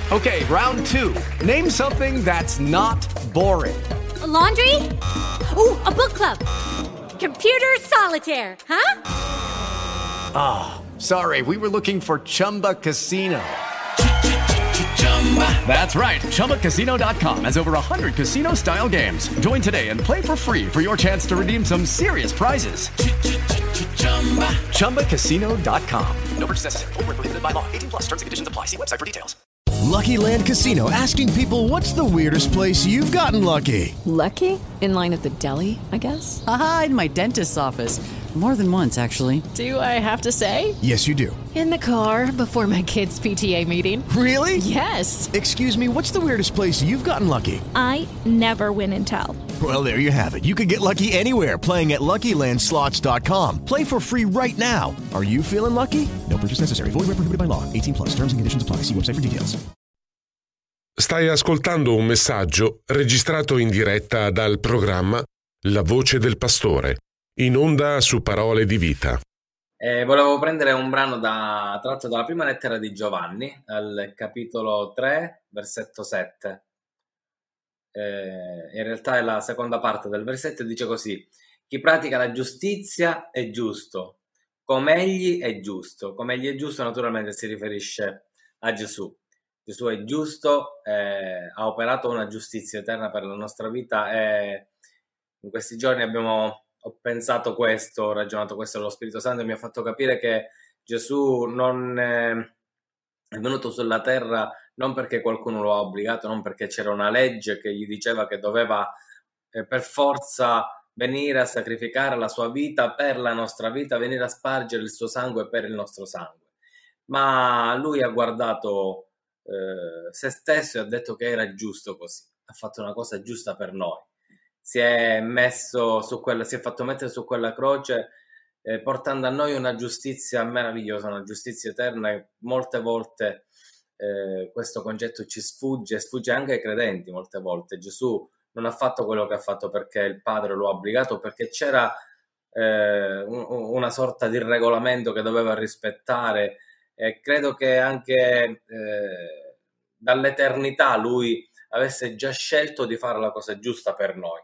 Okay, round two. Name something that's not boring. A laundry? Ooh, a book club. Computer solitaire, huh? Ah, sorry, we were looking for Chumba Casino. That's right, ChumbaCasino.com has over 100 casino-style games. Join today and play for free for your chance to redeem some serious prizes. ChumbaCasino.com. No purchase necessary. Void where prohibited by law. 18 plus. Terms and conditions apply. See website for details. Lucky Land Casino, asking people, what's the weirdest place you've gotten lucky? Lucky? In line at the deli, I guess? Aha, in my dentist's office. More than once, actually. Do I have to say? Yes, you do. In the car before my kids' PTA meeting. Really? Yes. Excuse me, what's the weirdest place you've gotten lucky? I never win and tell. Well, there you have it. You can get lucky anywhere, playing at LuckyLandSlots.com. Play for free right now. Are you feeling lucky? No purchase necessary. Void where prohibited by law. 18 plus. Terms and conditions apply. See website for details. Stai ascoltando un messaggio registrato in diretta dal programma La Voce del Pastore, in onda su Parole di Vita. Volevo prendere un brano tratto dalla prima lettera di Giovanni, al capitolo 3, versetto 7. In realtà è la seconda parte del versetto, dice così: chi pratica la giustizia è giusto, come egli è giusto. Come egli è giusto naturalmente si riferisce a Gesù. Gesù è giusto, ha operato una giustizia eterna per la nostra vita, e in questi giorni ho pensato questo, ho ragionato questo, lo Spirito Santo mi ha fatto capire che Gesù non è venuto sulla terra non perché qualcuno lo ha obbligato, non perché c'era una legge che gli diceva che doveva per forza venire a sacrificare la sua vita per la nostra vita, venire a spargere il suo sangue per il nostro sangue, ma lui ha guardato se stesso e ha detto che era giusto così, ha fatto una cosa giusta per noi, si è fatto mettere su quella croce, portando a noi una giustizia meravigliosa, una giustizia eterna, e molte volte questo concetto ci sfugge anche ai credenti. Molte volte Gesù non ha fatto quello che ha fatto perché il Padre lo ha obbligato, perché c'era una sorta di regolamento che doveva rispettare. E credo che anche dall'eternità lui avesse già scelto di fare la cosa giusta per noi.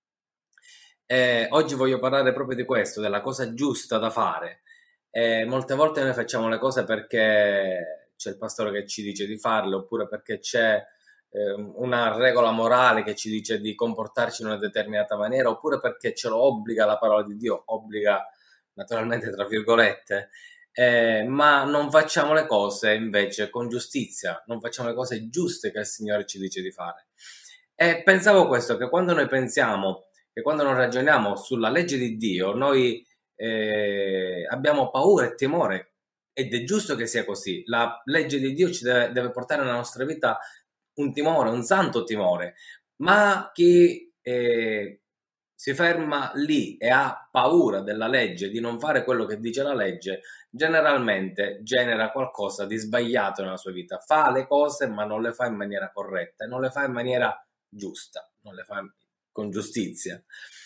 Oggi voglio parlare proprio di questo, della cosa giusta da fare. Molte volte noi facciamo le cose perché c'è il pastore che ci dice di farle, oppure perché c'è una regola morale che ci dice di comportarci in una determinata maniera, oppure perché ce lo obbliga la parola di Dio, obbliga naturalmente tra virgolette. Ma non facciamo le cose invece con giustizia, non facciamo le cose giuste che il Signore ci dice di fare. E pensavo questo, che quando noi pensiamo, che quando non ragioniamo sulla legge di Dio, noi abbiamo paura e timore, ed è giusto che sia così. La legge di Dio ci deve portare nella nostra vita un timore, un santo timore, ma chi si ferma lì e ha paura della legge, di non fare quello che dice la legge, generalmente genera qualcosa di sbagliato nella sua vita. Fa le cose ma non le fa in maniera corretta, non le fa in maniera giusta, non le fa con giustizia.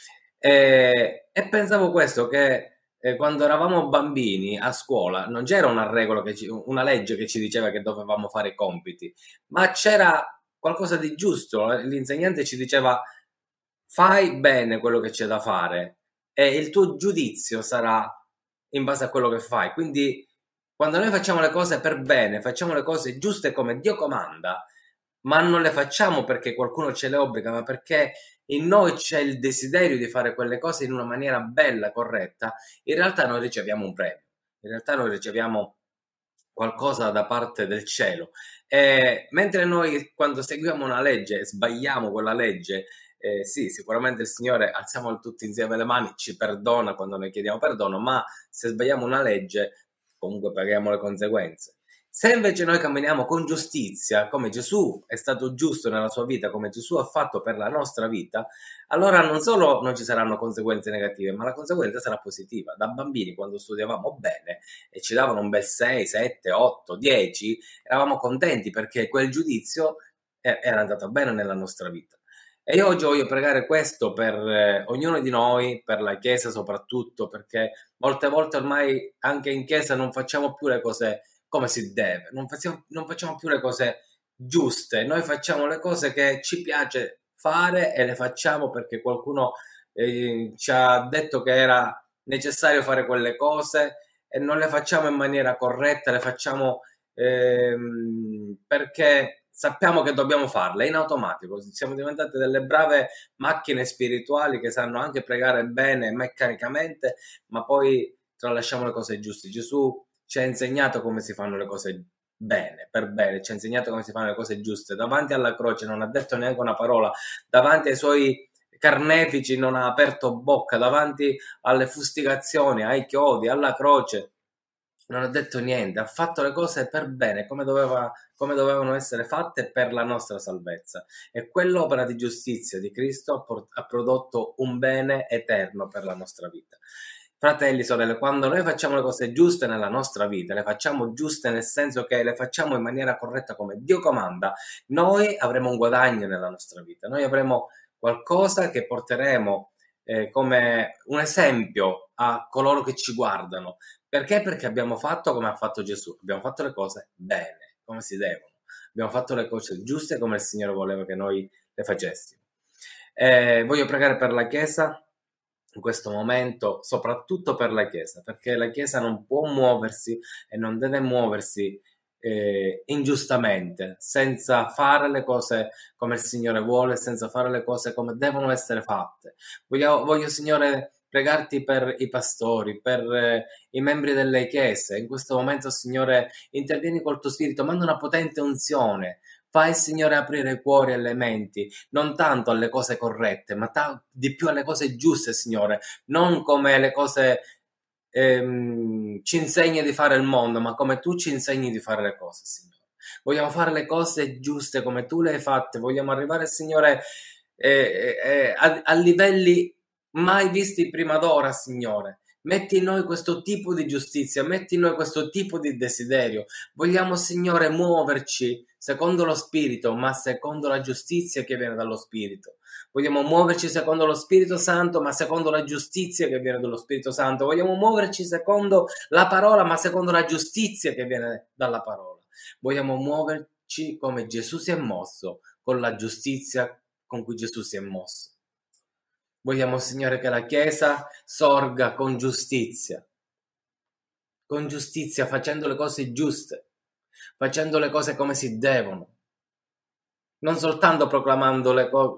E pensavo questo, che quando eravamo bambini a scuola non c'era una regola, una legge che ci diceva che dovevamo fare i compiti, ma c'era qualcosa di giusto. L'insegnante ci diceva: fai bene quello che c'è da fare e il tuo giudizio sarà in base a quello che fai. Quindi quando noi facciamo le cose per bene, facciamo le cose giuste come Dio comanda, ma non le facciamo perché qualcuno ce le obbliga, ma perché in noi c'è il desiderio di fare quelle cose in una maniera bella, corretta, in realtà noi riceviamo un premio, in realtà noi riceviamo qualcosa da parte del cielo. Mentre noi, quando seguiamo una legge, sbagliamo quella legge, sì, sicuramente il Signore, alziamo tutti insieme le mani, ci perdona quando noi chiediamo perdono, ma se sbagliamo una legge comunque paghiamo le conseguenze. Se invece noi camminiamo con giustizia, come Gesù è stato giusto nella sua vita, come Gesù ha fatto per la nostra vita, allora non solo non ci saranno conseguenze negative, ma la conseguenza sarà positiva. Da bambini, quando studiavamo bene e ci davano un bel 6, 7, 8, 10, eravamo contenti perché quel giudizio era andato bene nella nostra vita. E io oggi voglio pregare questo per ognuno di noi, per la Chiesa soprattutto, perché molte volte ormai anche in Chiesa non facciamo più le cose come si deve, non facciamo più le cose giuste, noi facciamo le cose che ci piace fare e le facciamo perché qualcuno ci ha detto che era necessario fare quelle cose e non le facciamo in maniera corretta, le facciamo perché sappiamo che dobbiamo farle in automatico. Siamo diventate delle brave macchine spirituali che sanno anche pregare bene meccanicamente, ma poi tralasciamo le cose giuste. Gesù ci ha insegnato come si fanno le cose bene, per bene, ci ha insegnato come si fanno le cose giuste. Davanti alla croce non ha detto neanche una parola, davanti ai suoi carnefici non ha aperto bocca, davanti alle fustigazioni, ai chiodi, alla croce non ha detto niente, ha fatto le cose per bene, come dovevano essere fatte per la nostra salvezza. E quell'opera di giustizia di Cristo ha prodotto un bene eterno per la nostra vita. Fratelli, sorelle, quando noi facciamo le cose giuste nella nostra vita, le facciamo giuste nel senso che le facciamo in maniera corretta come Dio comanda, noi avremo un guadagno nella nostra vita, noi avremo qualcosa che porteremo come un esempio a coloro che ci guardano. Perché? Perché abbiamo fatto come ha fatto Gesù, abbiamo fatto le cose bene, come si devono, abbiamo fatto le cose giuste come il Signore voleva che noi le facessimo. Voglio pregare per la Chiesa in questo momento, soprattutto per la Chiesa, perché la Chiesa non può muoversi e non deve muoversi ingiustamente, senza fare le cose come il Signore vuole, senza fare le cose come devono essere fatte. Voglio Signore pregarti per i pastori, per i membri delle chiese. In questo momento, Signore, intervieni col tuo Spirito, manda una potente unzione. Fai, Signore, aprire i cuori e le menti, non tanto alle cose corrette, ma di più alle cose giuste, Signore, non come le cose ci insegni di fare il mondo, ma come tu ci insegni di fare le cose, Signore. Vogliamo fare le cose giuste come tu le hai fatte, vogliamo arrivare, Signore, a livelli mai visti prima d'ora, Signore. Metti in noi questo tipo di giustizia, metti in noi questo tipo di desiderio. Vogliamo, Signore, muoverci secondo lo Spirito, ma secondo la giustizia che viene dallo Spirito. Vogliamo muoverci secondo lo Spirito Santo, ma secondo la giustizia che viene dallo Spirito Santo. Vogliamo muoverci secondo la parola, ma secondo la giustizia che viene dalla parola. Vogliamo muoverci come Gesù si è mosso, con la giustizia con cui Gesù si è mosso. Vogliamo, Signore, che la Chiesa sorga con giustizia, facendo le cose giuste, facendo le cose come si devono. Non soltanto proclamando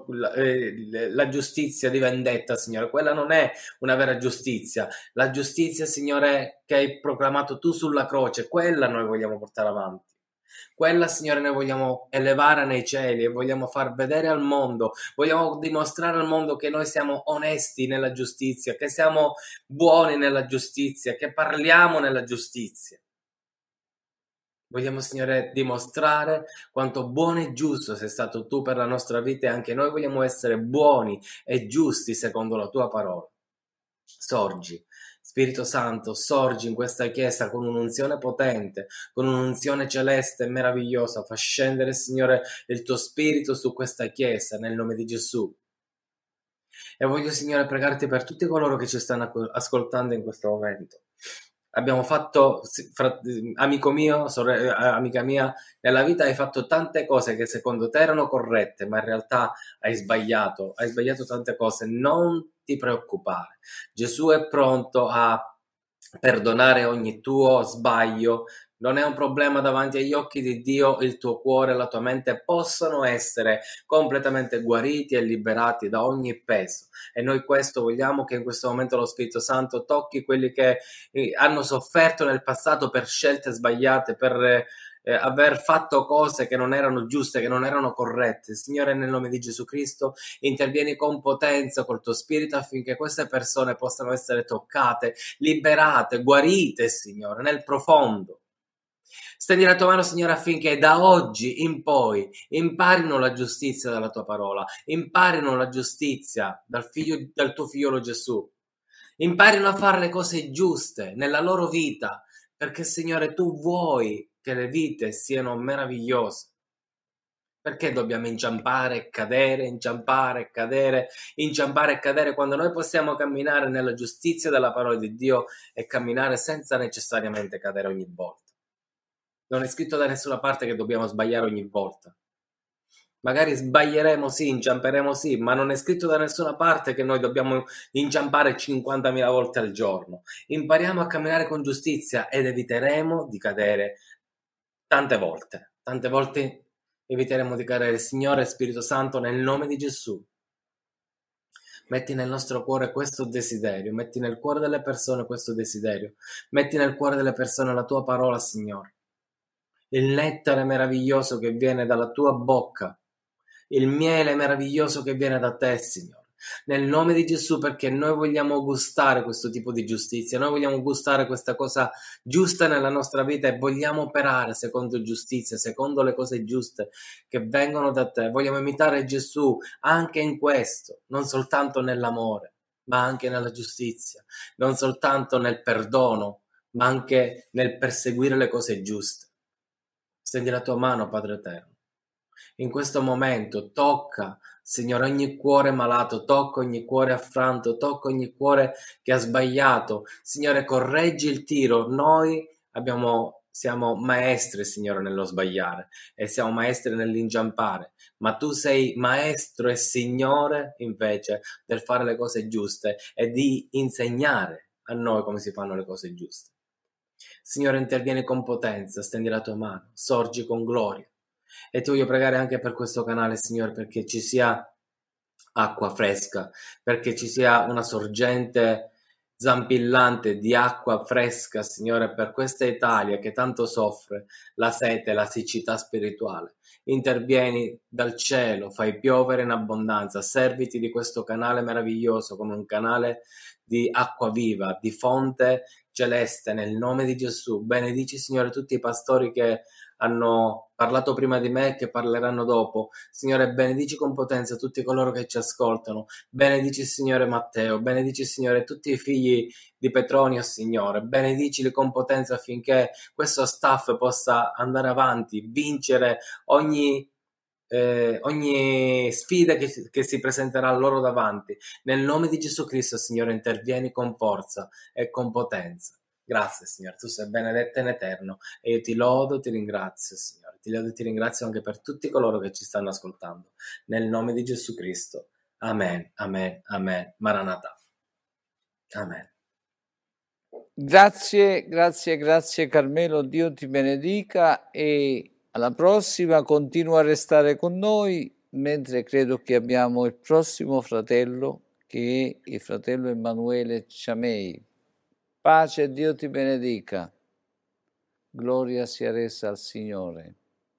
la giustizia di vendetta, Signore, quella non è una vera giustizia. La giustizia, Signore, che hai proclamato tu sulla croce, quella noi vogliamo portare avanti. Quella, Signore, noi vogliamo elevare nei cieli e vogliamo far vedere al mondo, vogliamo dimostrare al mondo che noi siamo onesti nella giustizia, che siamo buoni nella giustizia, che parliamo nella giustizia. Vogliamo, Signore, dimostrare quanto buono e giusto sei stato tu per la nostra vita e anche noi vogliamo essere buoni e giusti secondo la tua parola. Sorgi, Spirito Santo, sorgi in questa Chiesa con un'unzione potente, con un'unzione celeste e meravigliosa. Fa scendere, Signore, il tuo Spirito su questa Chiesa nel nome di Gesù. E voglio, Signore, pregarti per tutti coloro che ci stanno ascoltando in questo momento. Abbiamo fatto, amico mio, amica mia, nella vita hai fatto tante cose che secondo te erano corrette, ma in realtà hai sbagliato tante cose. Non ti preoccupare, Gesù è pronto a perdonare ogni tuo sbaglio. Non è un problema davanti agli occhi di Dio, il tuo cuore e la tua mente possono essere completamente guariti e liberati da ogni peso. E noi questo vogliamo, che in questo momento lo Spirito Santo tocchi quelli che hanno sofferto nel passato per scelte sbagliate, per aver fatto cose che non erano giuste, che non erano corrette. Signore, nel nome di Gesù Cristo, intervieni con potenza col tuo Spirito affinché queste persone possano essere toccate, liberate, guarite, Signore, nel profondo. Stendi la tua mano, Signore, affinché da oggi in poi imparino la giustizia dalla tua parola, imparino la giustizia dal tuo figliolo Gesù, imparino a fare le cose giuste nella loro vita, perché, Signore, tu vuoi che le vite siano meravigliose. Perché dobbiamo inciampare e cadere, quando noi possiamo camminare nella giustizia della parola di Dio e camminare senza necessariamente cadere ogni volta? Non è scritto da nessuna parte che dobbiamo sbagliare ogni volta. Magari sbaglieremo sì, inciamperemo sì, ma non è scritto da nessuna parte che noi dobbiamo inciampare 50.000 volte al giorno. Impariamo a camminare con giustizia ed eviteremo di cadere tante volte. Tante volte eviteremo di cadere. Signore Spirito Santo, nel nome di Gesù, metti nel nostro cuore questo desiderio, metti nel cuore delle persone questo desiderio, metti nel cuore delle persone la tua parola, Signore. Il nettare meraviglioso che viene dalla tua bocca, il miele meraviglioso che viene da te, Signore. Nel nome di Gesù, perché noi vogliamo gustare questo tipo di giustizia, noi vogliamo gustare questa cosa giusta nella nostra vita e vogliamo operare secondo giustizia, secondo le cose giuste che vengono da te. Vogliamo imitare Gesù anche in questo, non soltanto nell'amore, ma anche nella giustizia, non soltanto nel perdono, ma anche nel perseguire le cose giuste. Stendi la tua mano, Padre Eterno. In questo momento tocca, Signore, ogni cuore malato, tocca ogni cuore affranto, tocca ogni cuore che ha sbagliato. Signore, correggi il tiro. Noi siamo maestri, Signore, nello sbagliare e siamo maestri nell'inciampare, ma tu sei maestro e Signore invece del fare le cose giuste e di insegnare a noi come si fanno le cose giuste. Signore, intervieni con potenza, stendi la tua mano, sorgi con gloria. E ti voglio pregare anche per questo canale, Signore, perché ci sia acqua fresca, perché ci sia una sorgente zampillante di acqua fresca, Signore, per questa Italia che tanto soffre la sete e la siccità spirituale. Intervieni dal cielo, fai piovere in abbondanza, serviti di questo canale meraviglioso come un canale di acqua viva, di fonte celeste, nel nome di Gesù. Benedici, Signore, tutti i pastori che hanno parlato prima di me e che parleranno dopo. Signore, benedici con potenza tutti coloro che ci ascoltano. Benedici, Signore, Matteo. Benedici, Signore, tutti i figli di Petronio, Signore. Benedicili con potenza affinché questo staff possa andare avanti, vincere ogni sfida che si presenterà loro davanti. Nel nome di Gesù Cristo, Signore, intervieni con forza e con potenza. Grazie, Signore, tu sei benedetto in eterno e io ti lodo, ti ringrazio, Signore. Ti lodo e ti ringrazio anche per tutti coloro che ci stanno ascoltando. Nel nome di Gesù Cristo. Amen, amen, amen. Maranatha. Amen. Grazie Carmelo, Dio ti benedica e alla prossima. Continua a restare con noi, mentre credo che abbiamo il prossimo fratello, che è il fratello Emanuele Ciamei. Pace, Dio ti benedica. Gloria sia resa al Signore.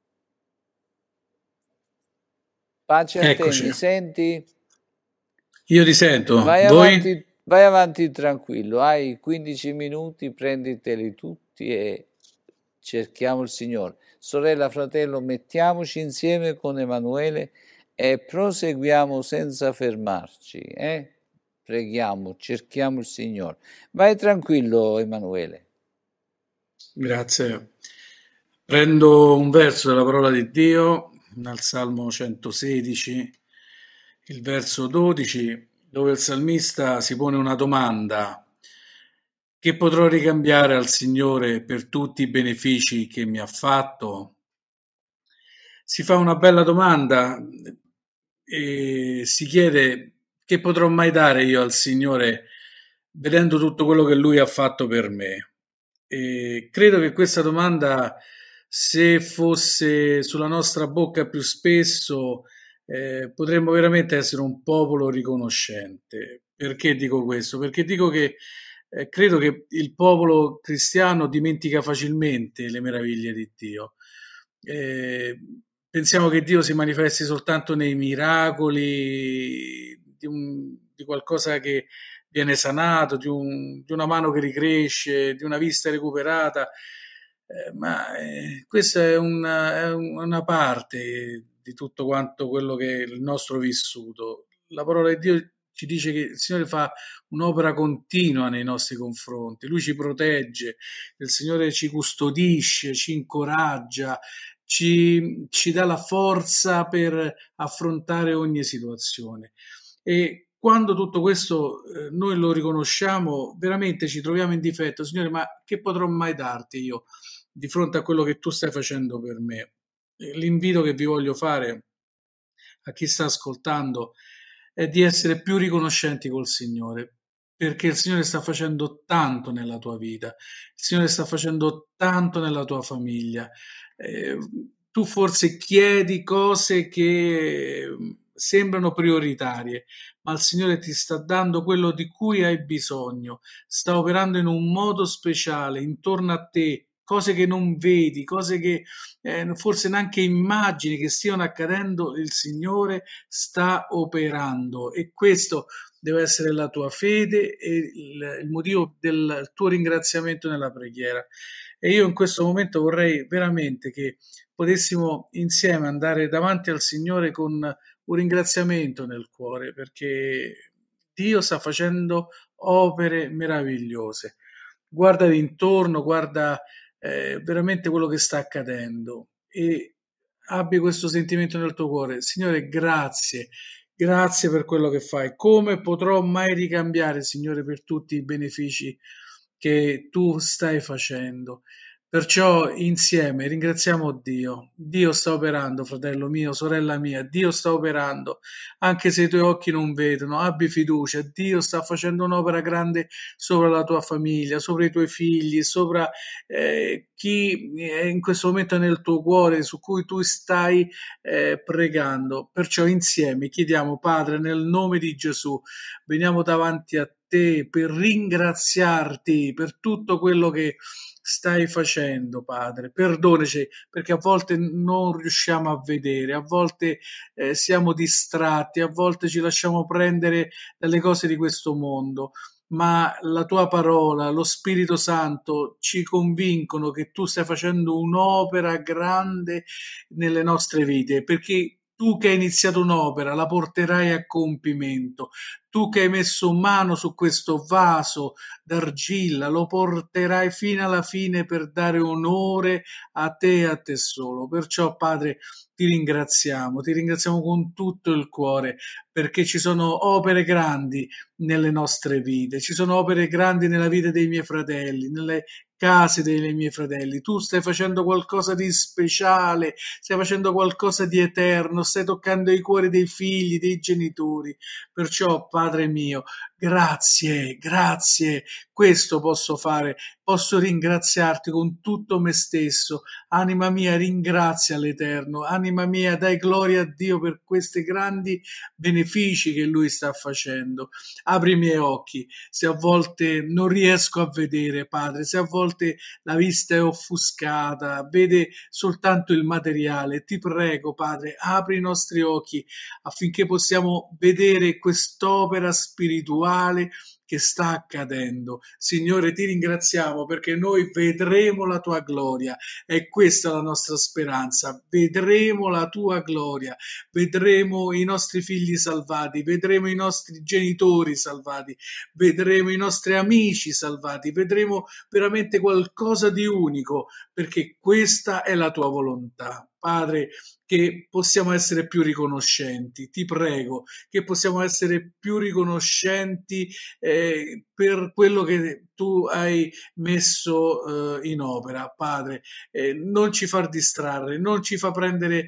Pace a Eccoci. te, mi senti? Io ti sento. Vai avanti tranquillo, hai 15 minuti, prenditeli tutti e cerchiamo il Signore. Sorella, fratello, mettiamoci insieme con Emanuele e proseguiamo senza fermarci. Preghiamo, cerchiamo il Signore. Vai tranquillo, Emanuele. Grazie. Prendo un verso della parola di Dio dal Salmo 116, il verso 12, dove il salmista si pone una domanda: che potrò ricambiare al Signore per tutti i benefici che mi ha fatto? Si fa una bella domanda e si chiede: che potrò mai dare io al Signore vedendo tutto quello che Lui ha fatto per me? E credo che questa domanda, se fosse sulla nostra bocca più spesso, potremmo veramente essere un popolo riconoscente. Perché dico questo? Perché dico che credo che il popolo cristiano dimentica facilmente le meraviglie di Dio. Pensiamo che Dio si manifesti soltanto nei miracoli, di qualcosa che viene sanato, di una mano che ricresce, di una vista recuperata, ma questa è una parte di tutto quanto quello che è il nostro vissuto. La parola di Dio ci dice che il Signore fa un'opera continua nei nostri confronti, Lui ci protegge, il Signore ci custodisce, ci incoraggia, ci dà la forza per affrontare ogni situazione. E quando tutto questo noi lo riconosciamo, veramente ci troviamo in difetto. Signore, ma che potrò mai darti io di fronte a quello che tu stai facendo per me. L'invito che vi voglio fare a chi sta ascoltando è di essere più riconoscenti col Signore, perché il Signore sta facendo tanto nella tua vita, il Signore sta facendo tanto nella tua famiglia. Tu forse chiedi cose che sembrano prioritarie, ma il Signore ti sta dando quello di cui hai bisogno, sta operando in un modo speciale intorno a te, cose che non vedi, cose che forse neanche immagini che stiano accadendo. Il Signore sta operando, e questo deve essere la tua fede e il motivo del tuo ringraziamento nella preghiera. E io in questo momento vorrei veramente che potessimo insieme andare davanti al Signore con un ringraziamento nel cuore, perché Dio sta facendo opere meravigliose. Guarda intorno, guarda veramente quello che sta accadendo e abbi questo sentimento nel tuo cuore: Signore, grazie per quello che fai. Come potrò mai ricambiare, Signore, per tutti i benefici che tu stai facendo? Perciò insieme ringraziamo Dio. Dio sta operando, fratello mio, sorella mia, Dio sta operando, anche se i tuoi occhi non vedono. Abbi fiducia, Dio sta facendo un'opera grande sopra la tua famiglia, sopra i tuoi figli, sopra chi è in questo momento nel tuo cuore, su cui tu stai pregando. Perciò insieme chiediamo: Padre, nel nome di Gesù, veniamo davanti a te per ringraziarti per tutto quello che stai facendo, Padre. Perdonaci, perché a volte non riusciamo a vedere, a volte siamo distratti, a volte ci lasciamo prendere dalle cose di questo mondo, ma la tua parola, lo Spirito Santo ci convincono che tu stai facendo un'opera grande nelle nostre vite, perché tu che hai iniziato un'opera la porterai a compimento. Tu che hai messo mano su questo vaso d'argilla lo porterai fino alla fine per dare onore a te e a te solo. Perciò, Padre, ti ringraziamo con tutto il cuore, perché ci sono opere grandi nelle nostre vite, ci sono opere grandi nella vita dei miei fratelli, nelle case dei miei fratelli. Tu stai facendo qualcosa di speciale, stai facendo qualcosa di eterno, stai toccando i cuori dei figli, dei genitori. Perciò, Padre mio, grazie, questo posso fare, posso ringraziarti con tutto me stesso. Anima mia, ringrazia l'Eterno, anima mia, dai gloria a Dio per questi grandi benefici che Lui sta facendo. Apri i miei occhi, se a volte non riesco a vedere, Padre, se a volte la vista è offuscata, vede soltanto il materiale, ti prego, Padre, apri i nostri occhi affinché possiamo vedere quest'opera spirituale che sta accadendo. Signore, ti ringraziamo perché noi vedremo la tua gloria, e questa è la nostra speranza: vedremo la tua gloria, vedremo i nostri figli salvati, vedremo i nostri genitori salvati, vedremo i nostri amici salvati, vedremo veramente qualcosa di unico, perché questa è la tua volontà. Padre, che possiamo essere più riconoscenti, ti prego, che possiamo essere più riconoscenti per quello che tu hai messo in opera, Padre. Non ci far distrarre, non ci fa prendere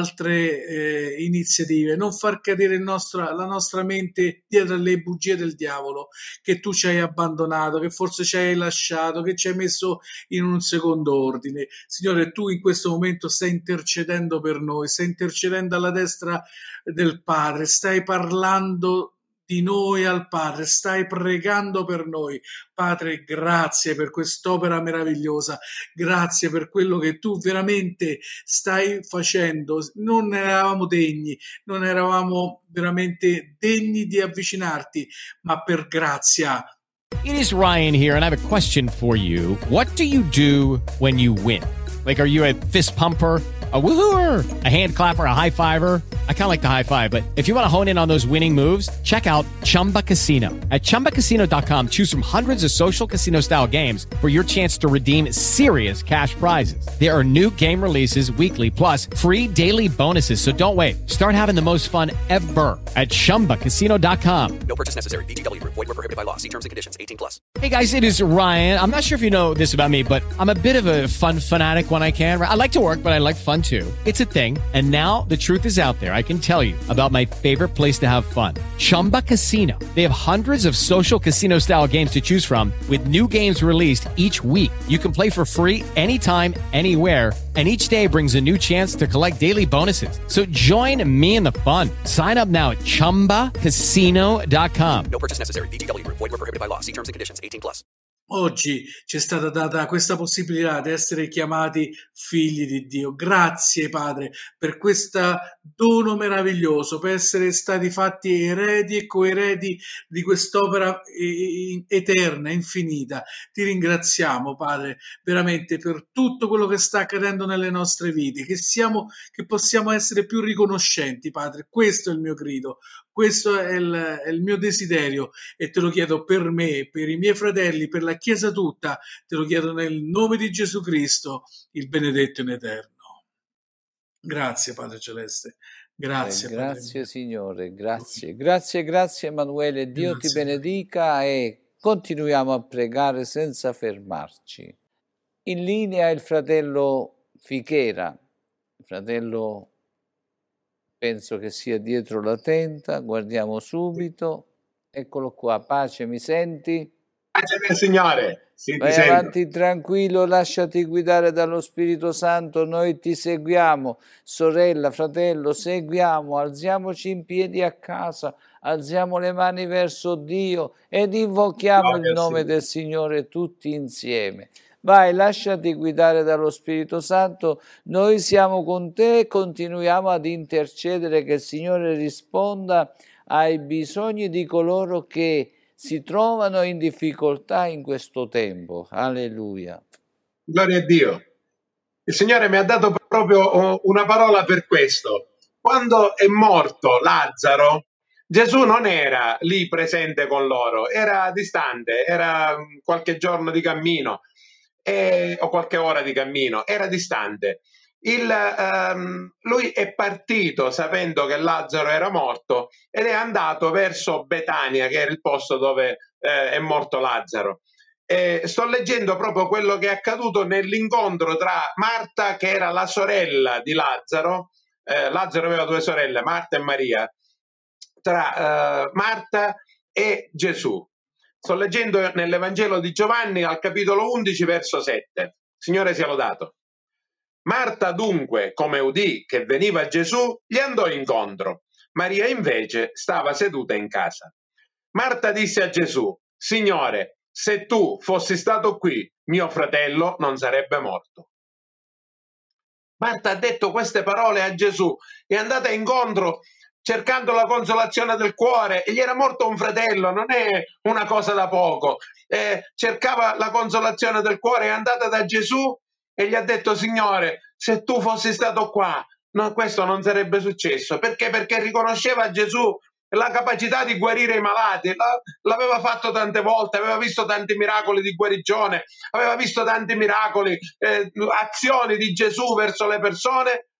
altre iniziative, non far cadere la nostra mente dietro alle bugie del diavolo, che tu ci hai abbandonato, che forse ci hai lasciato, che ci hai messo in un secondo ordine. Signore, tu in questo momento stai intercedendo per noi, stai intercedendo alla destra del Padre, stai parlando di noi al Padre, stai pregando per noi. Padre, grazie per quest'opera meravigliosa, grazie per quello che tu veramente stai facendo. Non eravamo degni, non eravamo veramente degni di avvicinarti, ma per grazia. It is Ryan here, and I have a question for you. What do you do when you win? Like, are you a fist pumper, a woo-hooer, a hand clapper, a high fiver? I kind of like the high five, but if you want to hone in on those winning moves, check out Chumba Casino. At ChumbaCasino.com, choose from hundreds of social casino style games for your chance to redeem serious cash prizes. There are new game releases weekly, plus free daily bonuses. So don't wait. Start having the most fun ever at ChumbaCasino.com. No purchase necessary. VGW Group. Void where prohibited by law. See terms and conditions. 18+. Hey guys, it is Ryan. I'm not sure if you know this about me, but I'm a bit of a fun fanatic when I can. I like to work, but I like fun too. It's a thing. And now the truth is out there. I can tell you about my favorite place to have fun. Chumba Casino. They have hundreds of social casino style games to choose from with new games released each week. You can play for free anytime, anywhere, and each day brings a new chance to collect daily bonuses. So join me in the fun. Sign up now at ChumbaCasino.com. No purchase necessary. VGW Group. Void where prohibited by law. See terms and conditions. 18+. Oggi ci è stata data questa possibilità di essere chiamati figli di Dio. Grazie Padre per questo dono meraviglioso, per essere stati fatti eredi e coeredi di quest'opera eterna, infinita. Ti ringraziamo Padre veramente per tutto quello che sta accadendo nelle nostre vite, che possiamo essere più riconoscenti Padre. Questo è il mio grido. Questo è il mio desiderio e te lo chiedo per me, per i miei fratelli, per la Chiesa tutta, te lo chiedo nel nome di Gesù Cristo, il benedetto in eterno. Grazie Padre Celeste, grazie. Grazie Padre Signore, grazie. Grazie Emanuele, Dio ti benedica e continuiamo a pregare senza fermarci. In linea il fratello Fichera, il fratello penso che sia dietro la tenda, guardiamo subito, eccolo qua, pace, mi senti? Pace del Signore, sì, vai avanti tranquillo, lasciati guidare dallo Spirito Santo, noi ti seguiamo, sorella, fratello, seguiamo, alziamoci in piedi a casa, alziamo le mani verso Dio ed invochiamo il nome del Signore tutti insieme. Vai, lasciati guidare dallo Spirito Santo, noi siamo con te e continuiamo ad intercedere che il Signore risponda ai bisogni di coloro che si trovano in difficoltà in questo tempo. Alleluia. Gloria a Dio. Il Signore mi ha dato proprio una parola per questo. Quando è morto Lazzaro, Gesù non era lì presente con loro, era distante, era qualche giorno di cammino. O qualche ora di cammino, era distante. Lui è partito sapendo che Lazzaro era morto ed è andato verso Betania, che era il posto dove è morto Lazzaro. Sto leggendo proprio quello che è accaduto nell'incontro tra Marta, che era la sorella di Lazzaro. Lazzaro aveva due sorelle, Marta e Maria, tra Marta e Gesù. Sto leggendo nell'Evangelo di Giovanni al capitolo 11 verso 7. Signore sia lodato. Marta dunque, come udì che veniva Gesù, gli andò incontro. Maria invece stava seduta in casa. Marta disse a Gesù: Signore, se tu fossi stato qui, mio fratello non sarebbe morto. Marta ha detto queste parole a Gesù, è andata incontro cercando la consolazione del cuore, e gli era morto un fratello, non è una cosa da poco. Cercava la consolazione del cuore, è andata da Gesù e gli ha detto: Signore, se tu fossi stato qua, questo non sarebbe successo. Perché? Perché riconosceva Gesù la capacità di guarire i malati, l'aveva fatto tante volte, aveva visto tanti miracoli di guarigione, aveva visto tanti miracoli, azioni di Gesù verso le persone,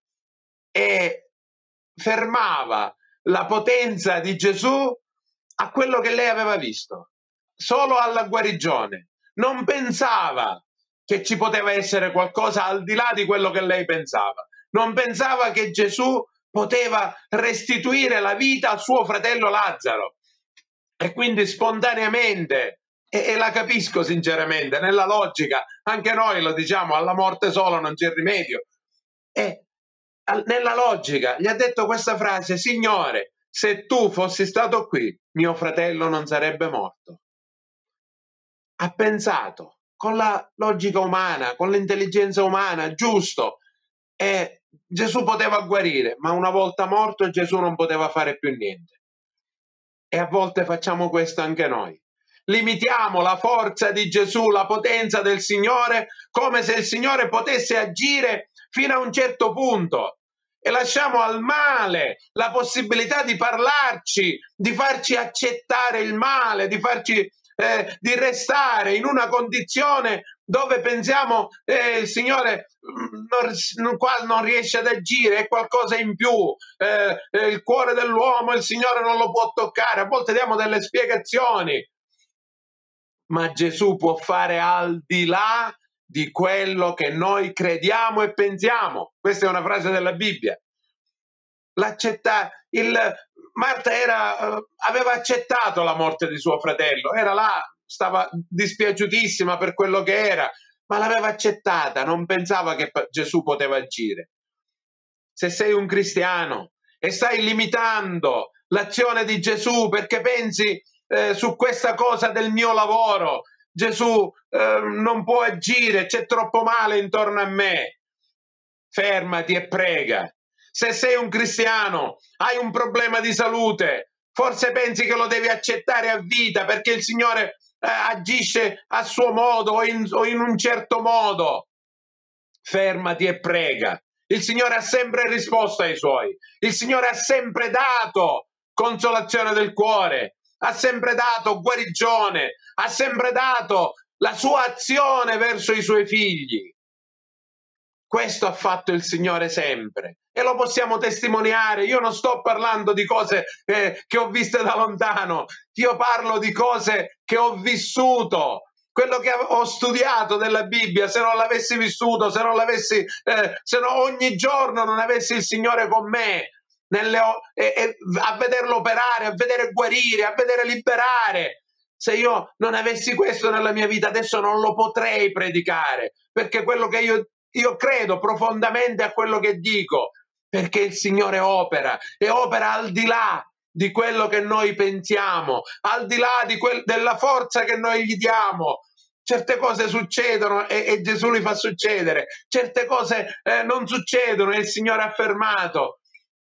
e fermava la potenza di Gesù a quello che lei aveva visto, solo alla guarigione. Non pensava che ci poteva essere qualcosa al di là di quello che lei pensava. Non pensava che Gesù poteva restituire la vita al suo fratello Lazzaro. E quindi spontaneamente, e la capisco sinceramente, nella logica, anche noi lo diciamo, alla morte solo non c'è rimedio. E nella logica gli ha detto questa frase: Signore, se tu fossi stato qui, mio fratello non sarebbe morto. Ha pensato con la logica umana, con l'intelligenza umana, giusto, e Gesù poteva guarire, ma una volta morto Gesù non poteva fare più niente. E a volte facciamo questo anche noi. Limitiamo la forza di Gesù, la potenza del Signore, come se il Signore potesse agire fino a un certo punto. e lasciamo al male la possibilità di parlarci, di farci accettare il male, di restare in una condizione dove pensiamo il Signore qua non riesce ad agire, è qualcosa in più, il cuore dell'uomo il Signore non lo può toccare, a volte diamo delle spiegazioni, ma Gesù può fare al di là di quello che noi crediamo e pensiamo. Questa è una frase della Bibbia. Marta aveva accettato la morte di suo fratello, era là, stava dispiaciutissima per quello che era, ma l'aveva accettata, non pensava che Gesù poteva agire. Se sei un cristiano e stai limitando l'azione di Gesù perché pensi su questa cosa del mio lavoro, Gesù non può agire, c'è troppo male intorno a me, fermati e prega. Se sei un cristiano, hai un problema di salute, forse pensi che lo devi accettare a vita perché il Signore agisce a suo modo o in un certo modo, fermati e prega. Il Signore ha sempre risposto ai Suoi, il Signore ha sempre dato consolazione del cuore, ha sempre dato guarigione, ha sempre dato la sua azione verso i Suoi figli. Questo ha fatto il Signore sempre e lo possiamo testimoniare. Io non sto parlando di cose che ho viste da lontano, io parlo di cose che ho vissuto. Quello che ho studiato della Bibbia, se non l'avessi vissuto, se ogni giorno non avessi il Signore con me, a vederlo operare, a vedere guarire, a vedere liberare. Se io non avessi questo nella mia vita, adesso non lo potrei predicare, perché quello che io credo profondamente a quello che dico, perché il Signore opera e opera al di là di quello che noi pensiamo, al di là della forza che noi gli diamo. Certe cose succedono e Gesù li fa succedere, certe cose non succedono e il Signore ha fermato.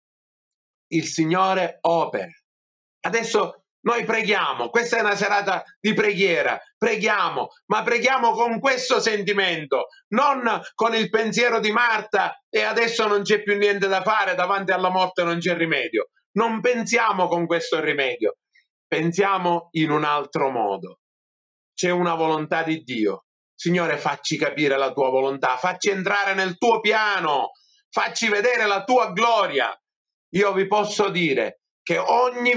Il Signore opera. Adesso noi preghiamo, questa è una serata di preghiera, preghiamo, ma preghiamo con questo sentimento, non con il pensiero di Marta e adesso non c'è più niente da fare, davanti alla morte non c'è rimedio. Non pensiamo con questo rimedio, pensiamo in un altro modo. C'è una volontà di Dio. Signore, facci capire la tua volontà, facci entrare nel tuo piano, facci vedere la tua gloria. Io vi posso dire che ogni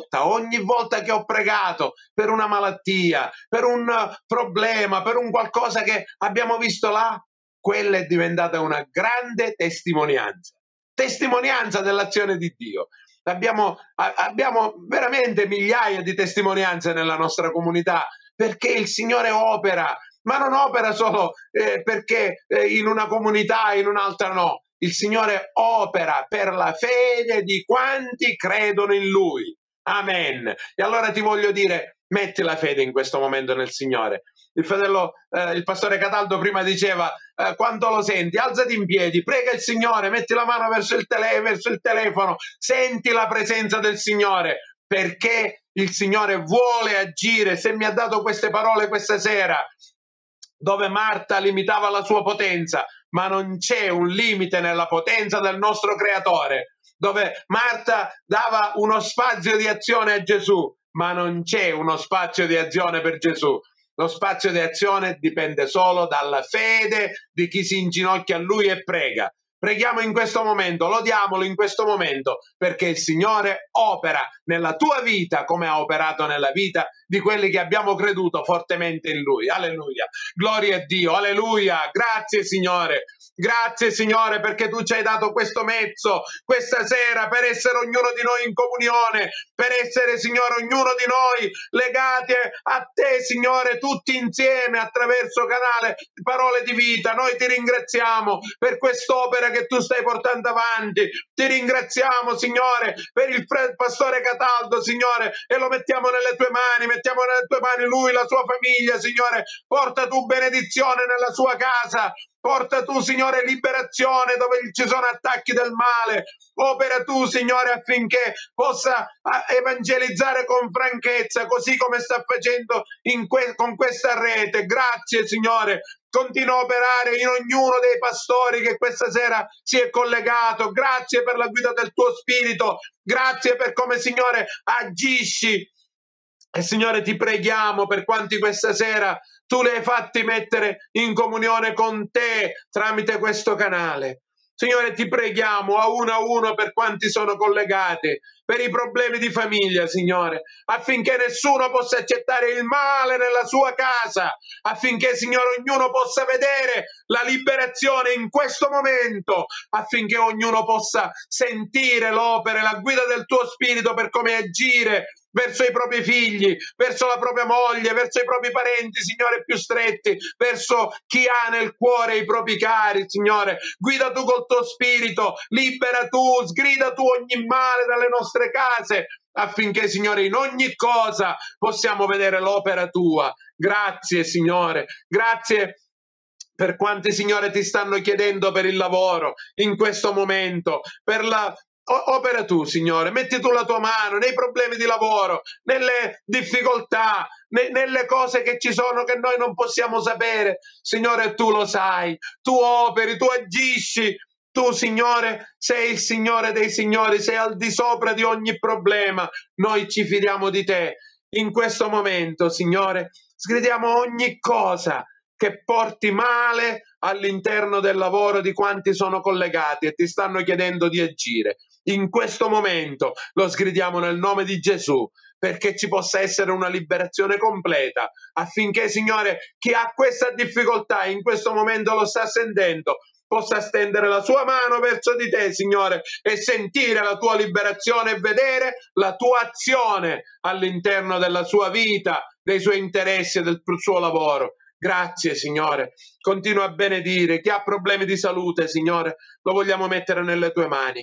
volta che ho pregato per una malattia, per un problema, per un qualcosa che abbiamo visto là, quella è diventata una grande testimonianza dell'azione di Dio. Abbiamo veramente migliaia di testimonianze nella nostra comunità, perché il Signore opera, ma non opera solo perché in una comunità, in un'altra no. Il Signore opera per la fede di quanti credono in Lui. Amen. E allora ti voglio dire, metti la fede in questo momento nel Signore. Il pastore Cataldo prima diceva, quando lo senti, alzati in piedi, prega il Signore, metti la mano verso il telefono, senti la presenza del Signore, perché il Signore vuole agire. Se mi ha dato queste parole questa sera, dove Marta limitava la sua potenza, ma non c'è un limite nella potenza del nostro Creatore, dove Marta dava uno spazio di azione a Gesù, ma non c'è uno spazio di azione per Gesù. Lo spazio di azione dipende solo dalla fede di chi si inginocchia a Lui e prega. Preghiamo in questo momento, lodiamolo in questo momento, perché il Signore opera nella tua vita come ha operato nella vita di quelli che abbiamo creduto fortemente in Lui. Alleluia. Gloria a Dio. Alleluia. Grazie Signore. Grazie Signore, perché tu ci hai dato questo mezzo questa sera per essere ognuno di noi in comunione, per essere Signore ognuno di noi legati a te Signore, tutti insieme attraverso canale Parole di Vita. Noi ti ringraziamo per quest'opera che tu stai portando avanti. Ti ringraziamo Signore per il pastore Cataldo Signore, e lo mettiamo nelle tue mani, lui, la sua famiglia Signore. Porta tu benedizione nella sua casa, porta tu Signore liberazione dove ci sono attacchi del male, opera tu Signore affinché possa evangelizzare con franchezza, così come sta facendo con questa rete. Grazie Signore, continua a operare in ognuno dei pastori che questa sera si è collegato. Grazie per la guida del tuo Spirito, grazie per come, Signore, agisci. E Signore, ti preghiamo per quanti questa sera tu li hai fatti mettere in comunione con te tramite questo canale. Signore, ti preghiamo a uno per quanti sono collegati, per i problemi di famiglia, Signore, affinché nessuno possa accettare il male nella sua casa, affinché, Signore, ognuno possa vedere la liberazione in questo momento, affinché ognuno possa sentire l'opera e la guida del tuo Spirito per come agire verso i propri figli, verso la propria moglie, verso i propri parenti, Signore, più stretti, verso chi ha nel cuore i propri cari, Signore. Guida tu col tuo Spirito, libera tu, sgrida tu ogni male dalle nostre case, affinché, Signore, in ogni cosa possiamo vedere l'opera tua. Grazie, Signore, grazie per quanti, Signore, ti stanno chiedendo per il lavoro in questo momento, per la opera tu, Signore, metti tu la tua mano nei problemi di lavoro, nelle difficoltà, nelle cose che ci sono che noi non possiamo sapere. Signore, tu lo sai, tu operi, tu agisci. Tu, Signore, sei il Signore dei Signori, sei al di sopra di ogni problema. Noi ci fidiamo di te. In questo momento, Signore, sgridiamo ogni cosa che porti male all'interno del lavoro di quanti sono collegati e ti stanno chiedendo di agire. In questo momento lo sgridiamo nel nome di Gesù, perché ci possa essere una liberazione completa, affinché, Signore, chi ha questa difficoltà in questo momento lo sta sentendo, possa stendere la sua mano verso di te, Signore, e sentire la tua liberazione e vedere la tua azione all'interno della sua vita, dei suoi interessi e del suo lavoro. Grazie, Signore. Continua a benedire chi ha problemi di salute, Signore, lo vogliamo mettere nelle tue mani.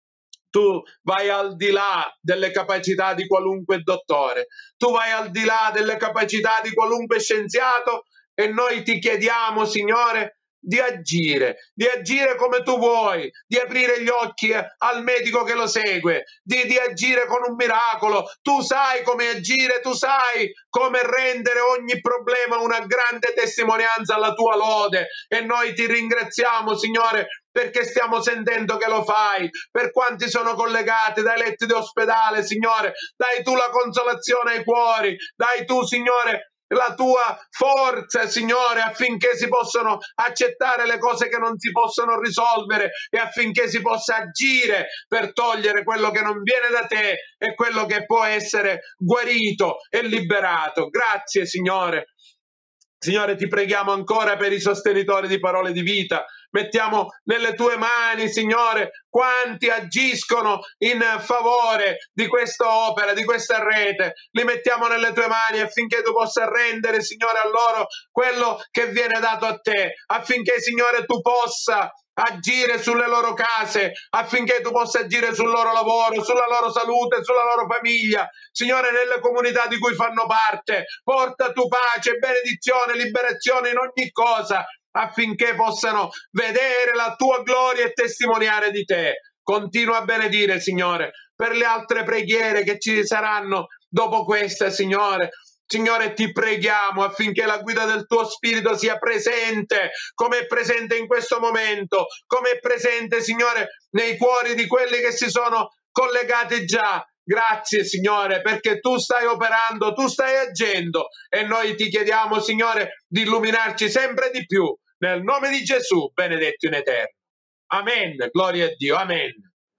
Tu vai al di là delle capacità di qualunque dottore, tu vai al di là delle capacità di qualunque scienziato e noi ti chiediamo, Signore, di agire come tu vuoi, di aprire gli occhi al medico che lo segue, di agire con un miracolo. Tu sai come agire, tu sai come rendere ogni problema una grande testimonianza alla tua lode e noi ti ringraziamo, Signore, perché stiamo sentendo che lo fai. Per quanti sono collegati dai letti di ospedale, Signore, dai tu la consolazione ai cuori, dai tu, Signore, la tua forza, Signore, affinché si possano accettare le cose che non si possono risolvere e affinché si possa agire per togliere quello che non viene da te e quello che può essere guarito e liberato. Grazie, Signore. Signore, ti preghiamo ancora per i sostenitori di Parole di Vita. Mettiamo nelle tue mani, Signore, quanti agiscono in favore di questa opera, di questa rete. Li mettiamo nelle tue mani affinché tu possa rendere, Signore, a loro quello che viene dato a te, affinché, Signore, tu possa agire sulle loro case, affinché tu possa agire sul loro lavoro, sulla loro salute, sulla loro famiglia. Signore, nelle comunità di cui fanno parte, porta tu pace, benedizione, liberazione in ogni cosa, affinché possano vedere la tua gloria e testimoniare di te. Continua a benedire, Signore, per le altre preghiere che ci saranno dopo questa, Signore. Signore, ti preghiamo affinché la guida del tuo Spirito sia presente, come è presente in questo momento, come è presente, Signore, nei cuori di quelli che si sono collegati già. Grazie, Signore, perché tu stai operando, tu stai agendo e noi ti chiediamo, Signore, di illuminarci sempre di più. Nel nome di Gesù, benedetto in eterno. Amen. Gloria a Dio. Amen.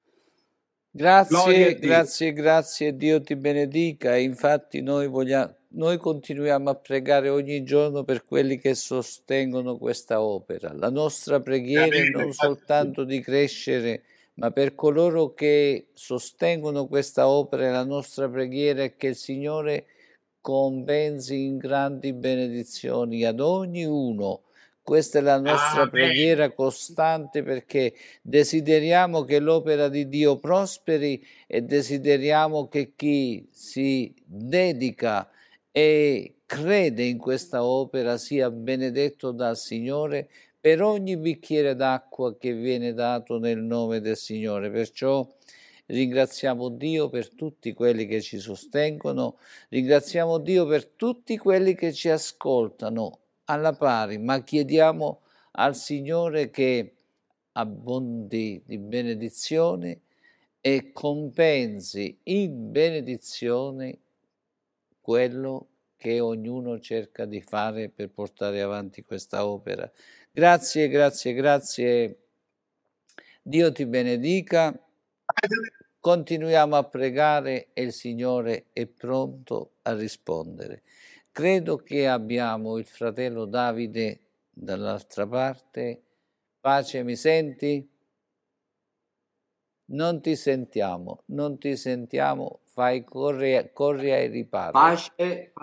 Grazie, grazie, Dio ti benedica. Infatti noi continuiamo a pregare ogni giorno per quelli che sostengono questa opera. La nostra preghiera è non soltanto di crescere, ma per coloro che sostengono questa opera, la nostra preghiera è che il Signore compensi in grandi benedizioni ad ognuno. Questa è la nostra preghiera costante, perché desideriamo che l'opera di Dio prosperi e desideriamo che chi si dedica e crede in questa opera sia benedetto dal Signore per ogni bicchiere d'acqua che viene dato nel nome del Signore. Perciò ringraziamo Dio per tutti quelli che ci sostengono, ringraziamo Dio per tutti quelli che ci ascoltano alla pari, ma chiediamo al Signore che abbondi di benedizioni e compensi in benedizioni quello che ognuno cerca di fare per portare avanti questa opera. Grazie, grazie, grazie. Dio ti benedica. Continuiamo a pregare e il Signore è pronto a rispondere. Credo che abbiamo il fratello Davide dall'altra parte. Pace, mi senti? Non ti sentiamo, fai corri ai ripari. Pace,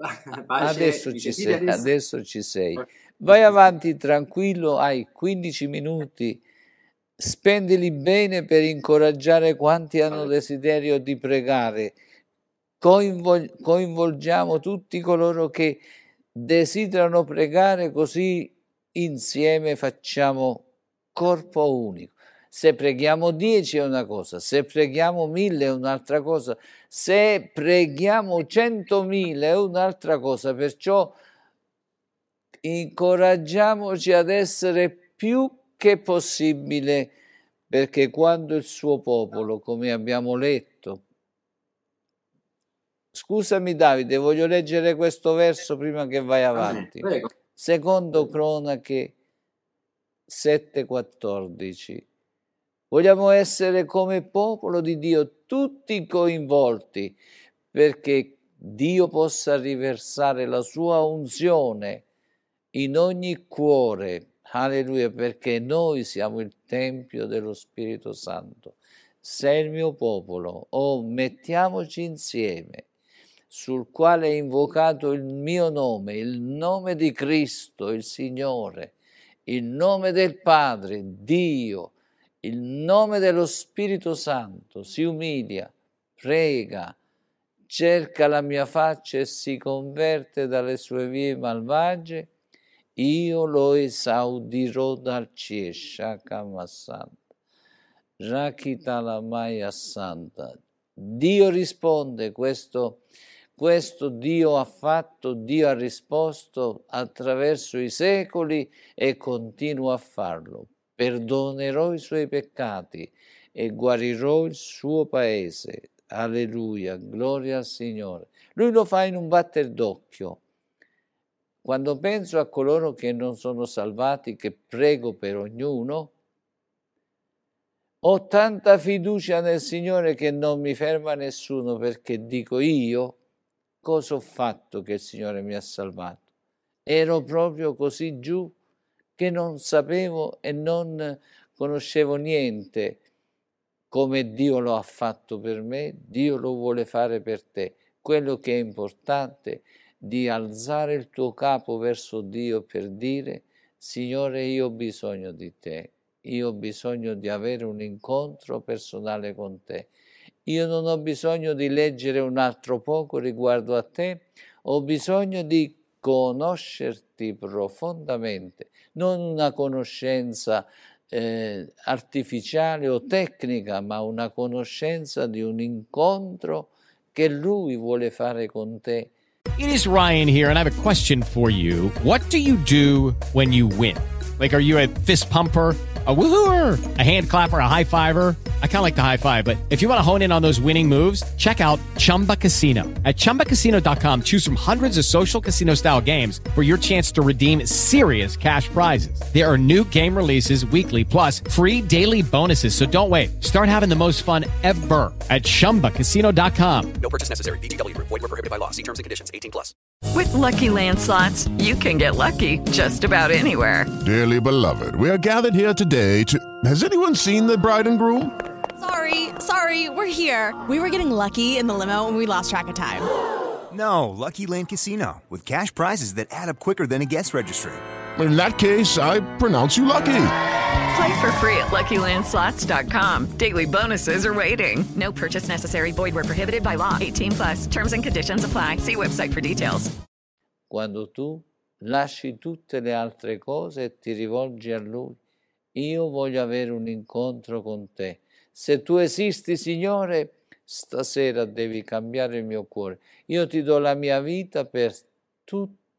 Adesso ci sei. Vai avanti tranquillo, hai 15 minuti, spendili bene per incoraggiare quanti hanno desiderio di pregare. Coinvolgiamo tutti coloro che desiderano pregare, così insieme facciamo corpo unico. Se preghiamo 10 è una cosa, se preghiamo 1000 è un'altra cosa, se preghiamo 100.000 è un'altra cosa, perciò incoraggiamoci ad essere più che possibile, perché quando il suo popolo, come abbiamo letto, scusami Davide, voglio leggere questo verso prima che vai avanti. Prego. Secondo Cronache 7,14. Vogliamo essere come popolo di Dio, tutti coinvolti, perché Dio possa riversare la sua unzione in ogni cuore. Alleluia, perché noi siamo il Tempio dello Spirito Santo. Sei il mio popolo, mettiamoci insieme, sul quale è invocato il mio nome, il nome di Cristo, il Signore, il nome del Padre, Dio, il nome dello Spirito Santo, si umilia, prega, cerca la mia faccia e si converte dalle sue vie malvagie, io lo esaudirò dal cielo. Shakama Santa, Rakita la Maya Santa. Dio risponde, questo Dio ha fatto, Dio ha risposto attraverso i secoli e continua a farlo. Perdonerò i suoi peccati e guarirò il suo paese. Alleluia, gloria al Signore. Lui lo fa in un batter d'occhio. Quando penso a coloro che non sono salvati, che prego per ognuno, ho tanta fiducia nel Signore che non mi ferma nessuno, perché dico io cosa ho fatto che il Signore mi ha salvato. Ero proprio così giù che non sapevo e non conoscevo niente. Come Dio lo ha fatto per me, Dio lo vuole fare per te. Quello che è importante è di alzare il tuo capo verso Dio per dire: Signore, io ho bisogno di te, io ho bisogno di avere un incontro personale con te. Io non ho bisogno di leggere un altro poco riguardo a te, ho bisogno di conoscerti profondamente, non una conoscenza artificiale o tecnica, ma una conoscenza di un incontro che Lui vuole fare con te. It is Ryan here, and I have a question for you. What do you do when you win? Like, are you a fist pumper, a woohooer, a hand clapper, a high fiver? I kind of like the high five, but if you want to hone in on those winning moves, check out Chumba Casino. At ChumbaCasino.com, choose from hundreds of social casino-style games for your chance to redeem serious cash prizes. There are new game releases weekly, plus free daily bonuses, so don't wait. Start having the most fun ever at ChumbaCasino.com. No purchase necessary. VGW Group. Void where prohibited by law. See terms and conditions. 18+. With Lucky Land Slots, you can get lucky just about anywhere. Dearly beloved, we are gathered here today to... Has anyone seen the bride and groom? Sorry, we're here. We were getting lucky in the limo and we lost track of time. No, Lucky Land Casino, with cash prizes that add up quicker than a guest registry. In that case, I pronounce you lucky. Play for free at LuckyLandSlots.com. Daily bonuses are waiting. No purchase necessary. Void where prohibited by law. 18+. Terms and conditions apply. See website for details. Quando tu lasci tutte le altre cose e ti rivolgi a Lui, io voglio avere un incontro con te. Se tu esisti, Signore, stasera devi cambiare il mio cuore. Io ti do la mia vita per tutti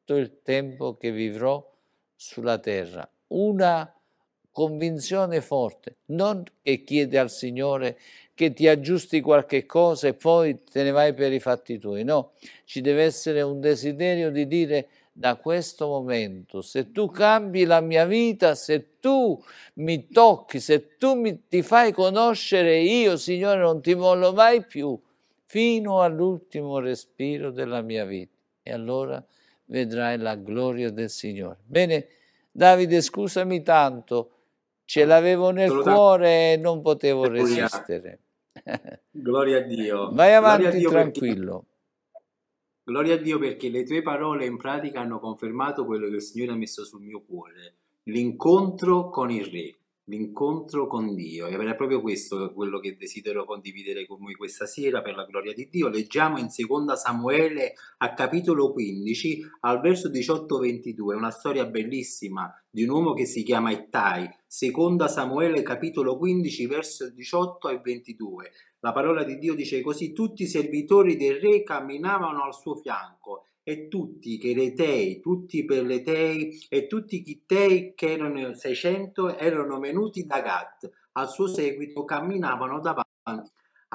tutto il tempo che vivrò sulla terra. Una convinzione forte, non che chiede al Signore che ti aggiusti qualche cosa e poi te ne vai per i fatti tuoi, no, ci deve essere un desiderio di dire: da questo momento, se tu cambi la mia vita, se tu mi tocchi, se tu ti fai conoscere, io, Signore, non ti mollo mai più, fino all'ultimo respiro della mia vita. E allora vedrai la gloria del Signore. Bene, Davide, scusami tanto, ce l'avevo nel cuore e non potevo resistere. Gloria a Dio. Vai avanti Gloria a Dio tranquillo. Gloria a Dio, perché le tue parole in pratica hanno confermato quello che il Signore ha messo sul mio cuore: l'incontro con il Re, l'incontro con Dio. Ed è proprio questo quello che desidero condividere con voi questa sera, per la gloria di Dio. Leggiamo in seconda Samuele a capitolo 15 al verso 18-22, una storia bellissima di un uomo che si chiama Ittai. Seconda Samuele capitolo 15 verso 18 e 22. La parola di Dio dice così: tutti i servitori del re camminavano al suo fianco, e tutti i Cheretei, tutti i Pelletei e tutti i Chittei, che erano 600, erano venuti da Gat. Al suo seguito camminavano davanti.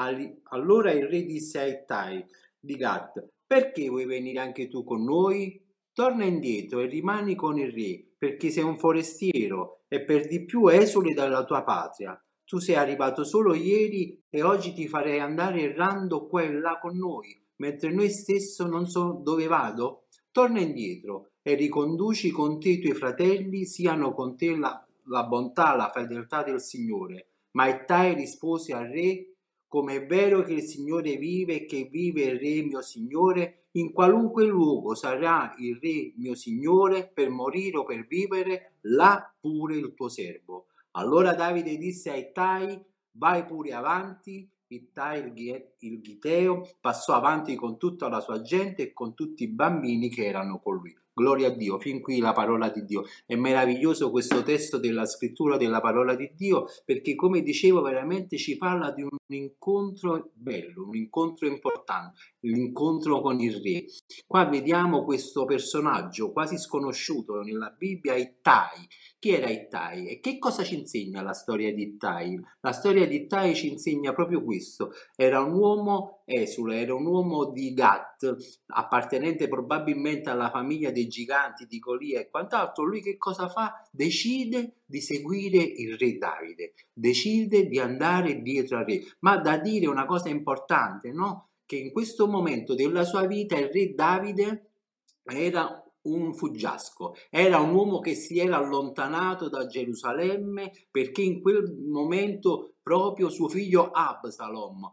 Allora il re disse a Ittai di Gat: perché vuoi venire anche tu con noi? Torna indietro e rimani con il re, perché sei un forestiero e per di più esule dalla tua patria. Tu sei arrivato solo ieri e oggi ti farei andare errando qua e là con noi, mentre noi stesso non so dove vado? Torna indietro e riconduci con te i tuoi fratelli, siano con te la bontà, la fedeltà del Signore. Ma Ittai rispose al re: come è vero che il Signore vive e che vive il re mio Signore, in qualunque luogo sarà il re mio Signore, per morire o per vivere, là pure il tuo servo. Allora Davide disse a Ittai: vai pure avanti. Ittai il Gitteo passò avanti con tutta la sua gente e con tutti i bambini che erano con lui. Gloria a Dio. Fin qui la parola di Dio. È meraviglioso questo testo della scrittura della parola di Dio, perché, come dicevo, veramente ci parla di un incontro bello, un incontro importante, l'incontro con il re. Qua vediamo questo personaggio quasi sconosciuto nella Bibbia, Ittai. Chi era Ittai e che cosa ci insegna la storia di Ittai? La storia di Ittai ci insegna proprio questo: era un uomo esule, era un uomo di Gat, appartenente probabilmente alla famiglia dei giganti di Golia e quant'altro. Lui che cosa fa? Decide di seguire il re Davide, decide di andare dietro al re. Ma da dire una cosa importante, no? Che in questo momento della sua vita il re Davide era un fuggiasco, era un uomo che si era allontanato da Gerusalemme, perché in quel momento proprio suo figlio Absalom,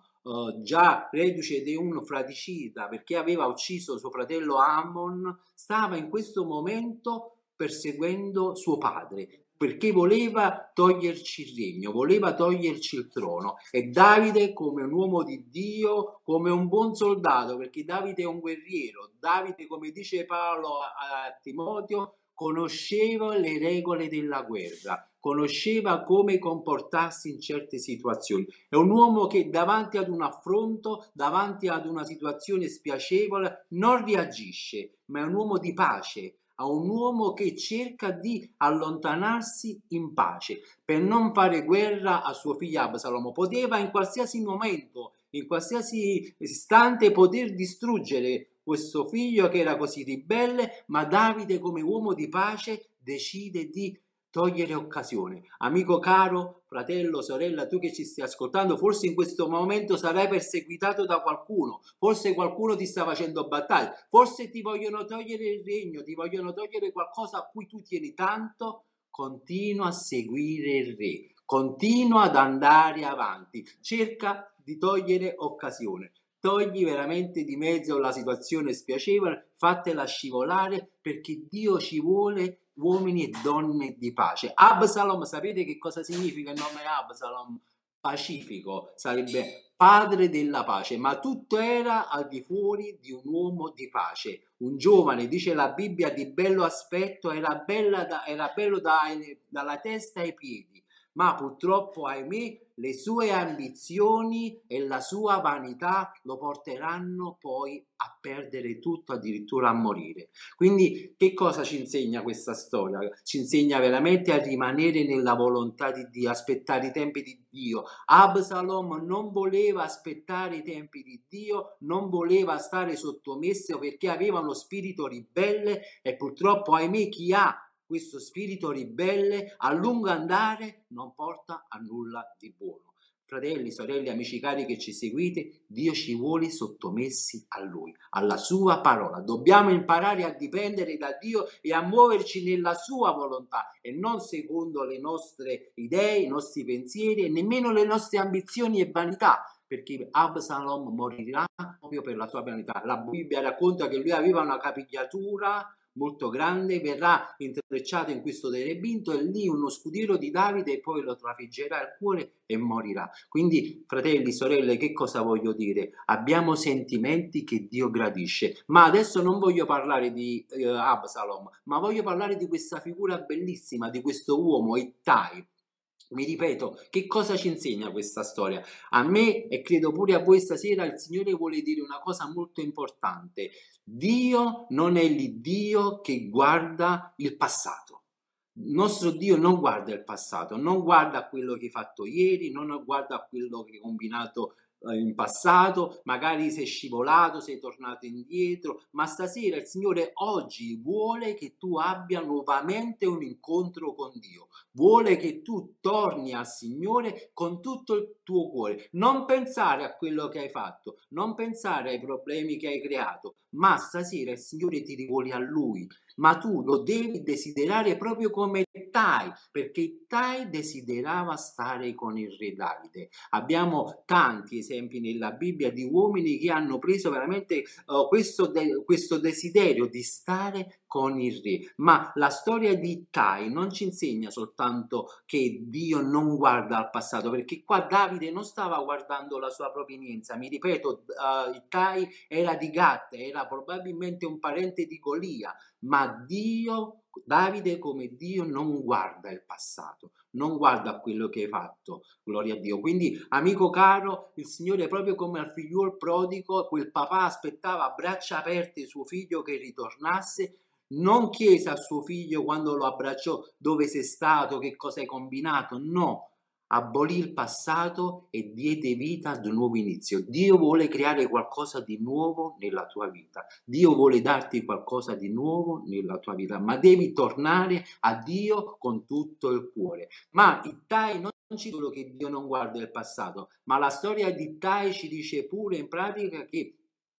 già reduce di un fratricida perché aveva ucciso suo fratello Ammon, stava in questo momento perseguendo suo padre, perché voleva toglierci il regno, voleva toglierci il trono. E Davide, come un uomo di Dio, come un buon soldato, perché Davide è un guerriero, Davide, come dice Paolo a Timoteo, conosceva le regole della guerra, conosceva come comportarsi in certe situazioni. È un uomo che davanti ad un affronto, davanti ad una situazione spiacevole, non reagisce, ma è un uomo di pace, a un uomo che cerca di allontanarsi in pace per non fare guerra a suo figlio Absalom. Poteva in qualsiasi momento, in qualsiasi istante, poter distruggere questo figlio che era così ribelle, ma Davide, come uomo di pace, decide di togliere occasione. Amico caro, fratello, sorella, tu che ci stai ascoltando, forse in questo momento sarai perseguitato da qualcuno, forse qualcuno ti sta facendo battaglia, forse ti vogliono togliere il regno, ti vogliono togliere qualcosa a cui tu tieni tanto. Continua a seguire il re, continua ad andare avanti, cerca di togliere occasione. Togli veramente di mezzo la situazione spiacevole, fatela scivolare, perché Dio ci vuole uomini e donne di pace. Absalom, sapete che cosa significa il nome Absalom? Pacifico, sarebbe padre della pace, ma tutto era al di fuori di un uomo di pace. Un giovane, dice la Bibbia, di bello aspetto, era bello dalla testa ai piedi, ma purtroppo, ahimè, le sue ambizioni e la sua vanità lo porteranno poi a perdere tutto, addirittura a morire. Quindi che cosa ci insegna questa storia? Ci insegna veramente a rimanere nella volontà di Dio, aspettare i tempi di Dio. Absalom non voleva aspettare i tempi di Dio, non voleva stare sottomesso perché aveva uno spirito ribelle, e purtroppo, ahimè, chi ha questo spirito ribelle a lungo andare non porta a nulla di buono. Fratelli, sorelle, amici cari che ci seguite, Dio ci vuole sottomessi a Lui, alla Sua parola. Dobbiamo imparare a dipendere da Dio e a muoverci nella Sua volontà e non secondo le nostre idee, i nostri pensieri e nemmeno le nostre ambizioni e vanità, perché Absalom morirà proprio per la sua vanità. La Bibbia racconta che lui aveva una capigliatura molto grande, verrà intrecciato in questo terebinto e lì uno scudiero di Davide e poi lo trafiggerà il cuore e morirà. Quindi, fratelli, sorelle, che cosa voglio dire? Abbiamo sentimenti che Dio gradisce, ma adesso non voglio parlare di Absalom, ma voglio parlare di questa figura bellissima, di questo uomo, Ittai. Mi ripeto, che cosa ci insegna questa storia? A me, e credo pure a voi stasera, il Signore vuole dire una cosa molto importante. Dio non è l'Iddio che guarda il passato. Il nostro Dio non guarda il passato, non guarda quello che hai fatto ieri, non guarda quello che hai combinato in passato, magari sei scivolato, sei tornato indietro, ma stasera il Signore oggi vuole che tu abbia nuovamente un incontro con Dio, vuole che tu torni al Signore con tutto il tuo cuore, non pensare a quello che hai fatto, non pensare ai problemi che hai creato, ma stasera il Signore ti rivuole a Lui, ma tu lo devi desiderare proprio come Ittai, perché Ittai desiderava stare con il re Davide. Abbiamo tanti esempi nella Bibbia di uomini che hanno preso veramente questo desiderio di stare con il re, ma la storia di Ittai non ci insegna soltanto che Dio non guarda al passato, perché qua Davide non stava guardando la sua provenienza, mi ripeto, Ittai era di Gat, era probabilmente un parente di Golia, ma Dio, Davide come Dio non guarda il passato, non guarda quello che hai fatto, gloria a Dio. Quindi, amico caro, il Signore, proprio come al figliuol prodigo, quel papà aspettava a braccia aperte suo figlio che ritornasse, non chiese a suo figlio quando lo abbracciò dove sei stato, che cosa hai combinato, no. Abolì il passato e diede vita ad un nuovo inizio. Dio vuole creare qualcosa di nuovo nella tua vita. Dio vuole darti qualcosa di nuovo nella tua vita, ma devi tornare a Dio con tutto il cuore. Ma Ittai non ci dice che Dio non guarda il passato, ma la storia di Ittai ci dice pure in pratica che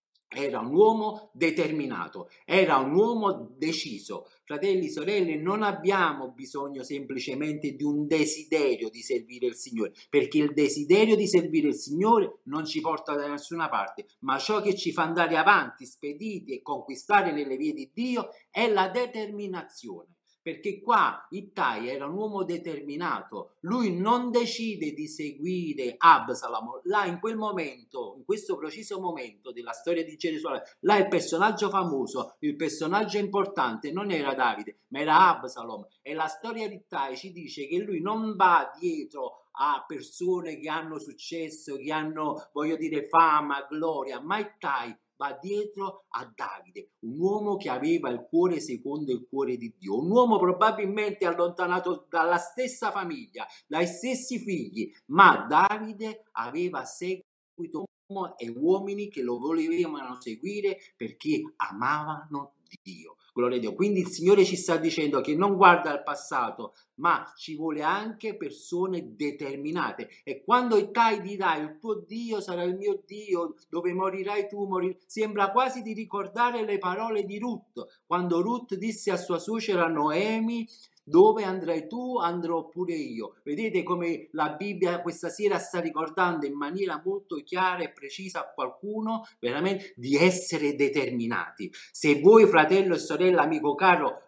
era un uomo determinato, era un uomo deciso. Fratelli, sorelle, non abbiamo bisogno semplicemente di un desiderio di servire il Signore, perché il desiderio di servire il Signore non ci porta da nessuna parte, ma ciò che ci fa andare avanti, spediti e conquistare nelle vie di Dio è la determinazione. Perché qua Ittai era un uomo determinato, lui non decide di seguire Absalom, là in quel momento, in questo preciso momento della storia di Gerusalemme, là il personaggio famoso, il personaggio importante non era Davide, ma era Absalom, e la storia di Ittai ci dice che lui non va dietro a persone che hanno successo, che hanno, voglio dire, fama, gloria, ma Ittai va dietro a Davide, un uomo che aveva il cuore secondo il cuore di Dio, un uomo probabilmente allontanato dalla stessa famiglia, dai stessi figli, ma Davide aveva seguito e uomini che lo volevano seguire perché amavano Dio. Gloria a Dio. Quindi il Signore ci sta dicendo che non guarda al passato, ma ci vuole anche persone determinate. E quando Ittai dirà il tuo Dio sarà il mio Dio, dove morirai tu, sembra quasi di ricordare le parole di Ruth, quando Ruth disse a sua suocera Noemi: dove andrai tu, andrò pure io. Vedete come la Bibbia questa sera sta ricordando in maniera molto chiara e precisa a qualcuno veramente di essere determinati. Se voi, fratello e sorella, amico caro,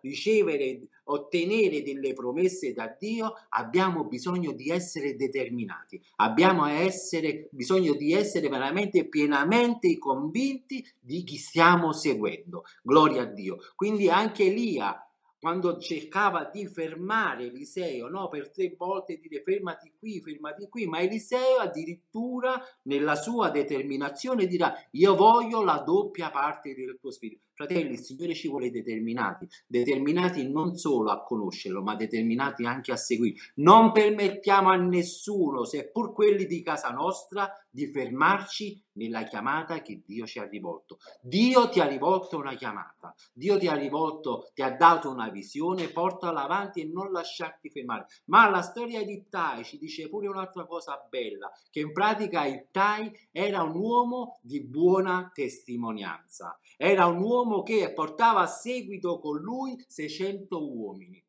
ottenere delle promesse da Dio, abbiamo bisogno di essere determinati, abbiamo bisogno di essere veramente pienamente convinti di chi stiamo seguendo. Gloria a Dio. Quindi anche Elia quando cercava di fermare Eliseo, no, per 3 volte dire fermati qui, ma Eliseo addirittura nella sua determinazione dirà: io voglio la doppia parte del tuo spirito. Fratelli, il Signore ci vuole determinati non solo a conoscerlo, ma determinati anche a seguire. Non permettiamo a nessuno, seppur quelli di casa nostra, di fermarci nella chiamata che Dio ci ha rivolto. Dio ti ha rivolto una chiamata, Dio ti ha dato una visione, portala avanti e non lasciarti fermare. Ma la storia di Ittai ci dice pure un'altra cosa bella, che in pratica Ittai era un uomo di buona testimonianza, era un uomo che portava a seguito con lui 600 uomini.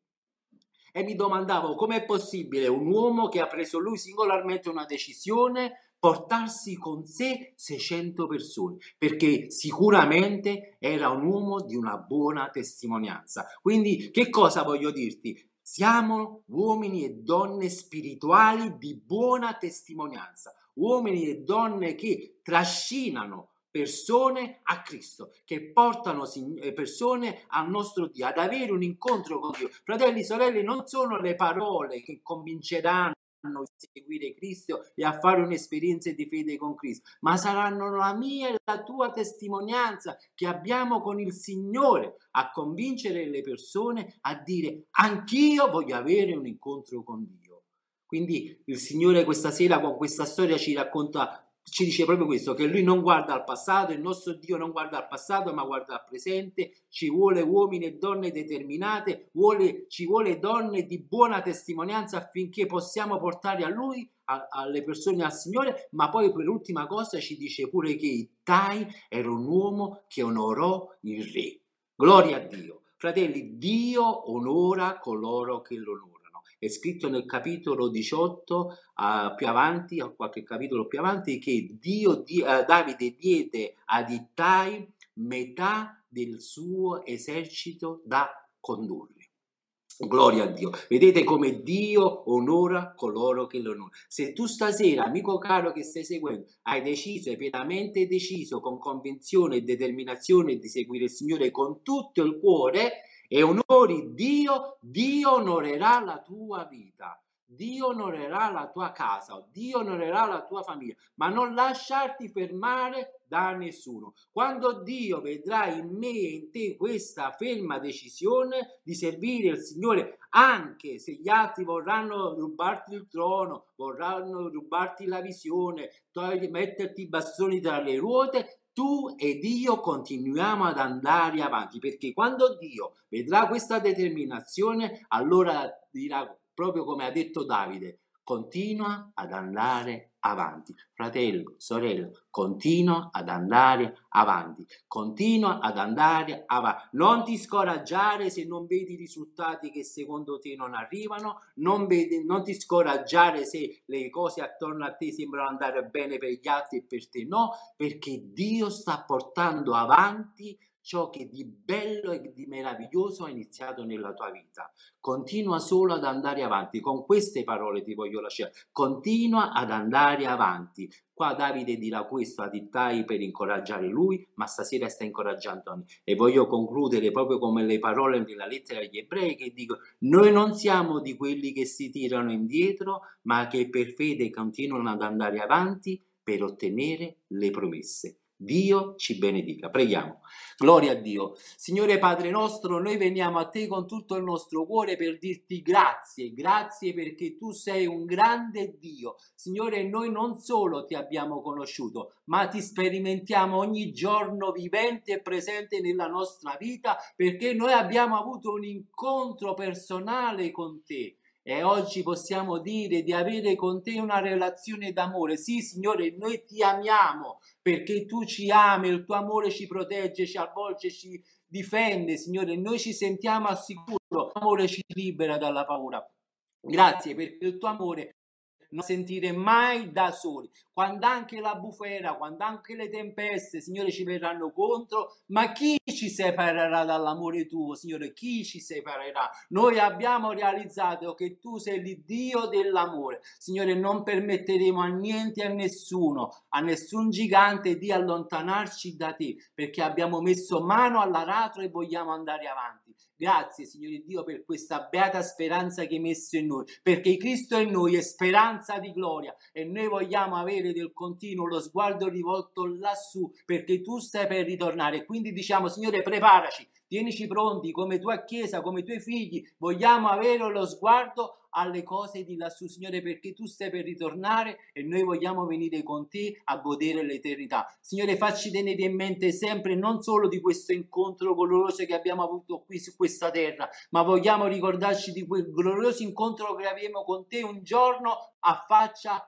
E mi domandavo com'è possibile un uomo che ha preso lui singolarmente una decisione portarsi con sé 600 persone, perché sicuramente era un uomo di una buona testimonianza. Quindi che cosa voglio dirti? Siamo uomini e donne spirituali di buona testimonianza, uomini e donne che trascinano persone a Cristo, che portano persone al nostro Dio, ad avere un incontro con Dio. Fratelli e sorelle, non sono le parole che convinceranno a seguire Cristo e a fare un'esperienza di fede con Cristo, ma saranno la mia e la tua testimonianza che abbiamo con il Signore a convincere le persone a dire: anch'io voglio avere un incontro con Dio. Quindi il Signore questa sera con questa storia ci dice proprio questo, che lui non guarda al passato, il nostro Dio non guarda al passato ma guarda al presente. Ci vuole uomini e donne determinate, ci vuole donne di buona testimonianza affinché possiamo portare a lui, alle persone, al Signore. Ma poi per ultima cosa ci dice pure che Ittai era un uomo che onorò il re. Gloria a Dio. Fratelli, Dio onora coloro che lo onorano. È scritto nel capitolo 18 più avanti, a qualche capitolo più avanti, che Davide diede ad Ittai metà del suo esercito da condurre. Gloria a Dio. Vedete come Dio onora coloro che lo onorano. Se tu stasera, amico caro che stai seguendo, hai pienamente deciso, con convinzione e determinazione di seguire il Signore con tutto il cuore, e onori Dio, Dio onorerà la tua vita, Dio onorerà la tua casa, Dio onorerà la tua famiglia, ma non lasciarti fermare da nessuno. Quando Dio vedrà in me e in te questa ferma decisione di servire il Signore, anche se gli altri vorranno rubarti il trono, vorranno rubarti la visione, metterti i bastoni tra le ruote, tu ed io continuiamo ad andare avanti, perché quando Dio vedrà questa determinazione, allora dirà, proprio come ha detto Davide: continua ad andare avanti. Fratello, sorella, continua ad andare avanti, continua ad andare avanti. Non ti scoraggiare se non vedi i risultati che secondo te non arrivano, non ti scoraggiare se le cose attorno a te sembrano andare bene per gli altri e per te no, perché Dio sta portando avanti ciò che di bello e di meraviglioso ha iniziato nella tua vita. Continua solo ad andare avanti. Con queste parole ti voglio lasciare: continua ad andare avanti. Qua Davide dirà questo ad Ittai per incoraggiare lui, ma stasera sta incoraggiando me. E voglio concludere proprio come le parole della lettera agli Ebrei, che dicono: noi non siamo di quelli che si tirano indietro, ma che per fede continuano ad andare avanti per ottenere le promesse. Dio ci benedica. Preghiamo. Gloria a Dio. Signore Padre nostro, noi veniamo a te con tutto il nostro cuore per dirti grazie, grazie perché tu sei un grande Dio. Signore, noi non solo ti abbiamo conosciuto, ma ti sperimentiamo ogni giorno vivente e presente nella nostra vita, perché noi abbiamo avuto un incontro personale con te. E oggi possiamo dire di avere con te una relazione d'amore. Sì, Signore, noi ti amiamo perché tu ci ami, il tuo amore ci protegge, ci avvolge, ci difende, Signore. Noi ci sentiamo al sicuro, il tuo amore ci libera dalla paura. Grazie perché il tuo amore non sentire mai da soli, quando anche la bufera, quando anche le tempeste, Signore, ci verranno contro, ma chi ci separerà dall'amore tuo, Signore? Chi ci separerà? Noi abbiamo realizzato che tu sei il Dio dell'amore, Signore. Non permetteremo a niente e a nessun gigante di allontanarci da te, perché abbiamo messo mano all'aratro e vogliamo andare avanti. Grazie, Signore Dio, per questa beata speranza che hai messo in noi, perché Cristo in noi è speranza di gloria e noi vogliamo avere del continuo lo sguardo rivolto lassù, perché tu stai per ritornare. Quindi diciamo, Signore, preparaci, tienici pronti come tua Chiesa, come i tuoi figli. Vogliamo avere lo sguardo alle cose di lassù, Signore, perché tu stai per ritornare e noi vogliamo venire con te a godere l'eternità. Signore, facci tenere in mente sempre non solo di questo incontro glorioso che abbiamo avuto qui su questa terra, ma vogliamo ricordarci di quel glorioso incontro che avremo con te un giorno a faccia.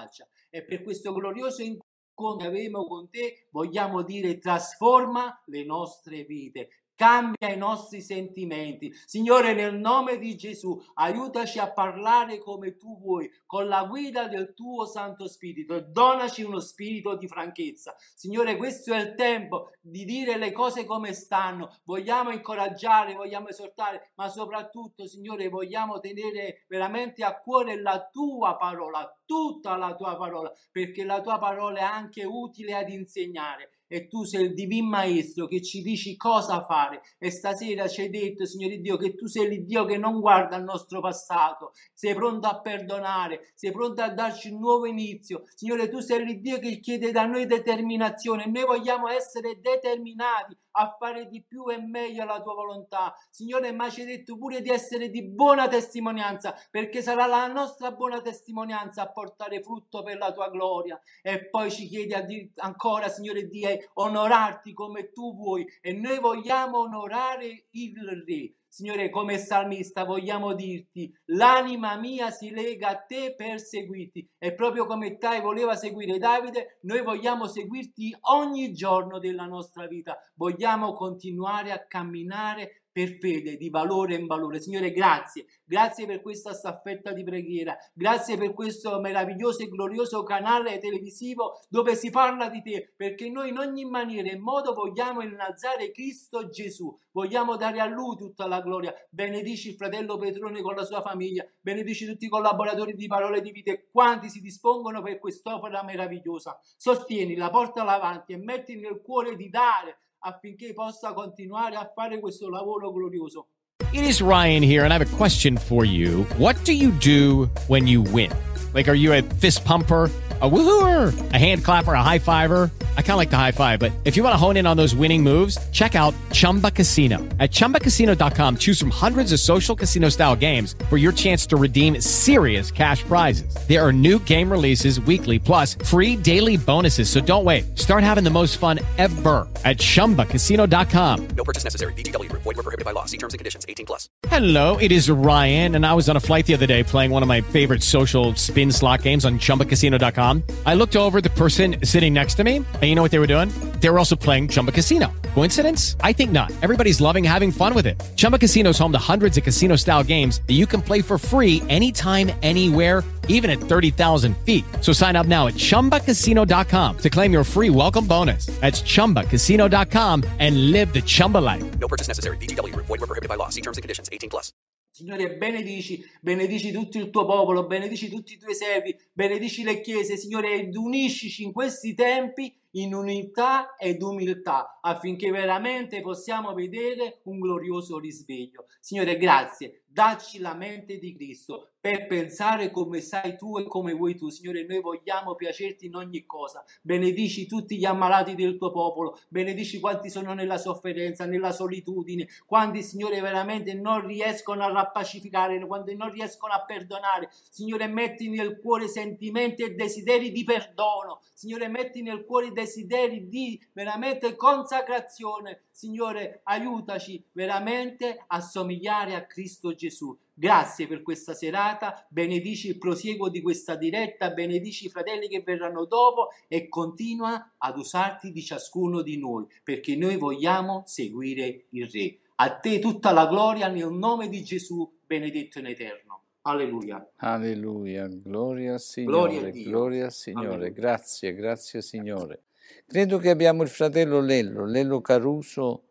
E per questo glorioso incontro che avremo con te vogliamo dire: trasforma le nostre vite, cambia i nostri sentimenti. Signore, nel nome di Gesù, aiutaci a parlare come tu vuoi, con la guida del tuo Santo Spirito, e donaci uno spirito di franchezza. Signore, questo è il tempo di dire le cose come stanno. Vogliamo incoraggiare, vogliamo esortare, ma soprattutto, Signore, vogliamo tenere veramente a cuore la tua parola, tutta la tua parola, perché la tua parola è anche utile ad insegnare. E tu sei il divin maestro che ci dici cosa fare, e stasera ci hai detto, Signore Dio, che tu sei il Dio che non guarda il nostro passato, sei pronto a perdonare, sei pronto a darci un nuovo inizio. Signore, tu sei il Dio che chiede da noi determinazione, e noi vogliamo essere determinati a fare di più e meglio la tua volontà. Signore, ma ci hai detto pure di essere di buona testimonianza, perché sarà la nostra buona testimonianza a portare frutto per la tua gloria. E poi ci chiedi ancora, Signore Dio, onorarti come tu vuoi, e noi vogliamo onorare il Re. Signore, come salmista vogliamo dirti: l'anima mia si lega a te per seguirti, e proprio come te voleva seguire Davide, noi vogliamo seguirti ogni giorno della nostra vita. Vogliamo continuare a camminare per fede, di valore in valore. Signore, grazie per questa staffetta di preghiera, grazie per questo meraviglioso e glorioso canale televisivo dove si parla di te, perché noi in ogni maniera e modo vogliamo innalzare Cristo Gesù, vogliamo dare a Lui tutta la gloria. Benedici il fratello Petrone con la sua famiglia, benedici tutti i collaboratori di Parole di Vita e quanti si dispongono per quest'opera meravigliosa. Sostienila, portala avanti e metti nel cuore di dare, affinché possa continuare a fare questo lavoro glorioso. It is Ryan here, and I have a question for you. What do you do when you win? Like, are you a fist pumper, a woohooer, a hand clapper, a high fiver? I kind of like the high five, but if you want to hone in on those winning moves, check out Chumba Casino. At ChumbaCasino.com, choose from hundreds of social casino-style games for your chance to redeem serious cash prizes. There are new game releases weekly, plus free daily bonuses, so don't wait. Start having the most fun ever at ChumbaCasino.com. No purchase necessary. VGW Group. Void where prohibited by law. See terms and conditions. 18+. Hello, it is Ryan, and I was on a flight the other day playing one of my favorite social spin slot games on ChumbaCasino.com. I looked over at the person sitting next to me, and you know what they were doing? They were also playing Chumba Casino. Coincidence? I think not. Everybody's loving having fun with it. Chumba Casino is home to hundreds of casino-style games that you can play for free anytime, anywhere, even at 30,000 feet. So sign up now at ChumbaCasino.com to claim your free welcome bonus. That's ChumbaCasino.com and live the Chumba life. No purchase necessary. VGW Group. Void where prohibited by law. See terms and conditions. 18+. Signore, benedici tutto il tuo popolo, benedici tutti i tuoi servi, benedici le chiese, Signore, ed uniscici in questi tempi in unità ed umiltà, affinché veramente possiamo vedere un glorioso risveglio. Signore, grazie. Dacci la mente di Cristo per pensare come sai tu e come vuoi tu. Signore, noi vogliamo piacerti in ogni cosa. Benedici tutti gli ammalati del tuo popolo, benedici quanti sono nella sofferenza, nella solitudine, quanti, Signore, veramente non riescono a rappacificare, quando non riescono a perdonare. Signore, metti nel cuore sentimenti e desideri di perdono. Signore, metti nel cuore desideri di veramente consacrazione. Signore, aiutaci veramente a somigliare a Cristo Gesù. Grazie per questa serata, benedici il prosieguo di questa diretta, benedici i fratelli che verranno dopo e continua ad usarti di ciascuno di noi, perché noi vogliamo seguire il Re. A te tutta la gloria nel nome di Gesù, benedetto in eterno. Alleluia. Alleluia, gloria al Signore, gloria al Signore. Alleluia. Grazie Signore. Credo che abbiamo il fratello Lello Caruso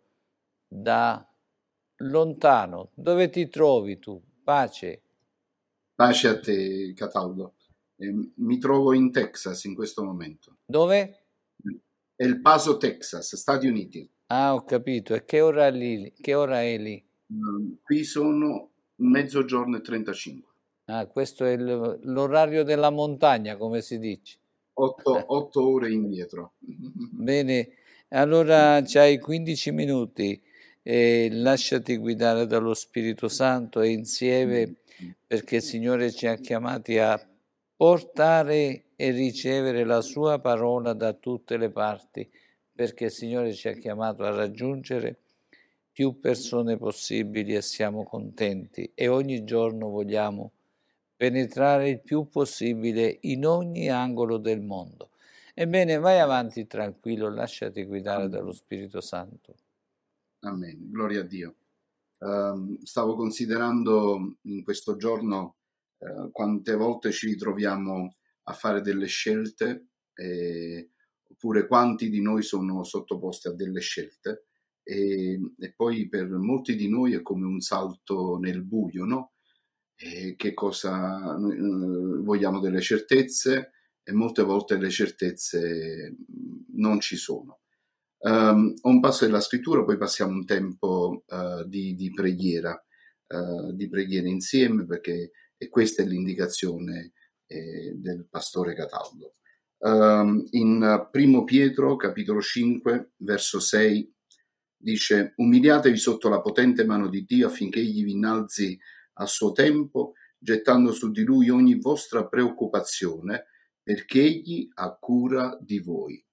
da lontano. Dove ti trovi tu? Pace. Pace a te, Cataldo. Mi trovo in Texas in questo momento. Dove? El Paso, Texas, Stati Uniti. Ah, ho capito. E che ora è lì? Qui sono 12:35. Questo è l'orario della montagna, come si dice. 8 ore indietro. Bene, allora c'hai 15 minuti e lasciati guidare dallo Spirito Santo e insieme, perché il Signore ci ha chiamati a portare e ricevere la sua parola da tutte le parti, perché il Signore ci ha chiamato a raggiungere più persone possibili e siamo contenti e ogni giorno vogliamo penetrare il più possibile in ogni angolo del mondo. Ebbene, vai avanti tranquillo, lasciati guidare dallo Spirito Santo. Amen, gloria a Dio. Stavo considerando in questo giorno quante volte ci ritroviamo a fare delle scelte, oppure quanti di noi sono sottoposti a delle scelte, e poi per molti di noi è come un salto nel buio, no? Che cosa vogliamo? Delle certezze, e molte volte le certezze non ci sono. Ho un passo della scrittura, poi passiamo un tempo di preghiera insieme, perché questa è l'indicazione del pastore Cataldo. In 1 Pietro capitolo 5 verso 6 dice: umiliatevi sotto la potente mano di Dio affinché egli vi innalzi a suo tempo, gettando su di lui ogni vostra preoccupazione, perché egli ha cura di voi.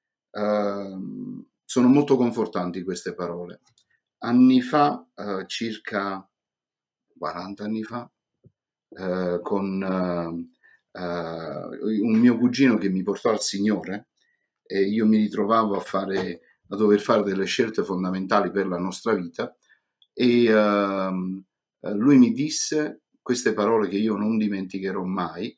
Sono molto confortanti queste parole. Anni fa, circa 40 anni fa, con un mio cugino che mi portò al Signore, e io mi ritrovavo a dover fare delle scelte fondamentali per la nostra vita, e lui mi disse queste parole che io non dimenticherò mai: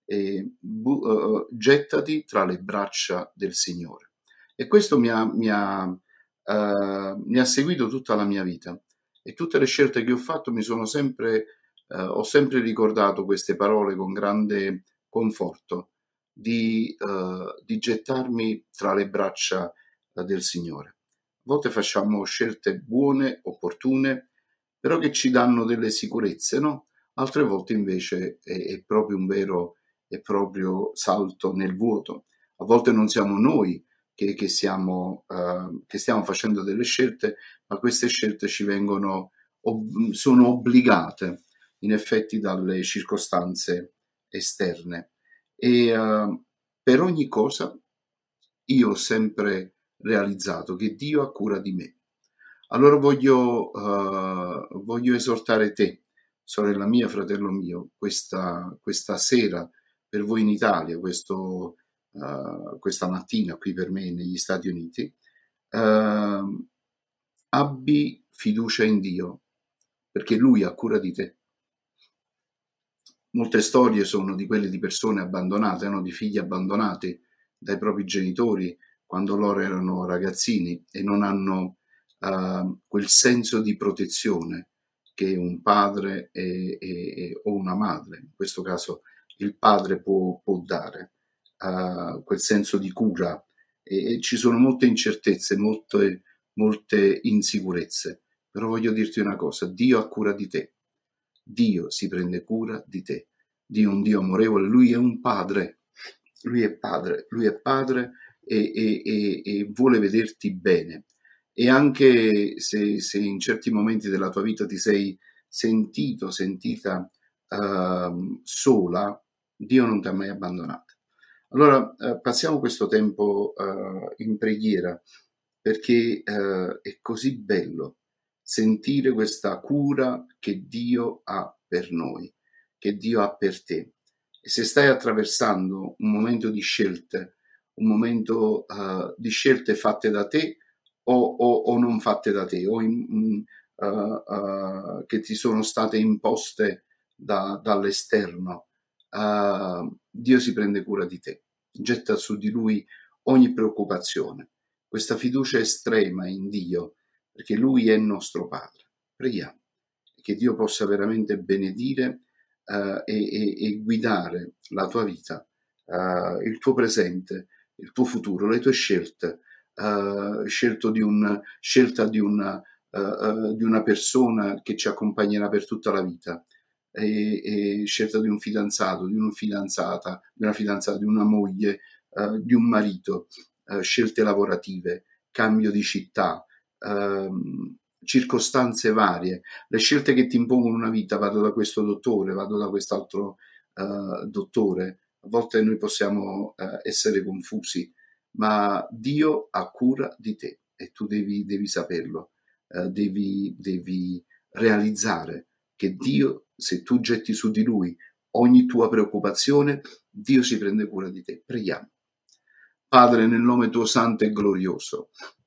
gettati tra le braccia del Signore. E questo mi ha seguito tutta la mia vita, e tutte le scelte che ho fatto ho sempre ricordato queste parole con grande conforto, di gettarmi tra le braccia del Signore. A volte facciamo scelte buone, opportune, però che ci danno delle sicurezze, no? Altre volte invece è proprio un vero e proprio salto nel vuoto. A volte non siamo noi che stiamo facendo delle scelte, ma queste scelte sono obbligate in effetti dalle circostanze esterne. E per ogni cosa io ho sempre realizzato che Dio ha cura di me. Allora voglio esortare te, sorella mia, fratello mio, questa sera per voi in Italia, questa mattina qui per me negli Stati Uniti, abbi fiducia in Dio, perché Lui ha cura di te. Molte storie sono di quelle di persone abbandonate, di figli abbandonati dai propri genitori quando loro erano ragazzini e non hanno quel senso di protezione che un padre o una madre, in questo caso il padre, può dare, quel senso di cura, e ci sono molte incertezze, molte insicurezze, però voglio dirti una cosa: Dio ha cura di te, Dio si prende cura di te, Dio è un Dio amorevole, Lui è un padre, Lui è padre e vuole vederti bene. E anche se in certi momenti della tua vita ti sei sentita sola, Dio non ti ha mai abbandonato. Allora passiamo questo tempo in preghiera, perché è così bello sentire questa cura che Dio ha per noi, che Dio ha per te. E se stai attraversando un momento di scelte, un momento di scelte fatte da te o non fatte da te, o che ti sono state imposte dall'esterno, Dio si prende cura di te, getta su di Lui ogni preoccupazione, questa fiducia estrema in Dio, perché Lui è nostro Padre. Preghiamo che Dio possa veramente benedire e guidare la tua vita, il tuo presente, il tuo futuro, le tue scelte, scelta di un di una persona che ci accompagnerà per tutta la vita, e scelta di un fidanzato, di una fidanzata, di una moglie, di un marito, scelte lavorative, cambio di città, circostanze varie, le scelte che ti impongono una vita. Vado da questo dottore, vado da quest'altro dottore. A volte noi possiamo essere confusi, ma Dio ha cura di te e tu devi saperlo, devi realizzare che Dio, se tu getti su di Lui ogni tua preoccupazione, Dio si prende cura di te. Preghiamo. Padre, nel nome tuo santo e glorioso,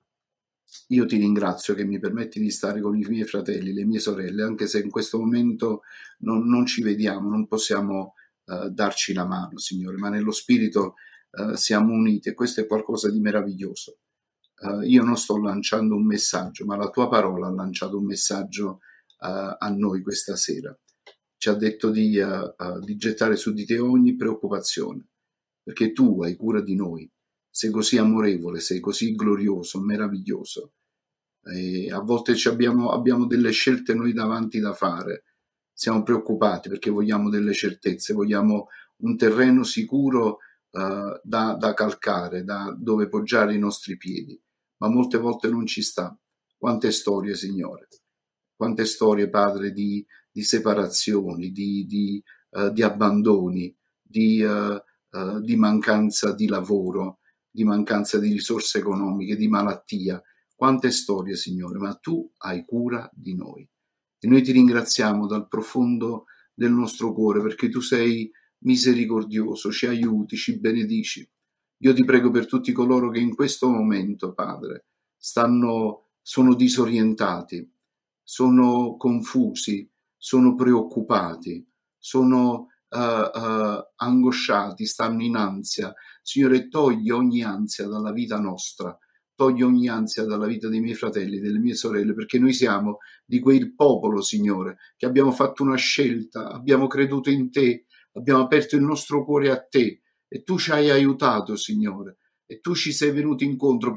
io ti ringrazio che mi permetti di stare con i miei fratelli, le mie sorelle, anche se in questo momento non ci vediamo, non possiamo darci la mano, Signore, ma nello Spirito siamo uniti, e questo è qualcosa di meraviglioso. Io non sto lanciando un messaggio, ma la tua parola ha lanciato un messaggio a noi questa sera. Ci ha detto di gettare su di te ogni preoccupazione, perché tu hai cura di noi. Sei così amorevole, sei così glorioso, meraviglioso. E a volte abbiamo delle scelte noi davanti da fare. Siamo preoccupati perché vogliamo delle certezze, vogliamo un terreno sicuro da calcare, da dove poggiare i nostri piedi. Ma molte volte non ci sta. Quante storie, Signore. Quante storie, Padre, di separazioni, di abbandoni, di mancanza di lavoro, di mancanza di risorse economiche, di malattia. Quante storie, Signore, ma tu hai cura di noi. E noi ti ringraziamo dal profondo del nostro cuore, perché tu sei misericordioso, ci aiuti, ci benedici. Io ti prego per tutti coloro che in questo momento, Padre, sono disorientati, sono confusi, sono preoccupati, sono angosciati, stanno in ansia. Signore, togli ogni ansia dalla vita nostra, togli ogni ansia dalla vita dei miei fratelli, delle mie sorelle, perché noi siamo di quel popolo, Signore, che abbiamo fatto una scelta, abbiamo creduto in te, abbiamo aperto il nostro cuore a te e tu ci hai aiutato, Signore, e tu ci sei venuto incontro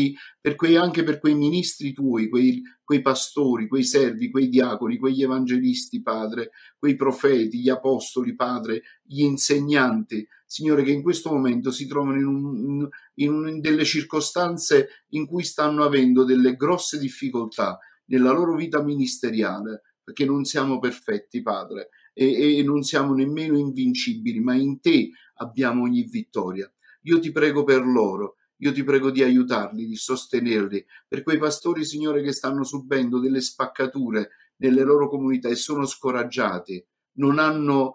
anche per quei ministri tuoi, quei pastori, quei servi, quei diaconi, quegli evangelisti, Padre, quei profeti, gli apostoli, Padre, gli insegnanti, Signore, che in questo momento si trovano in delle circostanze in cui stanno avendo delle grosse difficoltà nella loro vita ministeriale, perché non siamo perfetti, Padre, e non siamo nemmeno invincibili, ma in te abbiamo ogni vittoria. Io ti prego per loro, io ti prego di aiutarli, di sostenerli, per quei pastori, Signore, che stanno subendo delle spaccature nelle loro comunità e sono scoraggiati, non hanno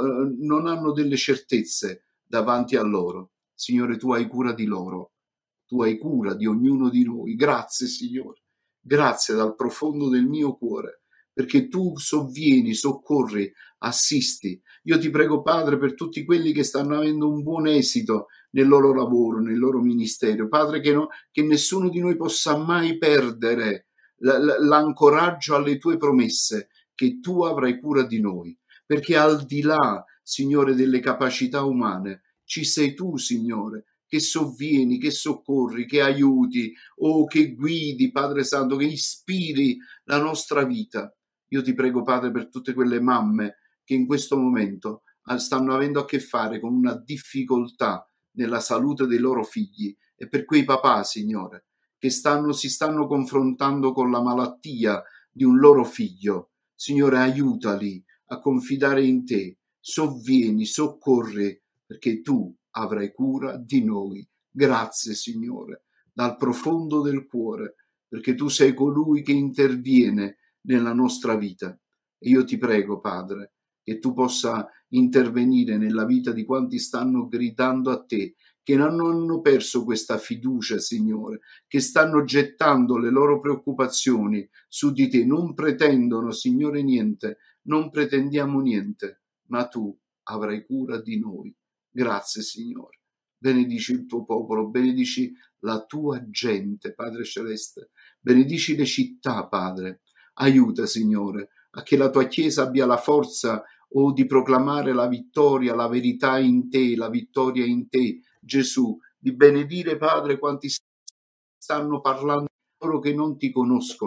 delle certezze davanti a loro. Signore, tu hai cura di loro, tu hai cura di ognuno di noi. Grazie, Signore, grazie dal profondo del mio cuore, perché tu sovvieni, soccorri, assisti. Io ti prego, Padre, per tutti quelli che stanno avendo un buon esito nel loro lavoro, nel loro ministero, Padre, che nessuno di noi possa mai perdere l'ancoraggio alle tue promesse, che tu avrai cura di noi, perché al di là, Signore, delle capacità umane, ci sei tu, Signore, che sovvieni, che soccorri, che aiuti, che guidi, Padre Santo, che ispiri la nostra vita. Io ti prego, Padre, per tutte quelle mamme che in questo momento stanno avendo a che fare con una difficoltà nella salute dei loro figli, e per quei papà, Signore, che si stanno confrontando con la malattia di un loro figlio. Signore, aiutali a confidare in te, sovvieni, soccorri, perché tu avrai cura di noi. Grazie, Signore, dal profondo del cuore, perché tu sei colui che interviene nella nostra vita. E io ti prego, Padre, che tu possa intervenire nella vita di quanti stanno gridando a te, che non hanno perso questa fiducia, Signore, che stanno gettando le loro preoccupazioni su di te, non pretendono, Signore, niente, non pretendiamo niente, ma tu avrai cura di noi. Grazie, Signore. Benedici il tuo popolo, benedici la tua gente, Padre Celeste, benedici le città, Padre. Aiuta, Signore, a che la tua Chiesa abbia la forza di proclamare la vittoria, la verità in te, la vittoria in te, Gesù, di benedire, Padre, quanti stanno parlando, loro che non ti conoscono,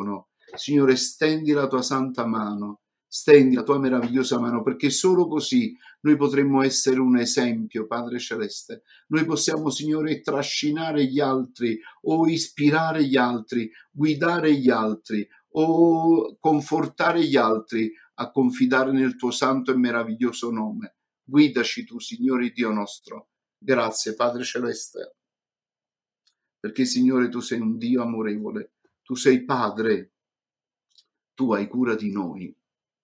Signore, stendi la tua santa mano, stendi la tua meravigliosa mano, perché solo così noi potremmo essere un esempio, Padre Celeste. Noi possiamo, Signore, trascinare gli altri o ispirare gli altri, guidare gli altri o confortare gli altri a confidare nel tuo santo e meraviglioso nome. Guidaci tu, Signore Dio nostro. Grazie, Padre Celeste, perché, Signore, tu sei un Dio amorevole, tu sei Padre, tu hai cura di noi.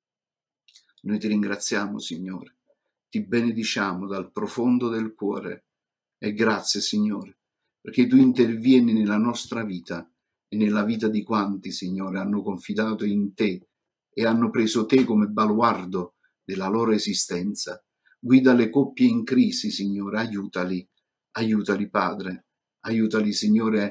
Noi ti ringraziamo, Signore, ti benediciamo dal profondo del cuore e grazie, Signore, perché tu intervieni nella nostra vita e nella vita di quanti, Signore, hanno confidato in te e hanno preso te come baluardo della loro esistenza. Guida le coppie in crisi, Signore, aiutali, Padre, aiutali, Signore,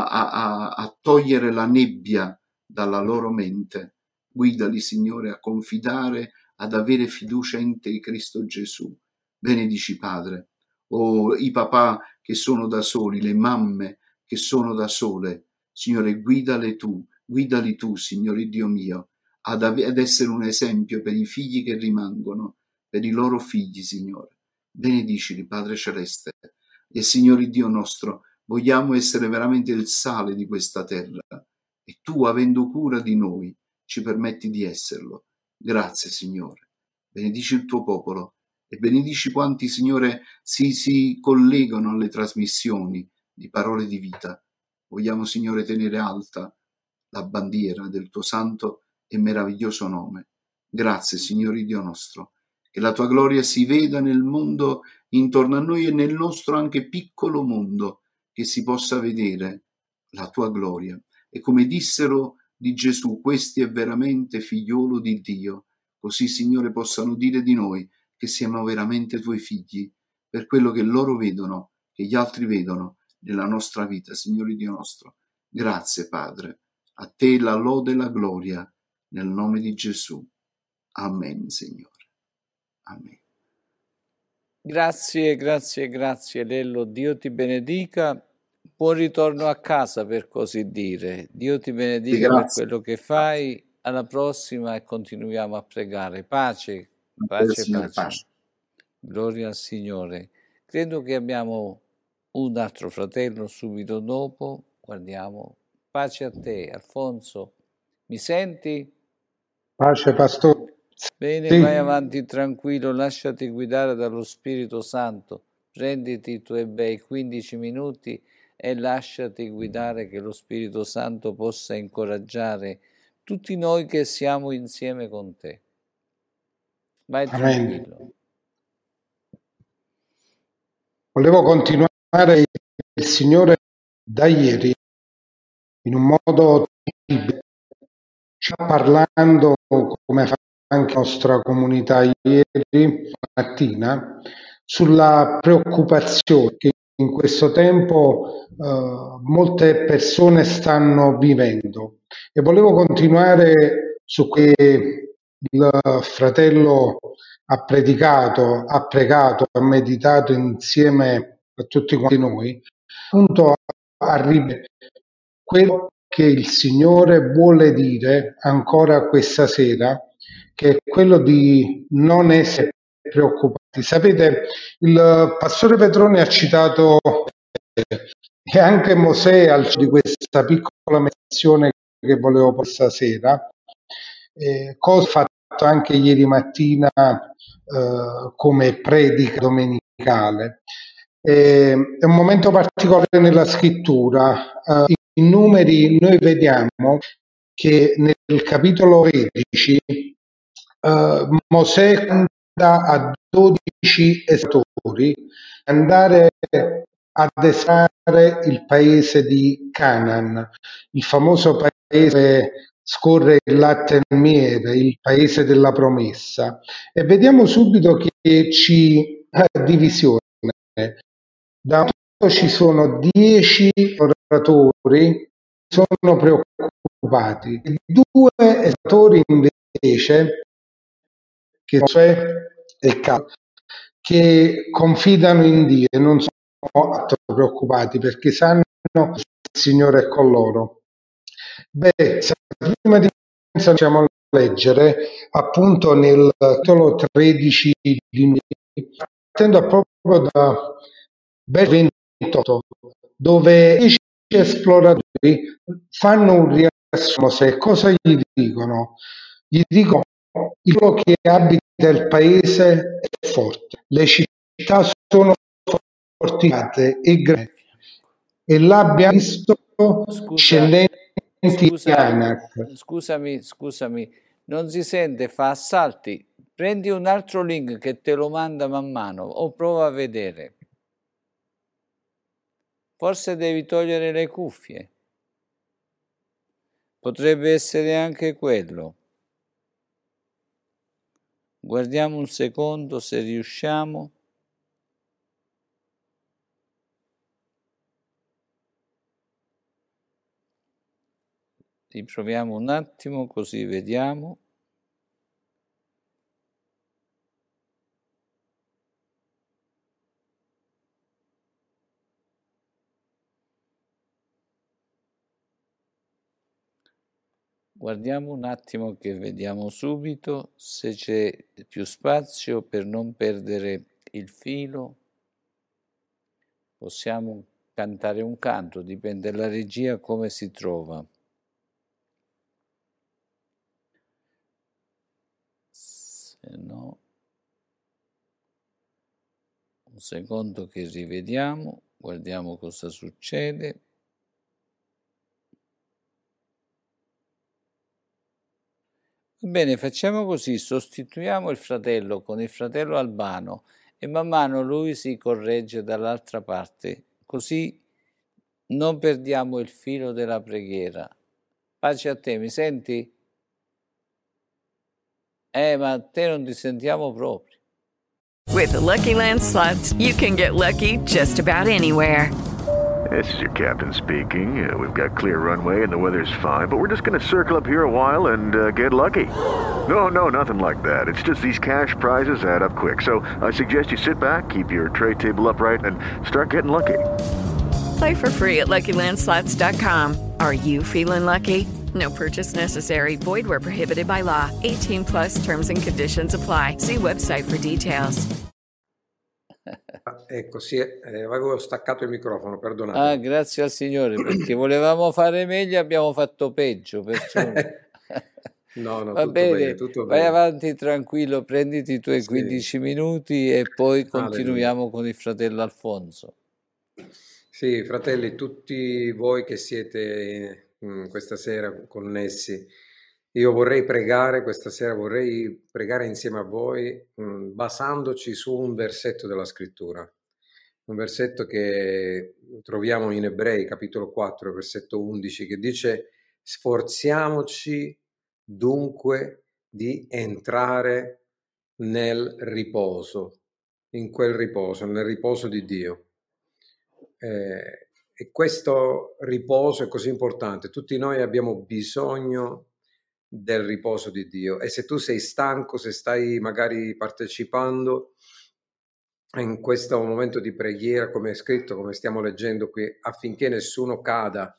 a togliere la nebbia dalla loro mente. Guidali, Signore, a confidare, ad avere fiducia in te, Cristo Gesù. Benedici, Padre, i papà che sono da soli, le mamme che sono da sole. Signore, guidali tu, Signore Dio mio, ad essere un esempio per i figli che rimangono, per i loro figli, Signore. Benedicili, Padre Celeste. E, Signore Dio nostro, vogliamo essere veramente il sale di questa terra e tu, avendo cura di noi, ci permetti di esserlo. Grazie, Signore. Benedici il tuo popolo e benedici quanti, Signore, si collegano alle trasmissioni di Parole di Vita. Vogliamo, Signore, tenere alta la bandiera del tuo santo e meraviglioso nome. Grazie, Signore Dio nostro. Che la tua gloria si veda nel mondo intorno a noi e nel nostro anche piccolo mondo, che si possa vedere la tua gloria. E come dissero di Gesù, questi è veramente figliolo di Dio. Così, Signore, possano dire di noi che siamo veramente tuoi figli, per quello che loro vedono, che gli altri vedono nella nostra vita, Signore Dio nostro. Grazie, Padre. A te la lode e la gloria, nel nome di Gesù. Amen, Signore. Amen. Grazie Lello, Dio ti benedica, buon ritorno a casa per così dire, Dio ti benedica per quello che fai, alla prossima e continuiamo a pregare, pace. Gloria al Signore. Credo che abbiamo un altro fratello subito dopo, guardiamo, pace a te Alfonso, mi senti? Pace pastore. Bene, sì. Vai avanti tranquillo, lasciati guidare dallo Spirito Santo, prenditi i tuoi bei 15 minuti e lasciati guidare, che lo Spirito Santo possa incoraggiare tutti noi che siamo insieme con te. Vai tranquillo. Volevo continuare il Signore da ieri in un modo terribile, parlando come fa anche la nostra comunità ieri mattina, sulla preoccupazione che in questo tempo molte persone stanno vivendo. E volevo continuare su che il fratello ha predicato, ha pregato, ha meditato insieme a tutti quanti noi, appunto arriva quello che il Signore vuole dire ancora questa sera, che è quello di non essere preoccupati. Sapete, il pastore Petroni ha citato e anche Mosè di questa piccola menzione che volevo questa sera, cosa fatto anche ieri mattina come predica domenicale. È un momento particolare nella scrittura. In Numeri noi vediamo che nel capitolo 13 Mosè manda a 12 esatori andare ad esaminare il paese di Canaan, il famoso paese dove scorre il latte e il miele, il paese della promessa. E vediamo subito che c'è divisione. Da un lato ci sono 10 oratori che sono preoccupati, e 2 esatori invece, che Mosè e Caleb, che confidano in Dio e non sono affatto preoccupati perché sanno che il Signore è con loro. Beh, prima di iniziamo a leggere appunto nel titolo 13 di Numeri, partendo proprio da verso 28, dove 10 esploratori fanno un riassunto. Se cosa gli dicono? Gli dicono: il popolo che abita il paese è forte, le città sono fortificate e grandi, e là abbiamo visto scendenti Anak. Scusami, non si sente, fa assalti. Prendi un altro link che te lo manda man mano o prova a vedere. Forse devi togliere le cuffie. Potrebbe essere anche quello. Guardiamo un secondo se riusciamo. Riproviamo un attimo così vediamo. Guardiamo un attimo che vediamo subito se c'è più spazio per non perdere il filo. Possiamo cantare un canto, dipende dalla regia come si trova. Se no, un secondo che rivediamo, guardiamo cosa succede. Va bene, facciamo così, sostituiamo il fratello con il fratello Albano e man mano lui si corregge dall'altra parte, così non perdiamo il filo della preghiera. Pace a te, mi senti? Ma a te non ti sentiamo proprio. With the Lucky Land Slots, you can get lucky just about anywhere. This is your captain speaking. We've got clear runway and the weather's fine, but we're just going to circle up here a while and get lucky. No, nothing like that. It's just these cash prizes add up quick. So I suggest you sit back, keep your tray table upright, and start getting lucky. Play for free at LuckyLandSlots.com. Are you feeling lucky? No purchase necessary. Void where prohibited by law. 18 plus terms and conditions apply. See website for details. Ecco, sì, avevo staccato il microfono, perdonate. Grazie al Signore, perché volevamo fare meglio, abbiamo fatto peggio. Perciò... No, va tutto bene, bene, tutto vai bene. avanti tranquillo, prenditi i tuoi 15 minuti e poi continuiamo Alleluia. con il fratello Alfonso. Sì, fratelli, tutti voi che siete questa sera connessi, io vorrei pregare questa sera, vorrei pregare insieme a voi basandoci su un versetto della scrittura, un versetto che troviamo in Ebrei capitolo 4 versetto 11 che dice: sforziamoci dunque di entrare nel riposo, in quel riposo, nel riposo di Dio. E questo riposo è così importante. Tutti noi abbiamo bisogno del riposo di Dio, e se tu sei stanco, se stai magari partecipando in questo momento di preghiera, come è scritto, come stiamo leggendo qui, affinché nessuno cada,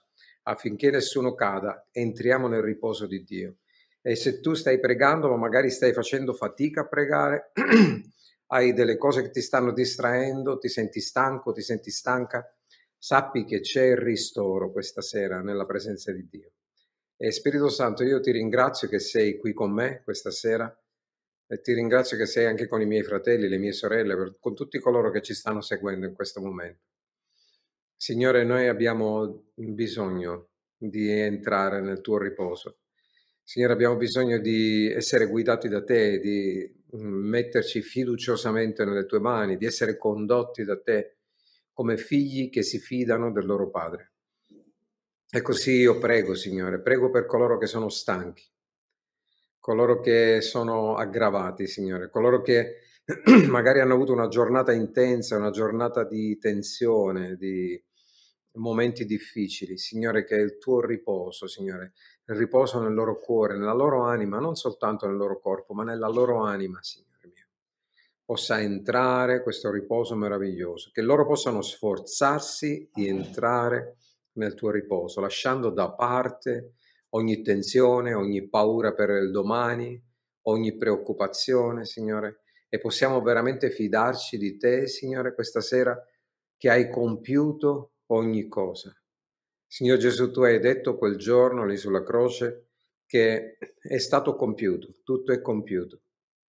entriamo nel riposo di Dio. E se tu stai pregando ma magari stai facendo fatica a pregare, hai delle cose che ti stanno distraendo, ti senti stanco, ti senti stanca, sappi che c'è il ristoro questa sera nella presenza di Dio. E Spirito Santo, io ti ringrazio che sei qui con me questa sera e ti ringrazio che sei anche con i miei fratelli, le mie sorelle, con tutti coloro che ci stanno seguendo in questo momento. Signore, noi abbiamo bisogno di entrare nel tuo riposo. Signore, abbiamo bisogno di essere guidati da te, di metterci fiduciosamente nelle tue mani, di essere condotti da te come figli che si fidano del loro padre. E così io prego, Signore, prego per coloro che sono stanchi, coloro che sono aggravati, Signore, coloro che magari hanno avuto una giornata intensa, una giornata di tensione, di momenti difficili. Signore, che il tuo riposo, Signore, il riposo nel loro cuore, nella loro anima, non soltanto nel loro corpo, ma nella loro anima, Signore mio, possa entrare questo riposo meraviglioso, che loro possano sforzarsi di entrare nel tuo riposo, lasciando da parte ogni tensione, ogni paura per il domani, ogni preoccupazione, Signore, e possiamo veramente fidarci di Te, Signore, questa sera, che hai compiuto ogni cosa. Signor Gesù, Tu hai detto quel giorno lì sulla croce che è stato compiuto, tutto è compiuto.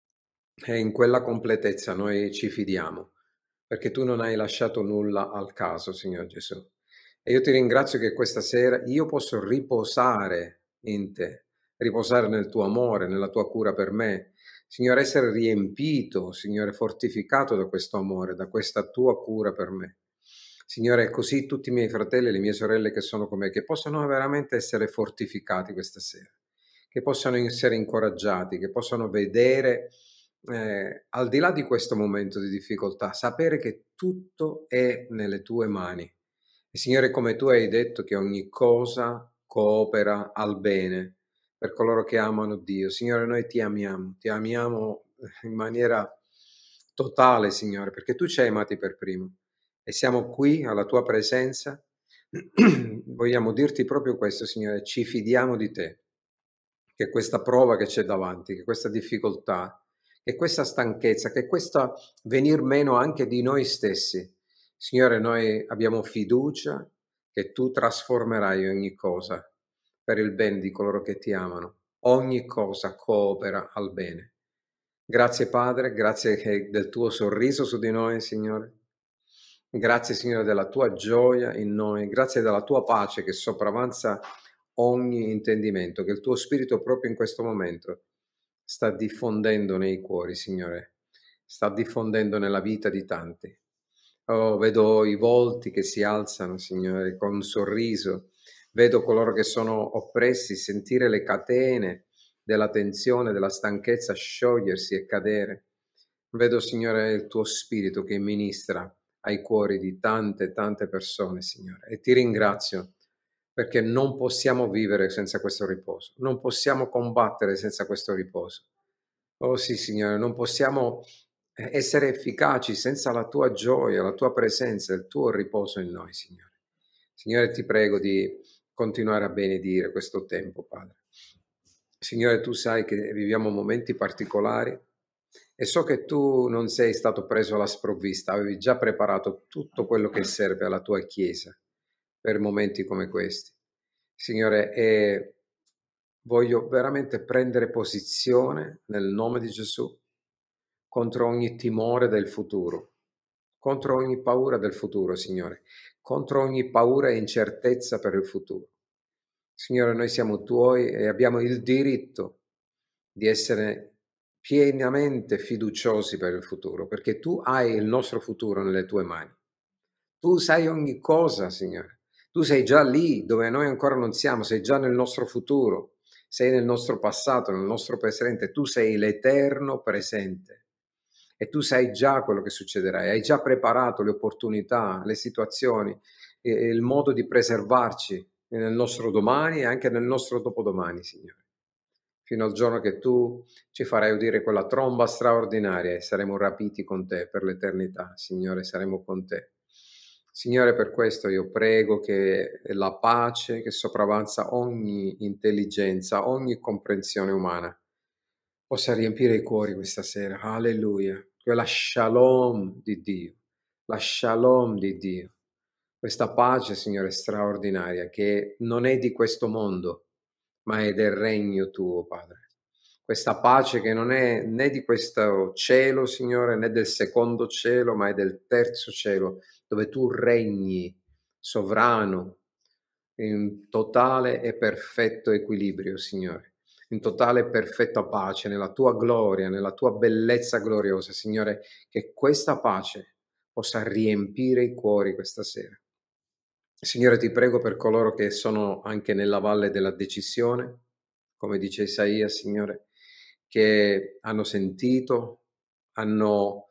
E in quella completezza noi ci fidiamo, perché Tu non hai lasciato nulla al caso, Signor Gesù. E io Ti ringrazio che questa sera io posso riposare in Te, riposare nel Tuo amore, nella Tua cura per me. Signore, essere riempito, Signore, fortificato da questo amore, da questa Tua cura per me. Signore, così tutti i miei fratelli e le mie sorelle che sono con me, che possano veramente essere fortificati questa sera, che possano essere incoraggiati, che possano vedere, al di là di questo momento di difficoltà, sapere che tutto è nelle Tue mani. E Signore, come Tu hai detto che ogni cosa coopera al bene per coloro che amano Dio. Signore, noi Ti amiamo in maniera totale, Signore, perché Tu ci hai amati per primo. E siamo qui alla Tua presenza, vogliamo dirti proprio questo, Signore, ci fidiamo di Te, che questa prova che c'è davanti, che questa difficoltà, che questa stanchezza, che questo venir meno anche di noi stessi, Signore, noi abbiamo fiducia che Tu trasformerai ogni cosa per il bene di coloro che Ti amano. Ogni cosa coopera al bene. Grazie Padre, grazie del Tuo sorriso su di noi, Signore. Grazie Signore della Tua gioia in noi, grazie della Tua pace che sopravanza ogni intendimento, che il Tuo Spirito proprio in questo momento sta diffondendo nei cuori, Signore, sta diffondendo nella vita di tanti. Oh, vedo i volti che si alzano, Signore, con un sorriso, vedo coloro che sono oppressi, sentire le catene della tensione, della stanchezza sciogliersi e cadere. Vedo, Signore, il Tuo Spirito che ministra ai cuori di tante persone, Signore, e Ti ringrazio perché non possiamo vivere senza questo riposo, non possiamo combattere senza questo riposo. Oh sì, Signore, non possiamo essere efficaci senza la Tua gioia, la Tua presenza, il Tuo riposo in noi, Signore. Signore, Ti prego di continuare a benedire questo tempo, Padre. Signore, Tu sai che viviamo momenti particolari e so che Tu non sei stato preso alla sprovvista, avevi già preparato tutto quello che serve alla Tua Chiesa per momenti come questi. Signore, e voglio veramente prendere posizione nel nome di Gesù contro ogni timore del futuro, contro ogni paura del futuro, Signore, contro ogni paura e incertezza per il futuro. Signore, noi siamo Tuoi e abbiamo il diritto di essere pienamente fiduciosi per il futuro, perché Tu hai il nostro futuro nelle Tue mani. Tu sai ogni cosa, Signore. Tu sei già lì dove noi ancora non siamo, sei già nel nostro futuro, sei nel nostro passato, nel nostro presente. Tu sei l'eterno presente e Tu sai già quello che succederà. Hai già preparato le opportunità, le situazioni, e il modo di preservarci nel nostro domani e anche nel nostro dopodomani, Signore. Fino al giorno che Tu ci farai udire quella tromba straordinaria e saremo rapiti con Te per l'eternità, Signore, saremo con Te. Signore, per questo io prego che la pace che sopravanza ogni intelligenza, ogni comprensione umana, possa riempire i cuori questa sera. Alleluia. Quella shalom di Dio, la shalom di Dio. Questa pace, Signore, straordinaria, che non è di questo mondo, ma è del regno Tuo, Padre. Questa pace che non è né di questo cielo, Signore, né del secondo cielo, ma è del terzo cielo, dove Tu regni sovrano, in totale e perfetto equilibrio, Signore, in totale e perfetta pace, nella Tua gloria, nella Tua bellezza gloriosa, Signore, che questa pace possa riempire i cuori questa sera. Signore, Ti prego per coloro che sono anche nella valle della decisione, come dice Isaia, Signore, che hanno sentito, hanno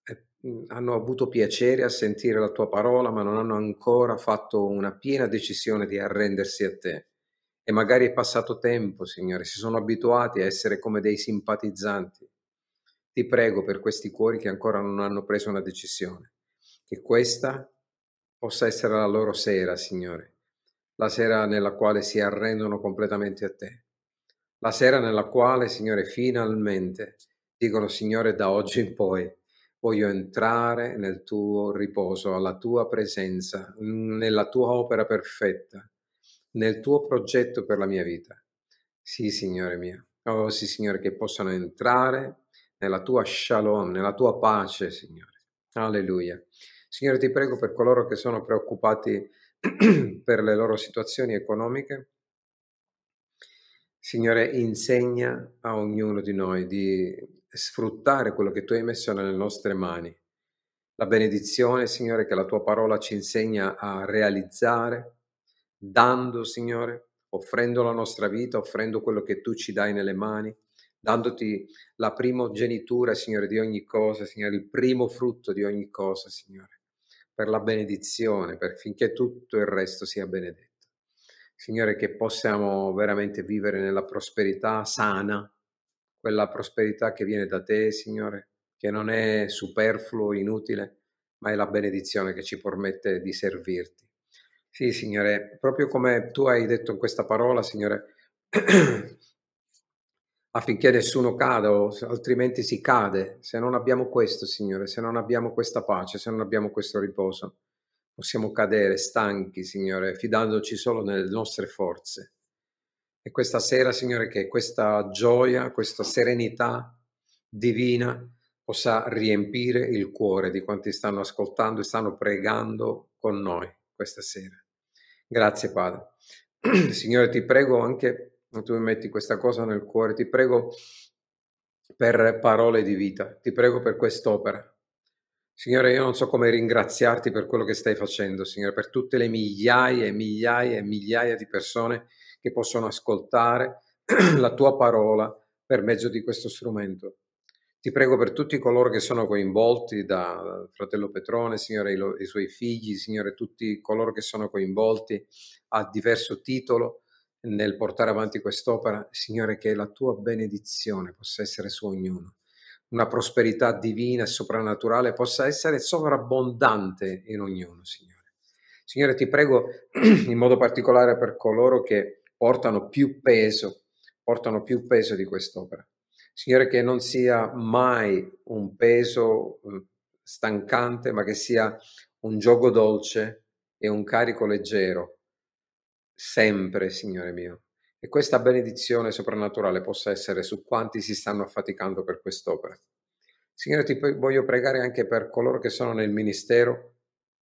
avuto piacere a sentire la Tua parola, ma non hanno ancora fatto una piena decisione di arrendersi a Te. E magari è passato tempo, Signore, si sono abituati a essere come dei simpatizzanti. Ti prego per questi cuori che ancora non hanno preso una decisione, che questa possa essere la loro sera, Signore, la sera nella quale si arrendono completamente a te, la sera nella quale, Signore, finalmente dicono: Signore, da oggi in poi voglio entrare nel tuo riposo, alla tua presenza, nella tua opera perfetta, nel tuo progetto per la mia vita. Sì, Signore mio. Oh sì, Signore, che possano entrare nella tua shalom, nella tua pace, Signore. Alleluia. Signore, ti prego per coloro che sono preoccupati per le loro situazioni economiche. Signore, insegna a ognuno di noi di sfruttare quello che tu hai messo nelle nostre mani. La benedizione, Signore, che la tua parola ci insegna a realizzare, dando, Signore, offrendo la nostra vita, offrendo quello che tu ci dai nelle mani, dandoti la primogenitura, Signore, di ogni cosa, Signore, il primo frutto di ogni cosa, Signore, per la benedizione, finché tutto il resto sia benedetto. Signore, che possiamo veramente vivere nella prosperità sana, quella prosperità che viene da te, Signore, che non è superfluo, inutile, ma è la benedizione che ci permette di servirti. Sì, Signore, proprio come tu hai detto in questa parola, Signore, affinché nessuno cada, altrimenti si cade. Se non abbiamo questo, Signore, se non abbiamo questa pace, se non abbiamo questo riposo, possiamo cadere stanchi, Signore, fidandoci solo nelle nostre forze. E questa sera, Signore, che questa gioia, questa serenità divina possa riempire il cuore di quanti stanno ascoltando e stanno pregando con noi questa sera. Grazie, Padre. Signore, ti prego anche, tu mi metti questa cosa nel cuore, ti prego per parole di vita, ti prego per quest'opera. Signore, io non so come ringraziarti per quello che stai facendo, Signore, per tutte le migliaia e migliaia e migliaia di persone che possono ascoltare la tua parola per mezzo di questo strumento. Ti prego per tutti coloro che sono coinvolti, da fratello Petrone, Signore, i suoi figli, Signore, tutti coloro che sono coinvolti a diverso titolo nel portare avanti quest'opera, Signore, che la tua benedizione possa essere su ognuno. Una prosperità divina e soprannaturale possa essere sovrabbondante in ognuno, Signore. Signore, ti prego in modo particolare per coloro che portano più peso di quest'opera. Signore, che non sia mai un peso stancante, ma che sia un gioco dolce e un carico leggero, sempre, Signore mio. E questa benedizione soprannaturale possa essere su quanti si stanno affaticando per quest'opera. Signore, ti voglio pregare anche per coloro che sono nel ministero,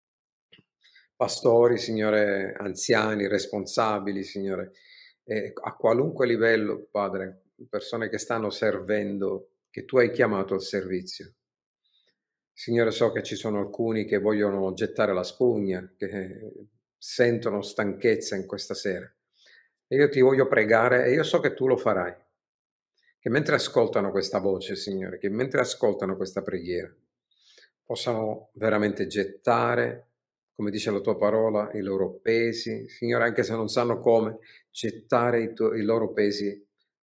pastori, Signore, anziani, responsabili, Signore, a qualunque livello, Padre, persone che stanno servendo, che tu hai chiamato al servizio. Signore, so che ci sono alcuni che vogliono gettare la spugna, che sentono stanchezza in questa sera. E io ti voglio pregare, e io so che tu lo farai, che mentre ascoltano questa voce, Signore, che mentre ascoltano questa preghiera, possano veramente gettare, come dice la tua parola, i loro pesi, Signore, anche se non sanno come, gettare i loro pesi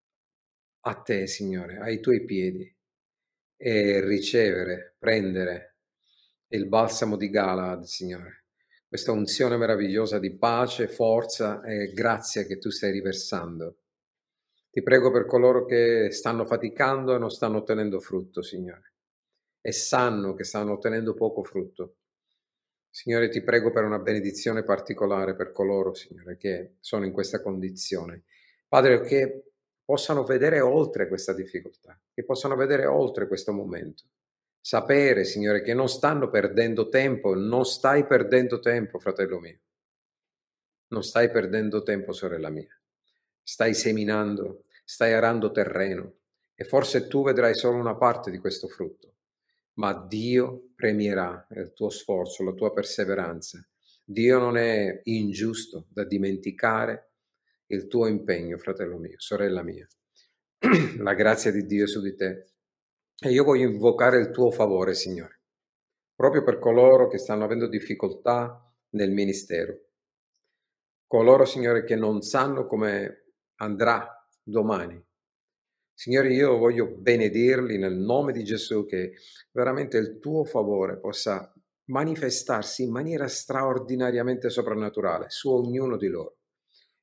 a te, Signore, ai tuoi piedi, e ricevere, prendere il balsamo di Galad, Signore, questa unzione meravigliosa di pace, forza e grazia che tu stai riversando. Ti prego per coloro che stanno faticando e non stanno ottenendo frutto, Signore, e sanno che stanno ottenendo poco frutto. Signore, ti prego per una benedizione particolare per coloro, Signore, che sono in questa condizione. Padre, che possano vedere oltre questa difficoltà, che possano vedere oltre questo momento. Sapere, Signore, che non stanno perdendo tempo, non stai perdendo tempo, fratello mio. Non stai perdendo tempo, sorella mia. Stai seminando, stai arando terreno e forse tu vedrai solo una parte di questo frutto, ma Dio premierà il tuo sforzo, la tua perseveranza. Dio non è ingiusto da dimenticare il tuo impegno, fratello mio, sorella mia. La grazia di Dio è su di te. E io voglio invocare il tuo favore, Signore, proprio per coloro che stanno avendo difficoltà nel ministero. Coloro, Signore, che non sanno come andrà domani. Signore, io voglio benedirli nel nome di Gesù, che veramente il tuo favore possa manifestarsi in maniera straordinariamente soprannaturale su ognuno di loro.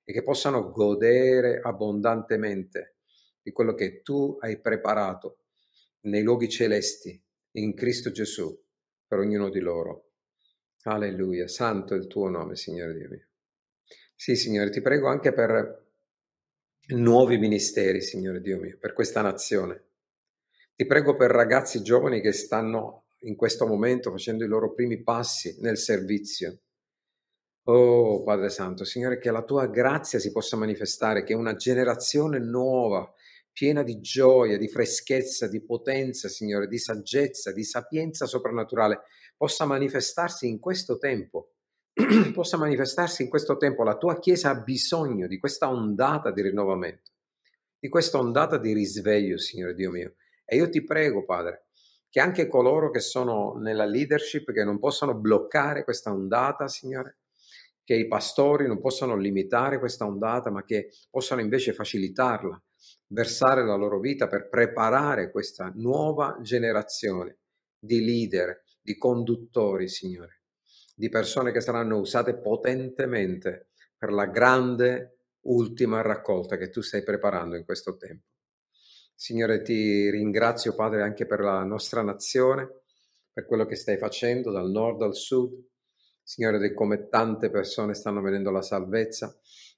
e che possano godere abbondantemente di quello che tu hai preparato nei luoghi celesti in Cristo Gesù per ognuno di loro. Alleluia, santo è il tuo nome, Signore Dio mio. Sì, Signore, ti prego anche per nuovi ministeri, Signore Dio mio, per questa nazione. Ti prego per ragazzi giovani che stanno in questo momento facendo i loro primi passi nel servizio. Oh Padre Santo, Signore, che la tua grazia si possa manifestare, che una generazione nuova, piena di gioia, di freschezza, di potenza, Signore, di saggezza, di sapienza soprannaturale, possa manifestarsi in questo tempo. Possa manifestarsi in questo tempo. La tua Chiesa ha bisogno di questa ondata di rinnovamento, di questa ondata di risveglio, Signore Dio mio. E io ti prego, Padre, che anche coloro che sono nella leadership, che non possano bloccare questa ondata, Signore, che i pastori non possano limitare questa ondata, ma che possano invece facilitarla, versare la loro vita per preparare questa nuova generazione di leader, di conduttori, Signore, di persone che saranno usate potentemente per la grande ultima raccolta che tu stai preparando in questo tempo. Signore, ti ringrazio, Padre, anche per la nostra nazione, per quello che stai facendo dal nord al sud. Signore, di come tante persone stanno venendo alla salvezza.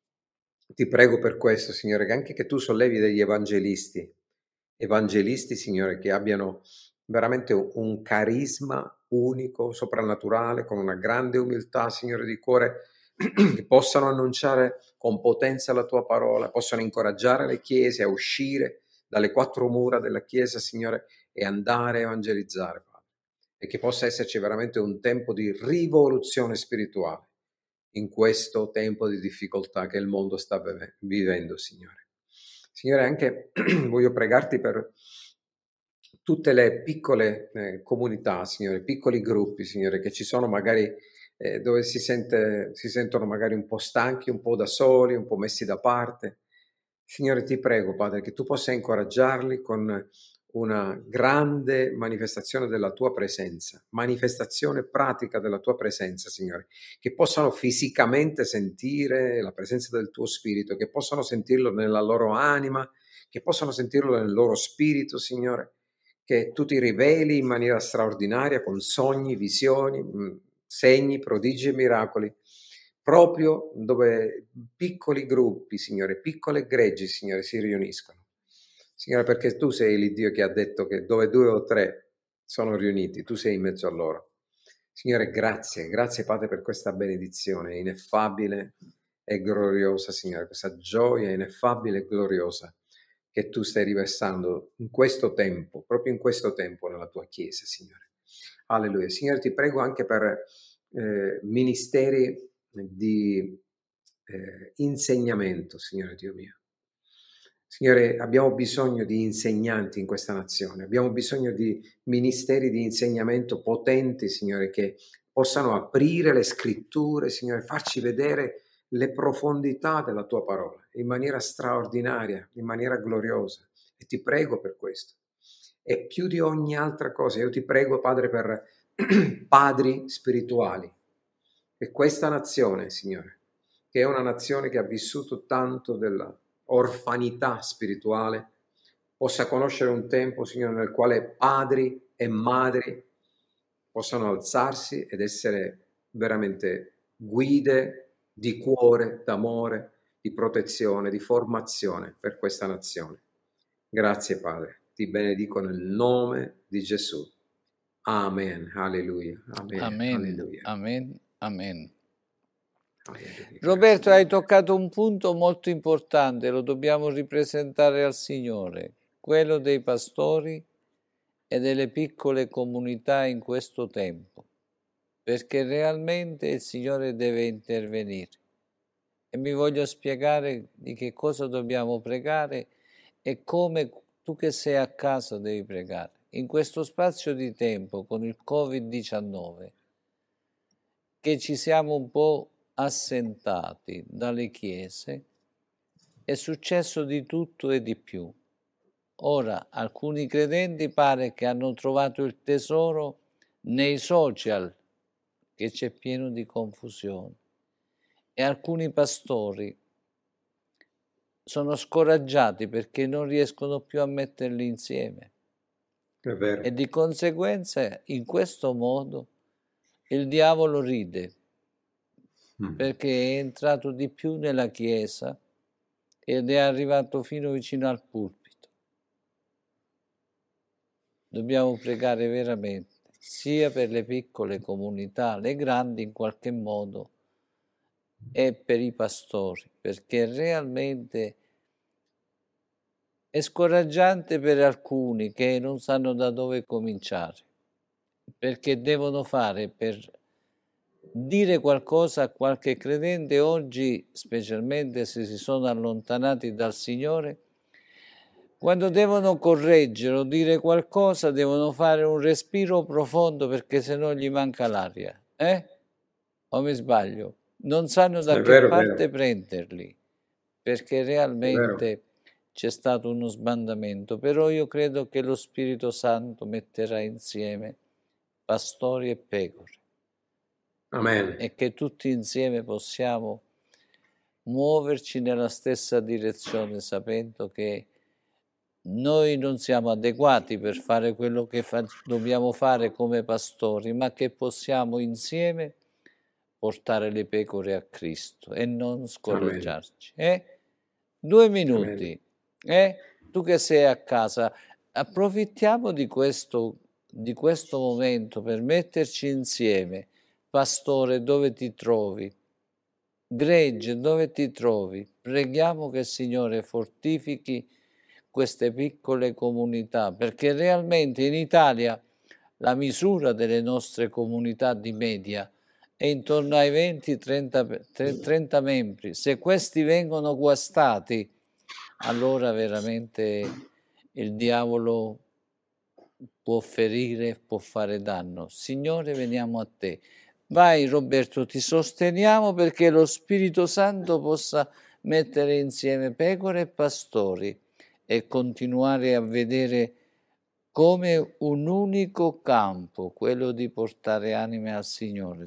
Ti prego per questo, Signore, che anche che tu sollevi degli evangelisti, Signore, che abbiano veramente un carisma unico, soprannaturale, con una grande umiltà, Signore, di cuore, che possano annunciare con potenza la tua parola, possano incoraggiare le chiese a uscire dalle quattro mura della Chiesa, Signore, e andare a evangelizzare, Padre. E che possa esserci veramente un tempo di rivoluzione spirituale in questo tempo di difficoltà che il mondo sta vivendo, Signore. Signore, anche voglio pregarti per tutte le piccole comunità, Signore, piccoli gruppi, Signore, che ci sono magari dove si sentono magari un po' stanchi, un po' da soli, un po' messi da parte. Signore, ti prego, Padre, che tu possa incoraggiarli con una grande manifestazione della tua presenza, manifestazione pratica della tua presenza, Signore, che possano fisicamente sentire la presenza del tuo Spirito, che possano sentirlo nella loro anima, che possano sentirlo nel loro spirito, Signore, che tu ti riveli in maniera straordinaria con sogni, visioni, segni, prodigi e miracoli, proprio dove piccoli gruppi, Signore, piccole greggi, Signore, si riuniscono. Signore, perché tu sei l'Iddio che ha detto che dove 2 o 3 sono riuniti, tu sei in mezzo a loro. Signore, grazie Padre per questa benedizione ineffabile e gloriosa, Signore, questa gioia ineffabile e gloriosa che tu stai riversando in questo tempo, proprio in questo tempo nella tua Chiesa, Signore. Alleluia. Signore, ti prego anche per ministeri di insegnamento, Signore Dio mio. Signore, abbiamo bisogno di insegnanti in questa nazione, abbiamo bisogno di ministeri di insegnamento potenti, Signore, che possano aprire le scritture, Signore, farci vedere le profondità della tua parola in maniera straordinaria, in maniera gloriosa. E ti prego per questo. E più di ogni altra cosa, io ti prego, Padre, per padri spirituali, che questa nazione, Signore, che è una nazione che ha vissuto tanto della orfanità spirituale, possa conoscere un tempo, Signore, nel quale padri e madri possano alzarsi ed essere veramente guide di cuore, d'amore, di protezione, di formazione per questa nazione. Grazie, Padre. Ti benedico nel nome di Gesù. Amen. Alleluia. Amen. Amen. Alleluia. Amen. Amen. Roberto, hai toccato un punto molto importante, lo dobbiamo ripresentare al Signore, quello dei pastori e delle piccole comunità in questo tempo, perché realmente il Signore deve intervenire. E mi voglio spiegare di che cosa dobbiamo pregare e come tu che sei a casa devi pregare. In questo spazio di tempo, con il Covid-19, che ci siamo un po' assentati dalle chiese, è successo di tutto e di più. Ora, alcuni credenti pare che hanno trovato il tesoro nei social, che c'è pieno di confusione, e alcuni pastori sono scoraggiati perché non riescono più a metterli insieme. È vero. E di conseguenza, in questo modo, il diavolo ride, perché è entrato di più nella Chiesa ed è arrivato fino vicino al pulpito. Dobbiamo pregare veramente, sia per le piccole comunità, le grandi in qualche modo, e per i pastori, perché realmente è scoraggiante per alcuni che non sanno da dove cominciare, perché devono fare per dire qualcosa a qualche credente oggi, specialmente se si sono allontanati dal Signore. Quando devono correggere o dire qualcosa, devono fare un respiro profondo, perché se no gli manca l'aria. O mi sbaglio? Non sanno da che parte prenderli, perché realmente c'è stato uno sbandamento. Però io credo che lo Spirito Santo metterà insieme pastori e pecore. Amen. E che tutti insieme possiamo muoverci nella stessa direzione, sapendo che noi non siamo adeguati per fare quello che dobbiamo fare come pastori, ma che possiamo insieme portare le pecore a Cristo e non scoraggiarci. 2 minuti. Tu che sei a casa, approfittiamo di questo momento per metterci insieme. Pastore, dove ti trovi? Gregge, dove ti trovi? Preghiamo che il Signore fortifichi queste piccole comunità, perché realmente in Italia la misura delle nostre comunità di media è intorno ai 20-30 membri. Se questi vengono guastati, allora veramente il diavolo può ferire, può fare danno. Signore, veniamo a te. Vai Roberto, ti sosteniamo perché lo Spirito Santo possa mettere insieme pecore e pastori e continuare a vedere come un unico campo, quello di portare anime al Signore.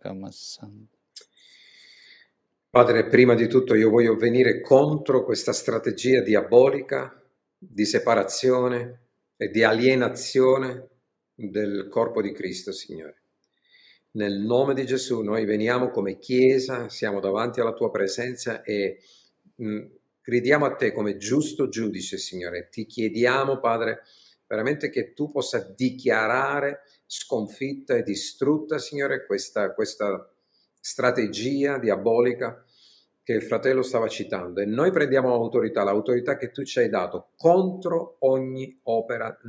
Padre, prima di tutto io voglio venire contro questa strategia diabolica di separazione e di alienazione del corpo di Cristo, Signore. Nel nome di Gesù noi veniamo come Chiesa, siamo davanti alla tua presenza e gridiamo a te come giusto giudice, Signore. Ti chiediamo, Padre, veramente che tu possa dichiarare sconfitta e distrutta, Signore, questa strategia diabolica che il fratello stava citando. E noi prendiamo l'autorità che tu ci hai dato contro ogni opera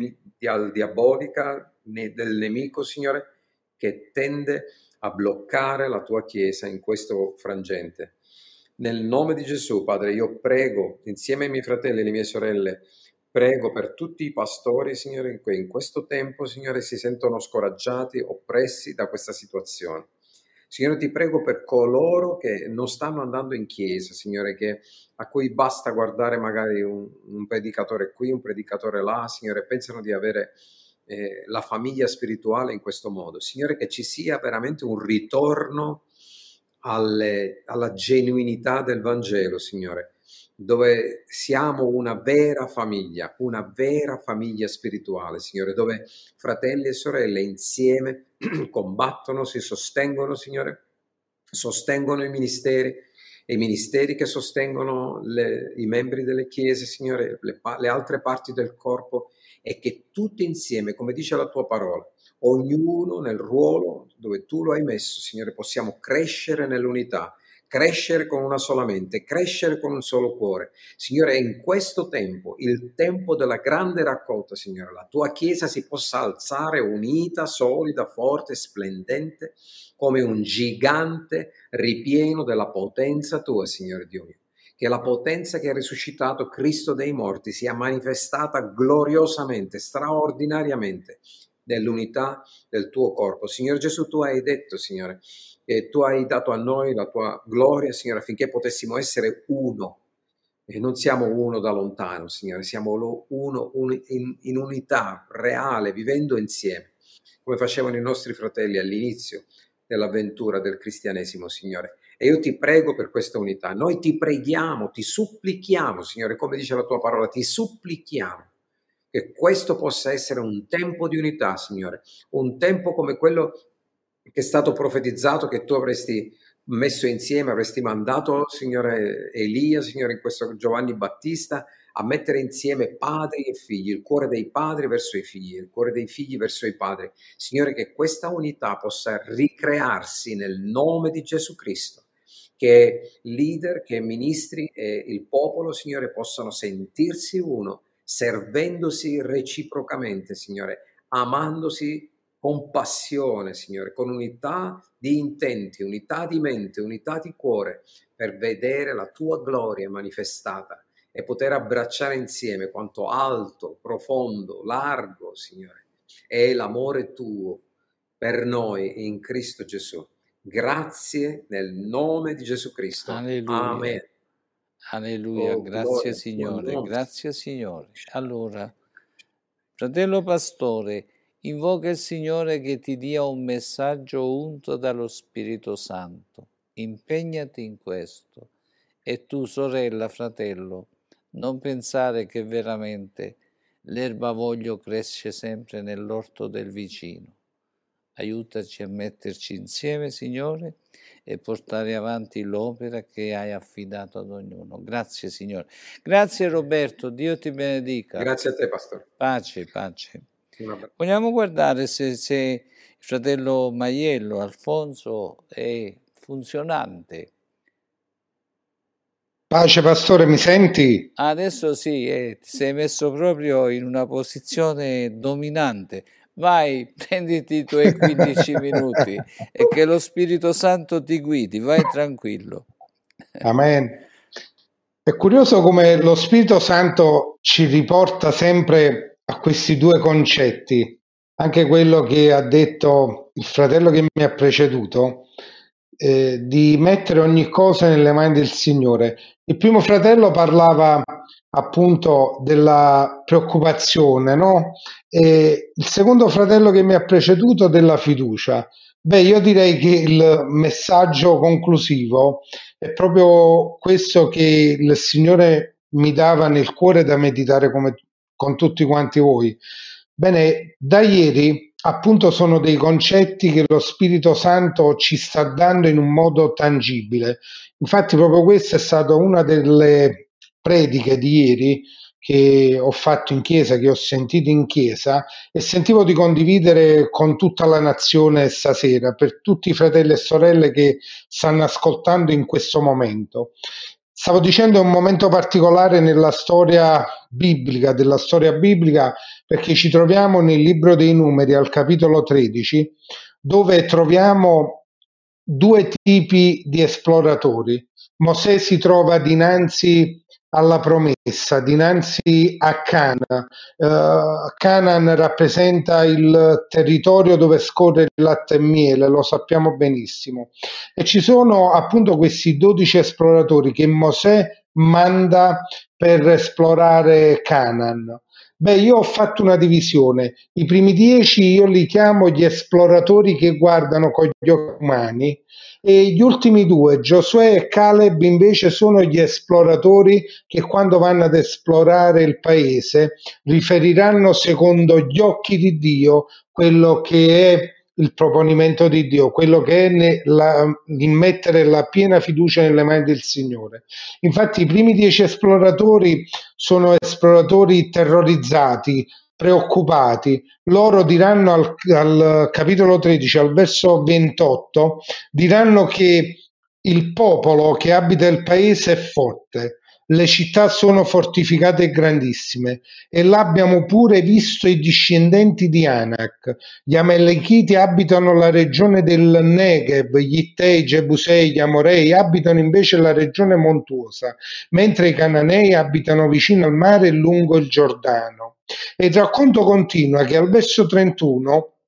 diabolica del nemico, Signore, che tende a bloccare la tua Chiesa in questo frangente. Nel nome di Gesù, Padre, io prego, insieme ai miei fratelli e alle mie sorelle, prego per tutti i pastori, Signore, che in questo tempo, Signore, si sentono scoraggiati, oppressi da questa situazione. Signore, ti prego per coloro che non stanno andando in chiesa, Signore, a cui basta guardare magari un predicatore qui, un predicatore là, Signore, pensano di avere la famiglia spirituale in questo modo. Signore, che ci sia veramente un ritorno alla genuinità del Vangelo, Signore, dove siamo una vera famiglia spirituale, Signore, dove fratelli e sorelle insieme combattono, si sostengono, Signore, sostengono i ministeri e i ministeri che sostengono i membri delle chiese, Signore, le altre parti del corpo, e che tutti insieme, come dice la tua parola, ognuno nel ruolo dove tu lo hai messo, Signore, possiamo crescere nell'unità, crescere con una sola mente, crescere con un solo cuore. Signore, in questo tempo, il tempo della grande raccolta, Signore, la tua Chiesa si possa alzare unita, solida, forte, splendente, come un gigante ripieno della potenza tua, Signore Dio mio. Che la potenza che ha risuscitato Cristo dei morti sia manifestata gloriosamente, straordinariamente, nell'unità del tuo corpo. Signore Gesù, tu hai detto, Signore, che tu hai dato a noi la tua gloria, Signore, affinché potessimo essere uno. E non siamo uno da lontano, Signore, siamo uno in unità reale, vivendo insieme, come facevano i nostri fratelli all'inizio dell'avventura del cristianesimo, Signore. E io ti prego per questa unità. Noi ti preghiamo, ti supplichiamo, Signore, come dice la tua parola, ti supplichiamo che questo possa essere un tempo di unità, Signore, un tempo come quello che è stato profetizzato, che tu avresti messo insieme, avresti mandato, Signore, Elia, Signore, in questo Giovanni Battista, a mettere insieme padri e figli, il cuore dei padri verso i figli, il cuore dei figli verso i padri. Signore, che questa unità possa ricrearsi nel nome di Gesù Cristo, che leader, che ministri e il popolo, Signore, possano sentirsi uno, servendosi reciprocamente, Signore, amandosi con passione, Signore, con unità di intenti, unità di mente, unità di cuore, per vedere la tua gloria manifestata e poter abbracciare insieme quanto alto, profondo, largo, Signore, è l'amore tuo per noi in Cristo Gesù. Grazie nel nome di Gesù Cristo. Alleluia. Amen. Alleluia, Oh, grazie gloria, Signore, buon nome. grazie Signore. Allora, fratello pastore, invoca il Signore che ti dia un messaggio unto dallo Spirito Santo. Impegnati in questo. E tu, sorella, fratello, non pensare che veramente l'erbavoglio cresce sempre nell'orto del vicino. Aiutaci a metterci insieme, Signore, e portare avanti l'opera che hai affidato ad ognuno. Grazie, Signore. Grazie, Roberto. Dio ti benedica. Grazie a te, Pastore. Pace, pace. Un abbraccio. Vogliamo guardare se il fratello Maiello, Alfonso, è funzionante. Pace, pastore, mi senti? Adesso sì, ti sei messo proprio in una posizione dominante. Vai, prenditi i tuoi 15 minuti e che lo Spirito Santo ti guidi, vai tranquillo. Amen. È curioso come lo Spirito Santo ci riporta sempre a questi due concetti, anche quello che ha detto il fratello che mi ha preceduto, di mettere ogni cosa nelle mani del Signore. Il primo fratello parlava appunto della preoccupazione, no? E il secondo fratello che mi ha preceduto della fiducia. Beh, io direi che il messaggio conclusivo è proprio questo che il Signore mi dava nel cuore da meditare con tutti quanti voi. Bene, da ieri appunto sono dei concetti che lo Spirito Santo ci sta dando in un modo tangibile. Infatti proprio questa è stata una delle prediche di ieri che ho fatto in chiesa, che ho sentito in chiesa, e sentivo di condividere con tutta la nazione stasera, per tutti i fratelli e sorelle che stanno ascoltando in questo momento. Stavo dicendo è un momento particolare nella storia biblica, perché ci troviamo nel libro dei Numeri al capitolo 13, dove troviamo due tipi di esploratori. Mosè si trova dinanzi alla promessa, dinanzi a Canaan. Canaan rappresenta il territorio dove scorre il latte e miele, lo sappiamo benissimo. E ci sono appunto questi 12 esploratori che Mosè manda per esplorare Canaan. Beh, io ho fatto una divisione. I primi 10 io li chiamo gli esploratori che guardano con gli occhi umani, e gli ultimi 2, Giosuè e Caleb, invece sono gli esploratori che quando vanno ad esplorare il paese riferiranno secondo gli occhi di Dio quello che è il proponimento di Dio, quello che è il mettere la piena fiducia nelle mani del Signore. Infatti i primi 10 esploratori sono esploratori terrorizzati, preoccupati. Loro diranno al capitolo 13, al verso 28, diranno che il popolo che abita il paese è forte, le città sono fortificate e grandissime, e l'abbiamo pure visto i discendenti di Anak. Gli Amalekiti abitano la regione del Negev, gli Ittei, i Gebusei, gli Amorei abitano invece la regione montuosa, mentre i Cananei abitano vicino al mare e lungo il Giordano. E il racconto continua che al verso 31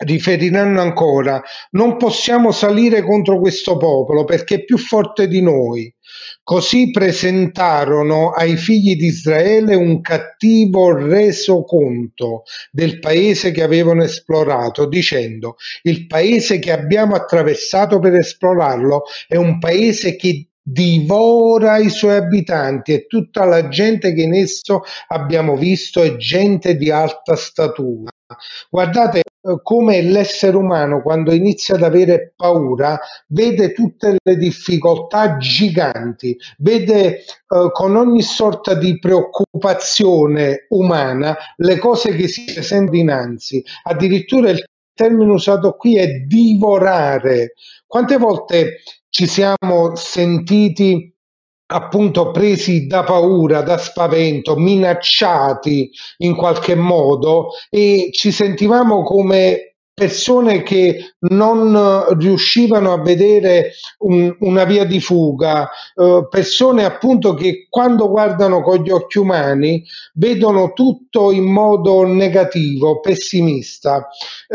riferiranno ancora: non possiamo salire contro questo popolo perché è più forte di noi. Così presentarono ai figli di Israele un cattivo resoconto del paese che avevano esplorato, dicendo: il paese che abbiamo attraversato per esplorarlo è un paese che divora i suoi abitanti e tutta la gente che in esso abbiamo visto è gente di alta statura. Guardate come l'essere umano, quando inizia ad avere paura, vede tutte le difficoltà giganti, vede con ogni sorta di preoccupazione umana le cose che si presentano dinanzi. Addirittura il termine usato qui è divorare. Quante volte ci siamo sentiti appunto presi da paura, da spavento, minacciati in qualche modo e ci sentivamo come persone che non riuscivano a vedere una via di fuga, persone appunto che quando guardano con gli occhi umani vedono tutto in modo negativo, pessimista.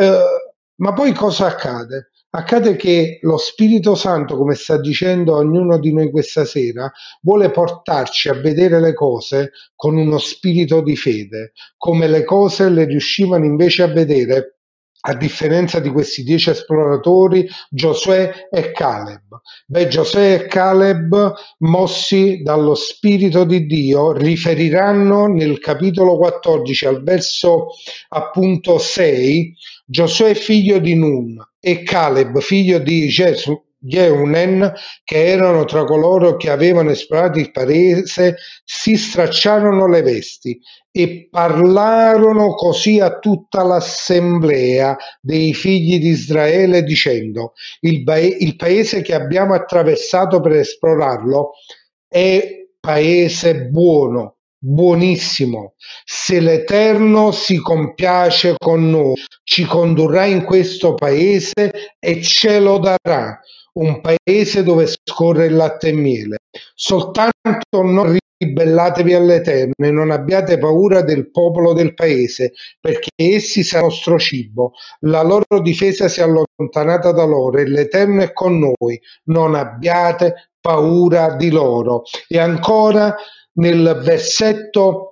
Ma poi cosa accade? Accade che lo Spirito Santo, come sta dicendo ognuno di noi questa sera, vuole portarci a vedere le cose con uno spirito di fede, come le cose le riuscivano invece a vedere, a differenza di questi 10 esploratori, Giosuè e Caleb. Giosuè e Caleb, mossi dallo Spirito di Dio, riferiranno nel capitolo 14 al verso appunto 6, Giosuè figlio di Nun e Caleb figlio di Jeunen, che erano tra coloro che avevano esplorato il paese, si stracciarono le vesti e parlarono così a tutta l'assemblea dei figli di Israele dicendo: il paese che abbiamo attraversato per esplorarlo è paese buono, buonissimo. Se l'Eterno si compiace con noi, ci condurrà in questo paese e ce lo darà, un paese dove scorre il latte e miele. Soltanto non ribellatevi all'Eterno e non abbiate paura del popolo del paese, perché essi saranno il nostro cibo. La loro difesa si è allontanata da loro e l'Eterno è con noi. Non abbiate paura di loro. E ancora nel versetto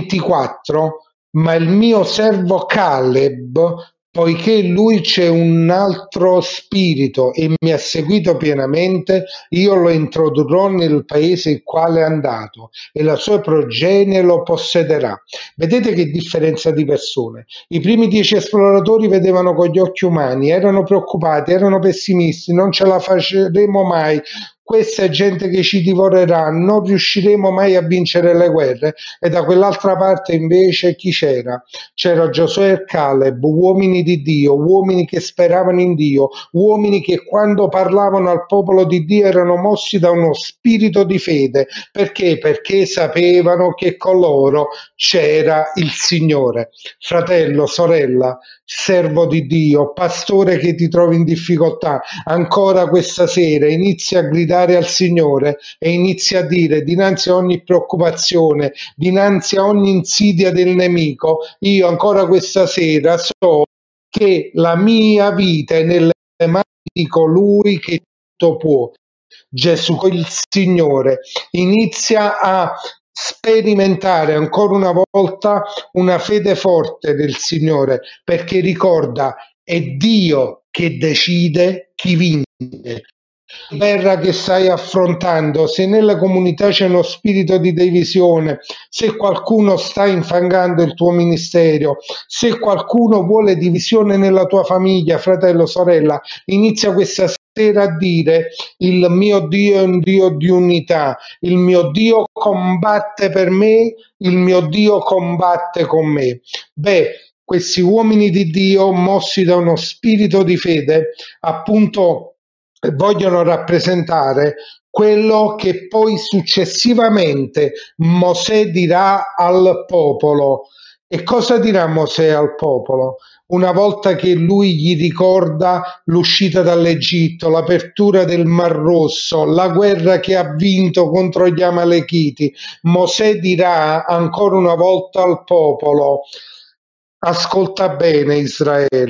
24: ma il mio servo Caleb, poiché lui c'è un altro spirito e mi ha seguito pienamente, io lo introdurrò nel paese il quale è andato e la sua progenie lo possederà. Vedete che differenza di persone. I primi 10 esploratori vedevano con gli occhi umani, erano preoccupati, erano pessimisti, non ce la faremo mai, questa è gente che ci divorerà, non riusciremo mai a vincere le guerre. E da quell'altra parte invece chi c'era? C'era Giosuè e Caleb, uomini di Dio, uomini che speravano in Dio, uomini che quando parlavano al popolo di Dio erano mossi da uno spirito di fede. Perché? Perché sapevano che con loro c'era il Signore. Fratello, sorella, servo di Dio, pastore che ti trovi in difficoltà, ancora questa sera inizia a gridare al Signore e inizia a dire dinanzi a ogni preoccupazione, dinanzi a ogni insidia del nemico: io ancora questa sera so che la mia vita è nelle mani di colui che tutto può. Gesù, il Signore, inizia a sperimentare ancora una volta una fede forte del Signore, perché ricorda: è Dio che decide chi vince. La guerra che stai affrontando, se nella comunità c'è uno spirito di divisione, se qualcuno sta infangando il tuo ministero, se qualcuno vuole divisione nella tua famiglia, fratello, sorella, inizia questa sera a dire: il mio Dio è un Dio di unità, il mio Dio combatte per me, il mio Dio combatte con me. Questi uomini di Dio, mossi da uno spirito di fede, appunto vogliono rappresentare quello che poi successivamente Mosè dirà al popolo. E cosa dirà Mosè al popolo? Una volta che lui gli ricorda l'uscita dall'Egitto, l'apertura del Mar Rosso, la guerra che ha vinto contro gli Amalechiti, Mosè dirà ancora una volta al popolo: ascolta bene Israele,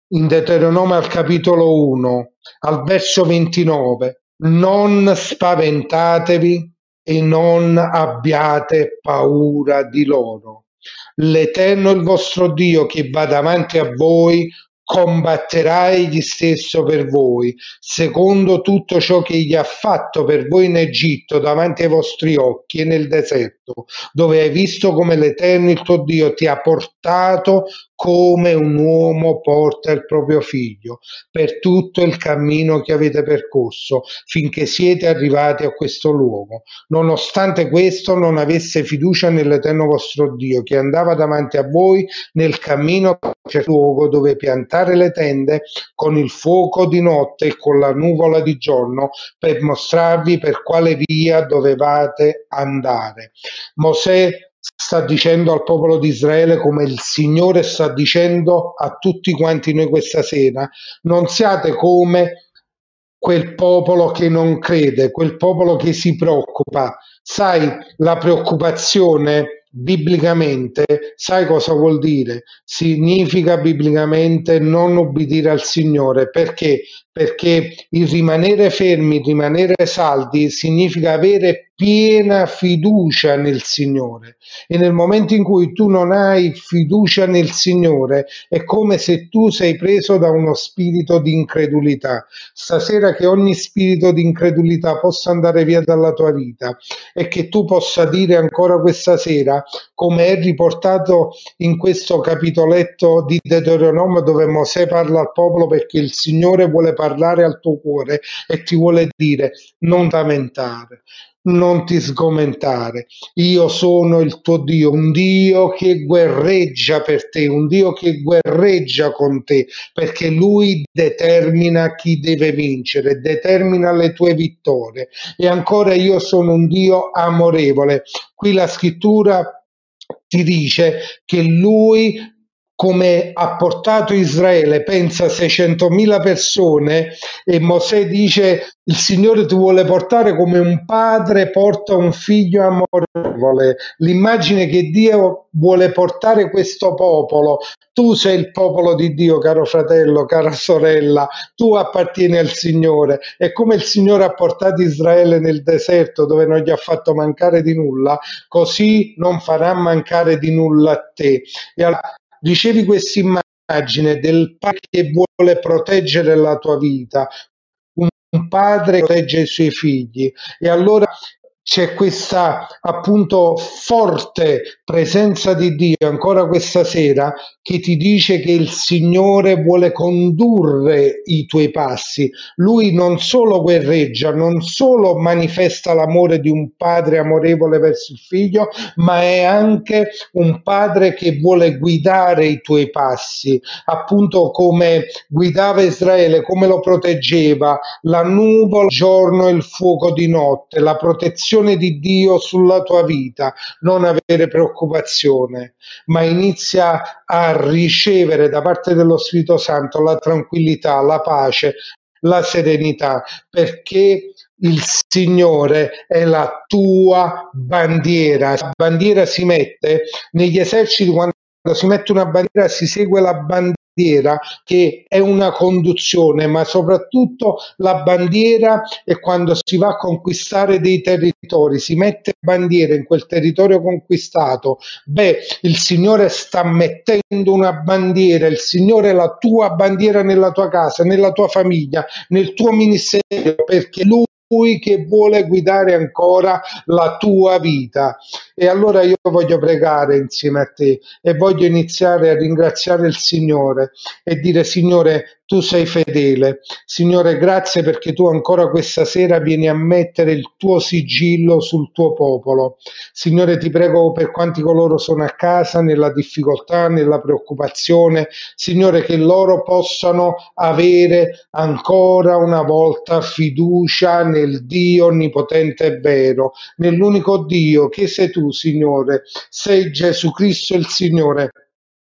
in Deuteronomio al capitolo 1, al verso 29, non spaventatevi e non abbiate paura di loro. L'Eterno il vostro Dio che va davanti a voi combatterà egli stesso per voi, secondo tutto ciò che egli ha fatto per voi in Egitto davanti ai vostri occhi e nel deserto, dove hai visto come l'Eterno il tuo Dio ti ha portato come un uomo porta il proprio figlio, per tutto il cammino che avete percorso, finché siete arrivati a questo luogo. Nonostante questo non avesse fiducia nell'Eterno vostro Dio, che andava davanti a voi nel cammino per il luogo dove piantare le tende, con il fuoco di notte e con la nuvola di giorno, per mostrarvi per quale via dovevate andare. Mosè sta dicendo al popolo di Israele, come il Signore sta dicendo a tutti quanti noi questa sera: non siate come quel popolo che non crede, quel popolo che si preoccupa. Sai, la preoccupazione biblicamente, sai cosa vuol dire? Significa biblicamente non ubbidire al Signore. Perché? Perché il rimanere fermi, il rimanere saldi significa avere piena fiducia nel Signore, e nel momento in cui tu non hai fiducia nel Signore è come se tu sei preso da uno spirito di incredulità. Stasera che ogni spirito di incredulità possa andare via dalla tua vita e che tu possa dire ancora questa sera, come è riportato in questo capitoletto di Deuteronomio dove Mosè parla al popolo, perché il Signore vuole parlare al tuo cuore e ti vuole dire: non lamentare, non ti sgomentare, io sono il tuo Dio, un Dio che guerreggia per te, un Dio che guerreggia con te, perché Lui determina chi deve vincere, determina le tue vittorie. E ancora, io sono un Dio amorevole. Qui la scrittura ti dice che Lui, come ha portato Israele, pensa 600.000 persone, e Mosè dice: il Signore ti vuole portare come un padre porta un figlio amorevole. L'immagine che Dio vuole portare questo popolo. Tu sei il popolo di Dio, caro fratello, cara sorella, tu appartieni al Signore, e come il Signore ha portato Israele nel deserto dove non gli ha fatto mancare di nulla, così non farà mancare di nulla a te. E allora ricevi questa immagine del padre che vuole proteggere la tua vita, un padre che protegge i suoi figli. E allora c'è questa appunto forte presenza di Dio ancora questa sera che ti dice che il Signore vuole condurre i tuoi passi. Lui non solo guerreggia, non solo manifesta l'amore di un padre amorevole verso il figlio, ma è anche un padre che vuole guidare i tuoi passi, appunto come guidava Israele, come lo proteggeva la nuvola di giorno e il fuoco di notte, la protezione di Dio sulla tua vita. Non avere preoccupazione, ma inizia a ricevere da parte dello Spirito Santo la tranquillità, la pace, la serenità, perché il Signore è la tua bandiera. La bandiera si mette negli eserciti, quando si mette una bandiera si segue la bandiera, che è una conduzione, ma soprattutto la bandiera è quando si va a conquistare dei territori, si mette bandiera in quel territorio conquistato. Beh, il Signore sta mettendo una bandiera, il Signore è la tua bandiera nella tua casa, nella tua famiglia, nel tuo ministero, perché Lui che vuole guidare ancora la tua vita. E allora io voglio pregare insieme a te e voglio iniziare a ringraziare il Signore e dire: Signore, tu sei fedele. Signore, grazie perché tu ancora questa sera vieni a mettere il tuo sigillo sul tuo popolo. Signore, ti prego per quanti coloro sono a casa, nella difficoltà, nella preoccupazione, Signore, che loro possano avere ancora una volta fiducia nel Dio onnipotente e vero, nell'unico Dio che sei tu, Signore, sei Gesù Cristo il Signore,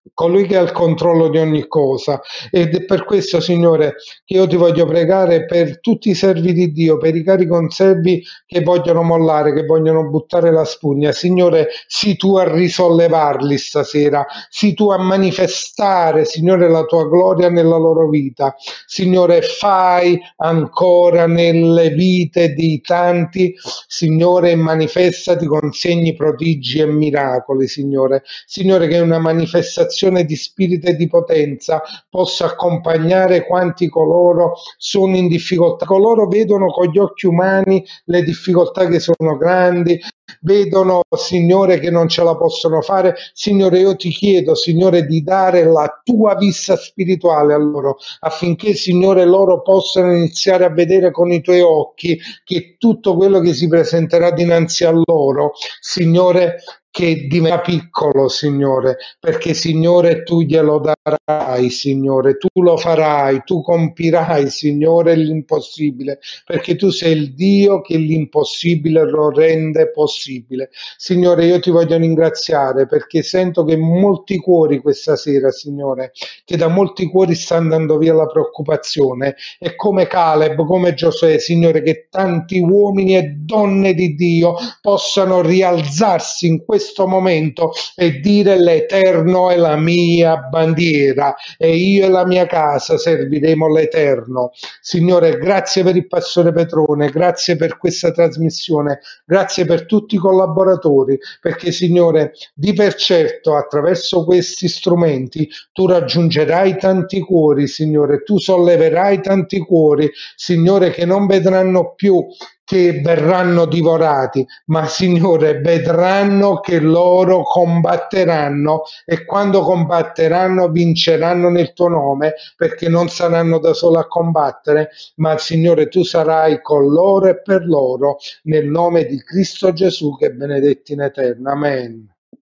colui che ha il controllo di ogni cosa. Ed è per questo, Signore, che io ti voglio pregare per tutti i servi di Dio, per i cari conservi che vogliono mollare, che vogliono buttare la spugna. Signore, sii tu a risollevarli stasera, sii tu a manifestare, Signore, la tua gloria nella loro vita. Signore, fai ancora nelle vite di tanti, Signore, manifestati con segni, prodigi e miracoli, Signore. Signore, che una manifestazione di spirito e di potenza possa accompagnare quanti coloro sono in difficoltà. Coloro vedono con gli occhi umani le difficoltà che sono grandi, vedono, Signore, che non ce la possono fare. Signore, io ti chiedo, Signore, di dare la tua vista spirituale a loro, affinché, Signore, loro possano iniziare a vedere con i tuoi occhi che tutto quello che si presenterà dinanzi a loro, Signore, che diventa piccolo, Signore, perché, Signore, tu glielo darai, Signore, tu lo farai, tu compirai, Signore, l'impossibile, perché tu sei il Dio che l'impossibile lo rende possibile. Signore, io ti voglio ringraziare perché sento che molti cuori questa sera, Signore, che da molti cuori sta andando via la preoccupazione, e come Caleb, come Giosuè, Signore, che tanti uomini e donne di Dio possano rialzarsi in questo momento e dire: l'Eterno è la mia bandiera e io e la mia casa serviremo l'Eterno. Signore, grazie per il Pastore Petrone, grazie per questa trasmissione, grazie per tutti i collaboratori, perché, Signore, di per certo attraverso questi strumenti tu raggiungerai tanti cuori, Signore, tu solleverai tanti cuori, Signore, che non vedranno più che verranno divorati, ma, Signore, vedranno che loro combatteranno, e quando combatteranno vinceranno nel tuo nome, perché non saranno da solo a combattere, ma, Signore, tu sarai con loro e per loro, nel nome di Cristo Gesù, che è benedetto in eterno. Amen.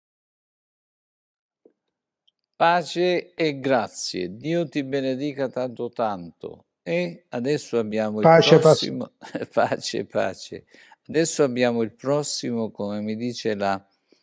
Pace e grazie. Dio ti benedica tanto tanto. E adesso abbiamo il Pace, prossimo. Pace, pace. Adesso abbiamo il prossimo, come mi dice la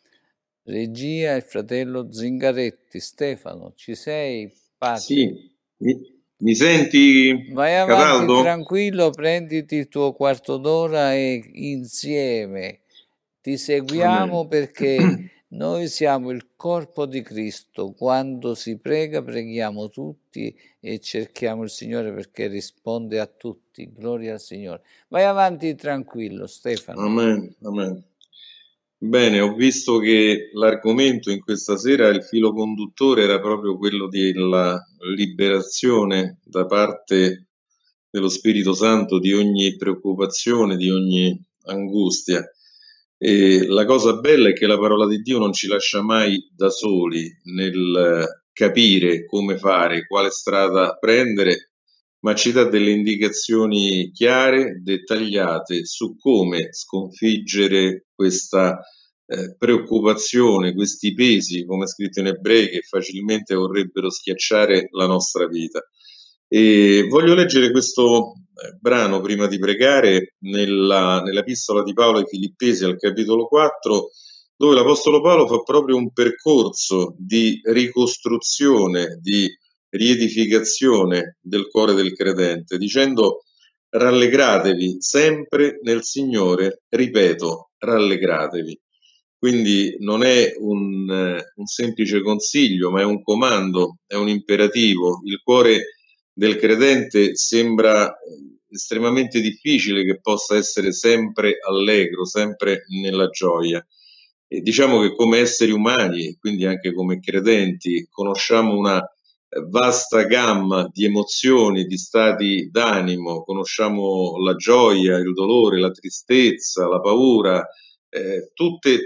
regia, il fratello Zingaretti. Stefano, ci sei? Pace. Sì, mi senti? Vai avanti, Cataldo? tranquillo, prenditi il tuo quarto d'ora e insieme ti seguiamo. Amen. Perché noi siamo il corpo di Cristo. Quando si prega, preghiamo tutti e cerchiamo il Signore, perché risponde a tutti. Gloria al Signore. Vai avanti tranquillo, Stefano. Amen, amen. Bene, ho visto che l'argomento in questa sera, il filo conduttore, era proprio quello della liberazione da parte dello Spirito Santo di ogni preoccupazione, di ogni angustia. E la cosa bella è che la parola di Dio non ci lascia mai da soli nel capire come fare, quale strada prendere, ma ci dà delle indicazioni chiare, dettagliate su come sconfiggere questa preoccupazione, questi pesi, come è scritto in Ebrei, che facilmente vorrebbero schiacciare la nostra vita. E voglio leggere questo brano prima di pregare nell'epistola di Paolo ai Filippesi al capitolo 4, dove l'Apostolo Paolo fa proprio un percorso di ricostruzione, di riedificazione del cuore del credente, dicendo: rallegratevi sempre nel Signore, ripeto, rallegratevi. Quindi non è un semplice consiglio, ma è un comando, è un imperativo. Il cuore del credente sembra estremamente difficile che possa essere sempre allegro, sempre nella gioia. E diciamo che come esseri umani, quindi anche come credenti, conosciamo una vasta gamma di emozioni, di stati d'animo, conosciamo la gioia, il dolore, la tristezza, la paura, tutte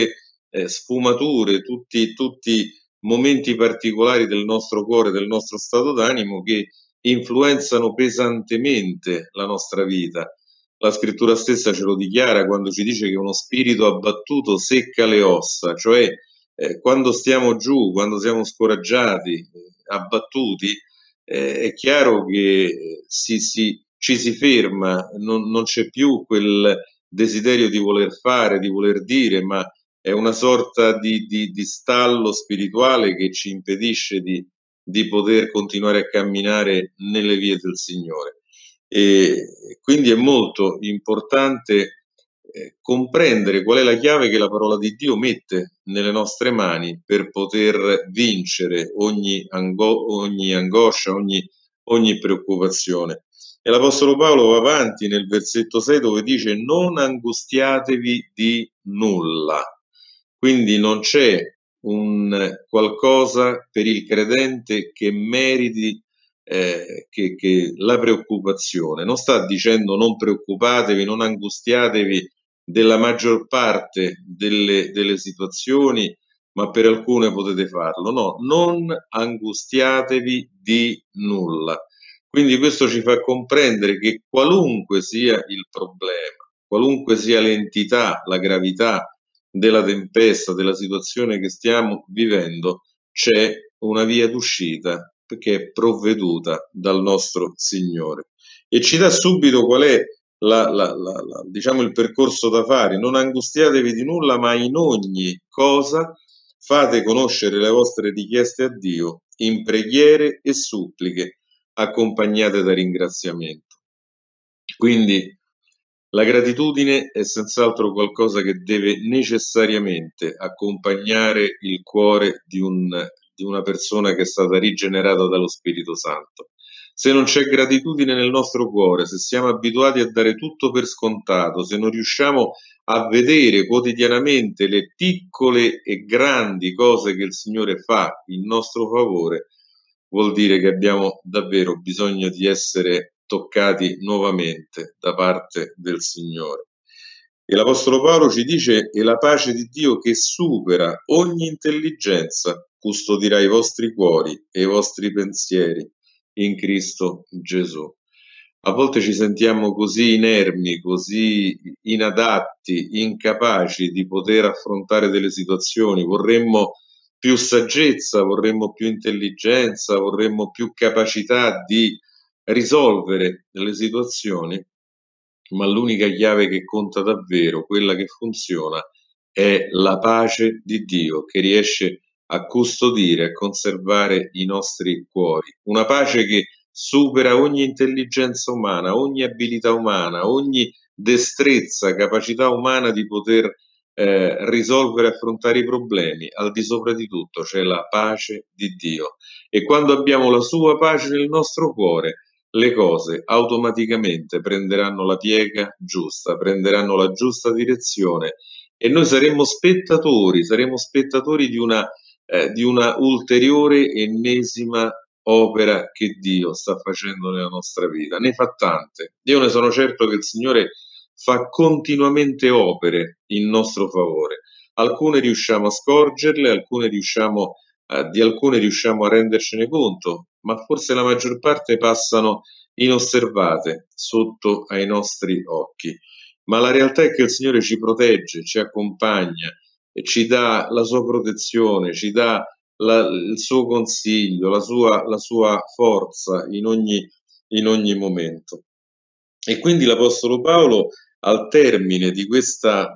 sfumature, tutti momenti particolari del nostro cuore, del nostro stato d'animo, che influenzano pesantemente la nostra vita. La scrittura stessa ce lo dichiara quando ci dice che uno spirito abbattuto secca le ossa, cioè quando stiamo giù, quando siamo scoraggiati, abbattuti, è chiaro che ci si ferma, non c'è più quel desiderio di voler fare, di voler dire, ma è una sorta di stallo spirituale che ci impedisce di poter continuare a camminare nelle vie del Signore. E quindi è molto importante comprendere qual è la chiave che la parola di Dio mette nelle nostre mani per poter vincere ogni angoscia, ogni preoccupazione. E l'Apostolo Paolo va avanti nel versetto 6 dove dice: non angustiatevi di nulla. Quindi non c'è un qualcosa per il credente che meriti che la preoccupazione. Non sta dicendo non preoccupatevi, non angustiatevi della maggior parte delle situazioni, ma per alcune potete farlo. No, non angustiatevi di nulla. Quindi questo ci fa comprendere che qualunque sia il problema, qualunque sia l'entità, la gravità della tempesta, della situazione che stiamo vivendo, c'è una via d'uscita che è provveduta dal nostro Signore. E ci dà subito qual è diciamo il percorso da fare. Non angustiatevi di nulla, ma in ogni cosa fate conoscere le vostre richieste a Dio in preghiere e suppliche, accompagnate da ringraziamento. Quindi la gratitudine è senz'altro qualcosa che deve necessariamente accompagnare il cuore di una persona che è stata rigenerata dallo Spirito Santo. Se non c'è gratitudine nel nostro cuore, se siamo abituati a dare tutto per scontato, se non riusciamo a vedere quotidianamente le piccole e grandi cose che il Signore fa in nostro favore, vuol dire che abbiamo davvero bisogno di essere toccati nuovamente da parte del Signore. E l'Apostolo Paolo ci dice: e la pace di Dio che supera ogni intelligenza custodirà i vostri cuori e i vostri pensieri in Cristo Gesù. A volte ci sentiamo così inermi, così inadatti, incapaci di poter affrontare delle situazioni. Vorremmo più saggezza, vorremmo più intelligenza, vorremmo più capacità di risolvere le situazioni, ma l'unica chiave che conta davvero, quella che funziona, è la pace di Dio che riesce a custodire, a conservare i nostri cuori. Una pace che supera ogni intelligenza umana, ogni abilità umana, ogni destrezza, capacità umana di poter risolvere e affrontare i problemi. Al di sopra di tutto c'è la pace di Dio. E quando abbiamo la sua pace nel nostro cuore, le cose automaticamente prenderanno la piega giusta, prenderanno la giusta direzione e noi saremo spettatori di una ulteriore ennesima opera che Dio sta facendo nella nostra vita. Ne fa tante. Io ne sono certo che il Signore fa continuamente opere in nostro favore. Alcune riusciamo a scorgerle, di alcune riusciamo a rendercene conto, ma forse la maggior parte passano inosservate sotto ai nostri occhi. Ma la realtà è che il Signore ci protegge, ci accompagna, e ci dà la sua protezione, ci dà il suo consiglio, la sua forza in ogni momento. E quindi l'Apostolo Paolo, al termine di questo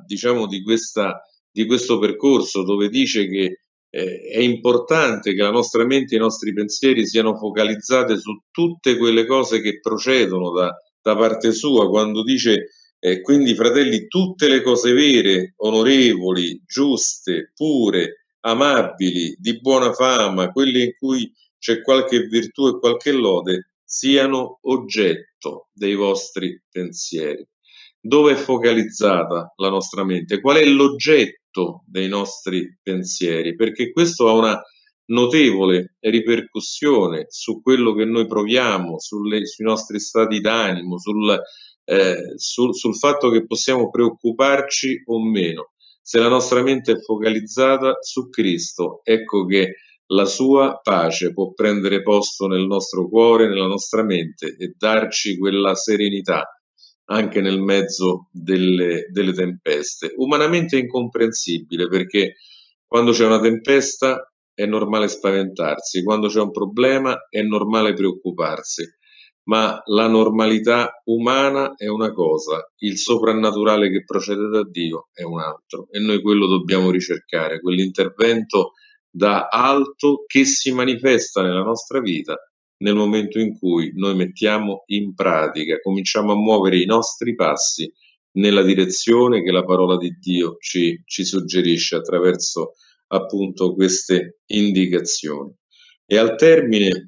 percorso, dove dice che è importante che la nostra mente e i nostri pensieri siano focalizzati su tutte quelle cose che procedono da parte sua, quando dice quindi fratelli, tutte le cose vere, onorevoli, giuste, pure, amabili, di buona fama, quelle in cui c'è qualche virtù e qualche lode, siano oggetto dei vostri pensieri. Dove è focalizzata la nostra mente? Qual è l'oggetto dei nostri pensieri? Perché questo ha una notevole ripercussione su quello che noi proviamo, sui nostri stati d'animo, sul fatto che possiamo preoccuparci o meno. Se la nostra mente è focalizzata su Cristo, ecco che la sua pace può prendere posto nel nostro cuore, nella nostra mente e darci quella serenità anche nel mezzo delle tempeste. Umanamente incomprensibile, perché quando c'è una tempesta è normale spaventarsi, quando c'è un problema è normale preoccuparsi, ma la normalità umana è una cosa, il soprannaturale che procede da Dio è un altro, e noi quello dobbiamo ricercare, quell'intervento da alto che si manifesta nella nostra vita nel momento in cui noi mettiamo in pratica, cominciamo a muovere i nostri passi nella direzione che la parola di Dio ci suggerisce attraverso appunto queste indicazioni. E al termine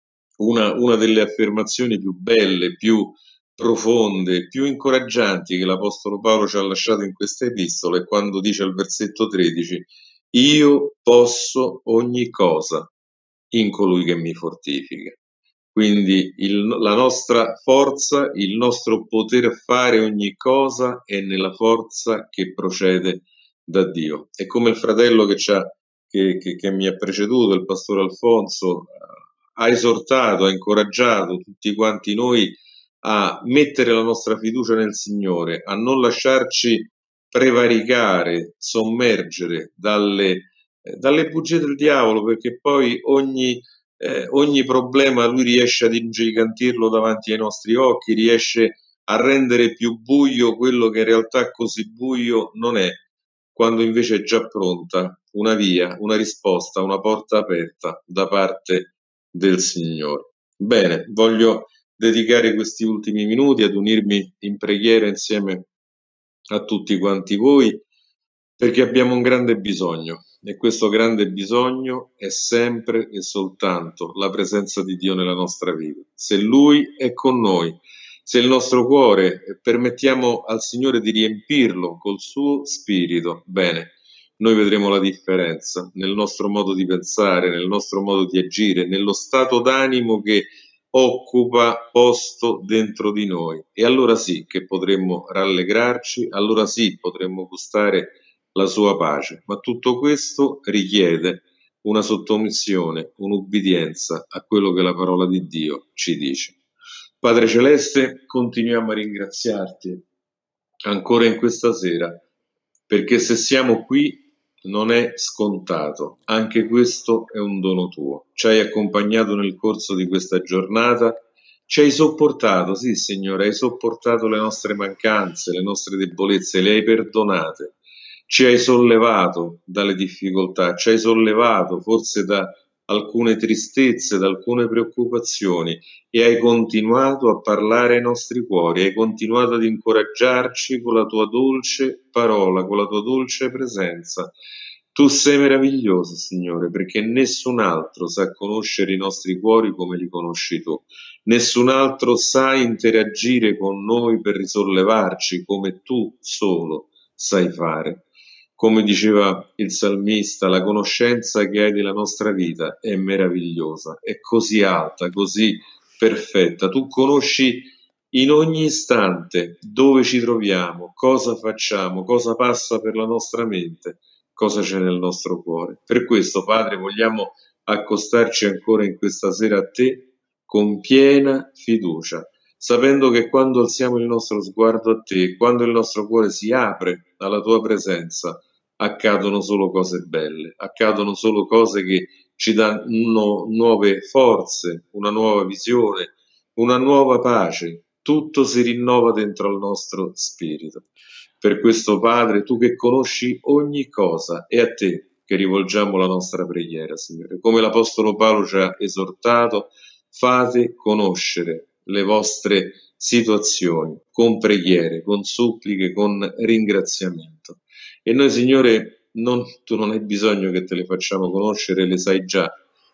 una delle affermazioni più belle, più profonde, più incoraggianti che l'Apostolo Paolo ci ha lasciato in questa epistola è quando dice al versetto 13: io posso ogni cosa in colui che mi fortifica. Quindi la nostra forza, il nostro poter fare ogni cosa è nella forza che procede da Dio. È come il fratello che mi ha preceduto, il pastore Alfonso, ha esortato, ha incoraggiato tutti quanti noi a mettere la nostra fiducia nel Signore, a non lasciarci prevaricare, sommergere dalle bugie del diavolo, perché poi ogni problema lui riesce ad ingigantirlo davanti ai nostri occhi, riesce a rendere più buio quello che in realtà così buio non è, quando invece è già pronta una via, una risposta, una porta aperta da parte del Signore. Bene, voglio dedicare questi ultimi minuti ad unirmi in preghiera insieme a tutti quanti voi, perché abbiamo un grande bisogno, e questo grande bisogno è sempre e soltanto la presenza di Dio nella nostra vita. Se Lui è con noi, se il nostro cuore permettiamo al Signore di riempirlo col suo spirito, bene, noi vedremo la differenza nel nostro modo di pensare, nel nostro modo di agire, nello stato d'animo che occupa posto dentro di noi. E allora sì che potremmo rallegrarci, allora sì potremmo gustare la sua pace. Ma tutto questo richiede una sottomissione, un'ubbidienza a quello che la parola di Dio ci dice. Padre Celeste, continuiamo a ringraziarti ancora in questa sera, perché se siamo qui non è scontato, anche questo è un dono tuo. Ci hai accompagnato nel corso di questa giornata, ci hai sopportato, sì Signore, hai sopportato le nostre mancanze, le nostre debolezze, le hai perdonate, ci hai sollevato dalle difficoltà, ci hai sollevato forse da alcune tristezze, da alcune preoccupazioni, e hai continuato a parlare ai nostri cuori, hai continuato ad incoraggiarci con la tua dolce parola, con la tua dolce presenza. Tu sei meraviglioso, Signore, perché nessun altro sa conoscere i nostri cuori come li conosci tu. Nessun altro sa interagire con noi per risollevarci come tu solo sai fare. Come diceva il salmista, la conoscenza che hai della nostra vita è meravigliosa, è così alta, così perfetta. Tu conosci in ogni istante dove ci troviamo, cosa facciamo, cosa passa per la nostra mente, cosa c'è nel nostro cuore. Per questo, Padre, vogliamo accostarci ancora in questa sera a te con piena fiducia, sapendo che quando alziamo il nostro sguardo a te, quando il nostro cuore si apre alla tua presenza, accadono solo cose belle, accadono solo cose che ci danno nuove forze, una nuova visione, una nuova pace. Tutto si rinnova dentro al nostro spirito. Per questo, Padre, tu che conosci ogni cosa, è a te che rivolgiamo la nostra preghiera, Signore. Come l'Apostolo Paolo ci ha esortato, fate conoscere le vostre situazioni con preghiere, con suppliche, con ringraziamento. E noi, Signore, tu non hai bisogno che te le facciamo conoscere, le sai già,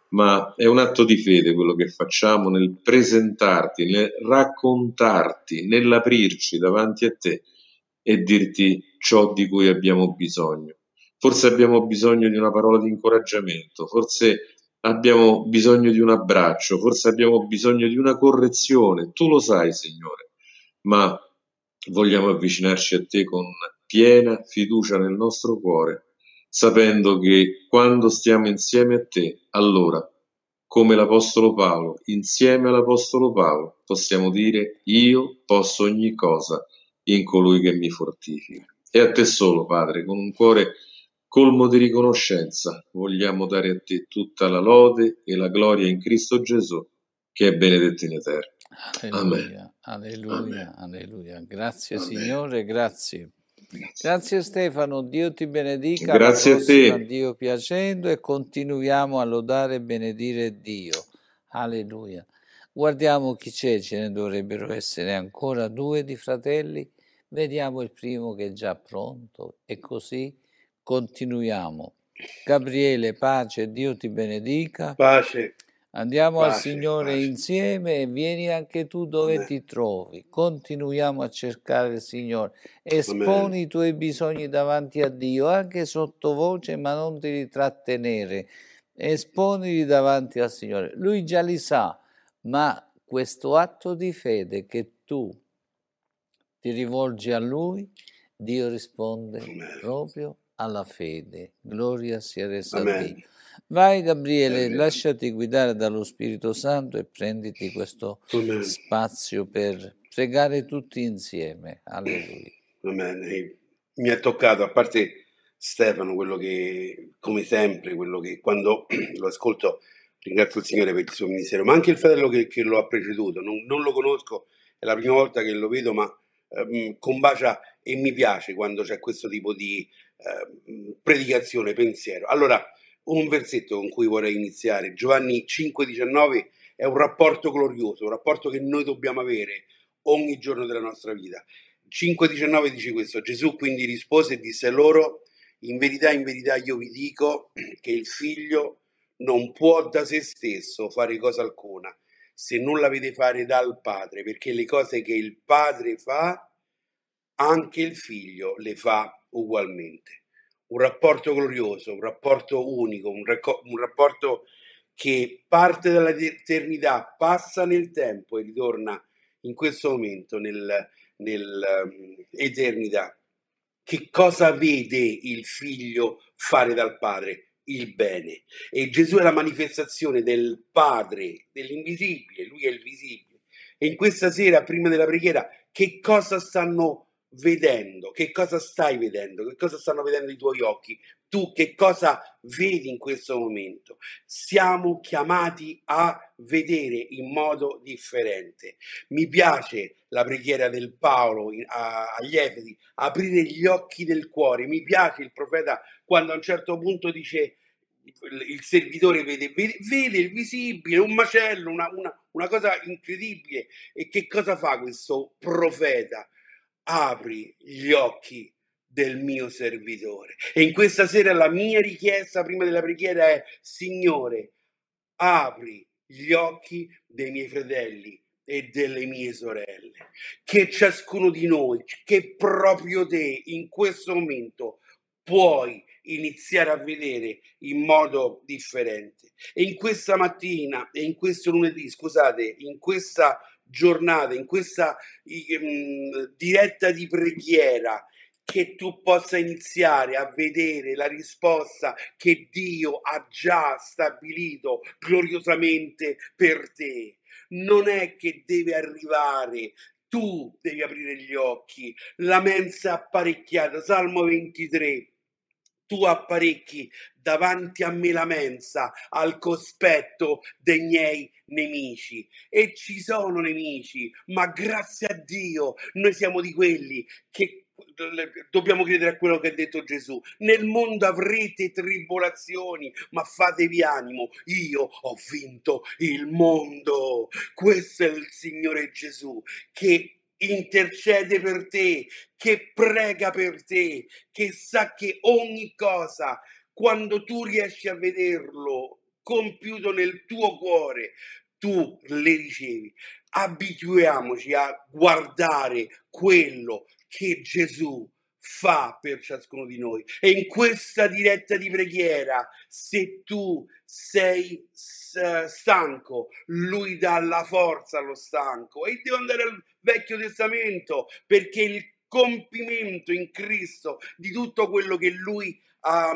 ma è un atto di fede quello che facciamo nel presentarti, nel raccontarti, nell'aprirci davanti a te e dirti ciò di cui abbiamo bisogno. Forse abbiamo bisogno di una parola di incoraggiamento, forse abbiamo bisogno di un abbraccio, forse abbiamo bisogno di una correzione, tu lo sai, Signore, ma vogliamo avvicinarci a te con piena fiducia nel nostro cuore, sapendo che quando stiamo insieme a te, allora, come l'Apostolo Paolo, insieme all'Apostolo Paolo, possiamo dire: io posso ogni cosa in colui che mi fortifica. E a te solo, Padre, con un cuore colmo di riconoscenza, vogliamo dare a te tutta la lode e la gloria in Cristo Gesù, che è benedetto in eterno. Alleluia, Amen. alleluia, Amen. alleluia. Grazie Amen. Signore, grazie. Grazie. Grazie Stefano, Dio ti benedica, alla Grazie a prossima te. Dio piacendo e continuiamo a lodare e benedire Dio. Alleluia. Guardiamo chi c'è, ce ne dovrebbero essere ancora 2 di fratelli. Vediamo il primo che è già pronto e così continuiamo. Gabriele, pace, Dio ti benedica. Pace. Andiamo al Pace, Signore pace. insieme e vieni anche tu dove Amen. ti trovi. Continuiamo a cercare il Signore. Amen. Esponi i tuoi bisogni davanti a Dio, anche sottovoce, ma non ti ritrattenere. Esponili davanti al Signore. Lui già li sa, ma questo atto di fede che tu ti rivolgi a Lui, Dio risponde Amen. proprio alla fede. Gloria sia resa a Dio. Amen. Vai Gabriele, Amen. lasciati guidare dallo Spirito Santo e prenditi questo Amen. spazio per pregare tutti insieme. Alleluia. Amen. E mi è toccato, a parte Stefano, quello che, come sempre, quello che quando lo ascolto ringrazio il Signore per il suo ministero, ma anche il fratello che lo ha preceduto. Non lo conosco, è la prima volta che lo vedo, ma combacia e mi piace quando c'è questo tipo di predicazione, pensiero. Allora, un versetto con cui vorrei iniziare, Giovanni 5,19, è un rapporto glorioso, un rapporto che noi dobbiamo avere ogni giorno della nostra vita. 5,19 dice questo: Gesù quindi rispose e disse loro: in verità io vi dico che il figlio non può da se stesso fare cosa alcuna, se non la vede fare dal Padre, perché le cose che il Padre fa, anche il figlio le fa ugualmente. Un rapporto glorioso, un rapporto unico, un rapporto che parte dall'eternità, passa nel tempo e ritorna in questo momento nell'eternità. Che cosa vede il figlio fare dal Padre? Il bene. E Gesù è la manifestazione del Padre, dell'invisibile, lui è il visibile. E in questa sera, prima della preghiera, che cosa stanno vedendo? Che cosa stai vedendo? Che cosa stanno vedendo i tuoi occhi? Tu che cosa vedi in questo momento? Siamo chiamati a vedere in modo differente. Mi piace la preghiera del Paolo agli Efesi, aprire gli occhi del cuore. Mi piace il profeta quando a un certo punto dice: il servitore vede il visibile, un macello, una cosa incredibile. E che cosa fa questo profeta? Apri gli occhi del mio servitore. E in questa sera la mia richiesta prima della preghiera è: Signore, apri gli occhi dei miei fratelli e delle mie sorelle, che ciascuno di noi, che proprio te in questo momento puoi iniziare a vedere in modo differente. E in questa mattina e in questo lunedì, scusate, in questa giornata, in questa diretta di preghiera, che tu possa iniziare a vedere la risposta che Dio ha già stabilito gloriosamente per te. Non è che deve arrivare, tu devi aprire gli occhi. La mensa è apparecchiata, Salmo 23. Tu apparecchi davanti a me la mensa al cospetto dei miei nemici. E ci sono nemici, ma grazie a Dio noi siamo di quelli che dobbiamo credere a quello che ha detto Gesù. Nel mondo avrete tribolazioni, ma fatevi animo, io ho vinto il mondo. Questo è il Signore Gesù che intercede per te, che prega per te, che sa che ogni cosa, quando tu riesci a vederlo compiuto nel tuo cuore, tu le ricevi. Abituiamoci a guardare quello che Gesù fa per ciascuno di noi. E in questa diretta di preghiera, se tu sei stanco, lui dà la forza allo stanco. E devo andare al Vecchio Testamento, perché il compimento in Cristo di tutto quello che lui ha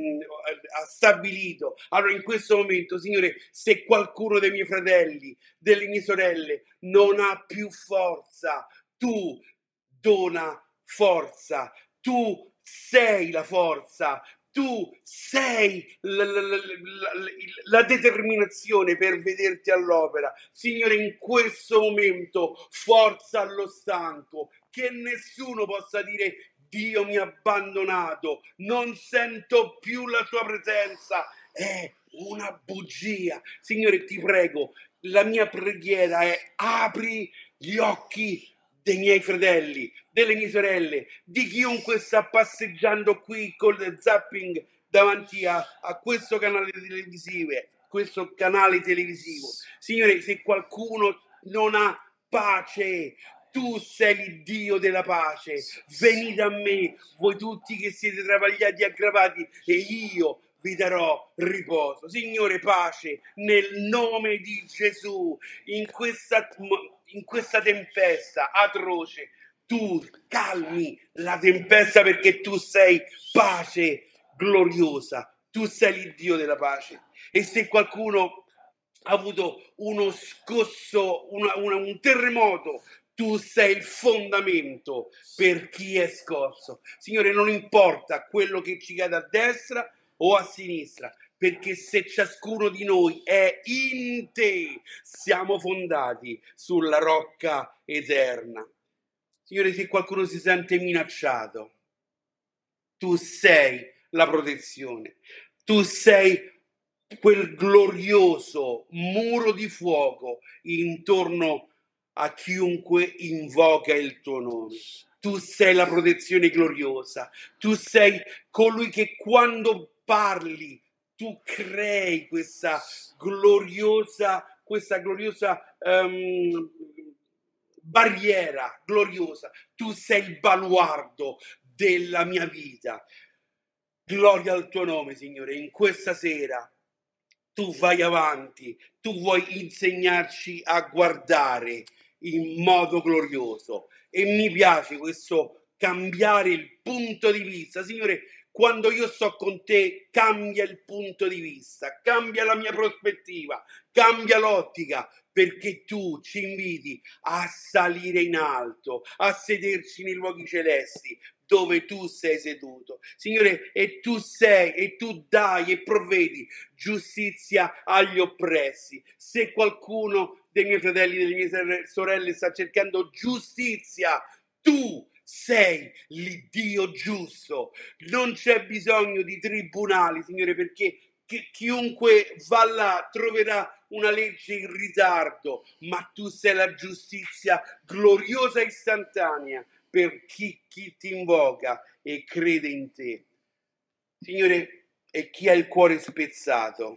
stabilito. Allora in questo momento, Signore, se qualcuno dei miei fratelli, delle mie sorelle non ha più forza, tu dona forza, tu sei la forza, tu sei la determinazione per vederti all'opera. Signore, in questo momento forza allo stanco, che nessuno possa dire Dio mi ha abbandonato, non sento più la sua presenza, è una bugia. Signore, ti prego, la mia preghiera è: apri gli occhi dei miei fratelli, delle mie sorelle, di chiunque sta passeggiando qui col zapping davanti a questo canale televisivo. Signore, se qualcuno non ha pace, tu sei l'Iddio della pace. Venite a me, voi tutti che siete travagliati e aggravati, e io vi darò riposo. Signore, pace nel nome di Gesù. In questa tempesta atroce, tu calmi la tempesta, perché tu sei pace gloriosa, tu sei l'Iddio della pace. E se qualcuno ha avuto uno scosso, un terremoto, tu sei il fondamento per chi è scosso. Signore, non importa quello che ci cade a destra o a sinistra, perché se ciascuno di noi è in te, siamo fondati sulla rocca eterna. Signore, se qualcuno si sente minacciato, tu sei la protezione, tu sei quel glorioso muro di fuoco intorno a chiunque invoca il tuo nome. Tu sei la protezione gloriosa, tu sei colui che quando parli tu crei questa gloriosa barriera gloriosa. Tu sei il baluardo della mia vita. Gloria al tuo nome, Signore. In questa sera tu vai avanti, tu vuoi insegnarci a guardare in modo glorioso, e mi piace questo cambiare il punto di vista. Signore, quando io sto con te, cambia il punto di vista, cambia la mia prospettiva, cambia l'ottica, perché tu ci inviti a salire in alto, a sederci nei luoghi celesti, dove tu sei seduto, Signore, e tu dai e provvedi giustizia agli oppressi. Se qualcuno dei miei fratelli, delle mie sorelle sta cercando giustizia, tu sei l'Iddio giusto. Non c'è bisogno di tribunali, Signore, perché chiunque va là troverà una legge in ritardo, ma tu sei la giustizia gloriosa e istantanea per chi ti invoca e crede in te. Signore, e chi ha il cuore spezzato,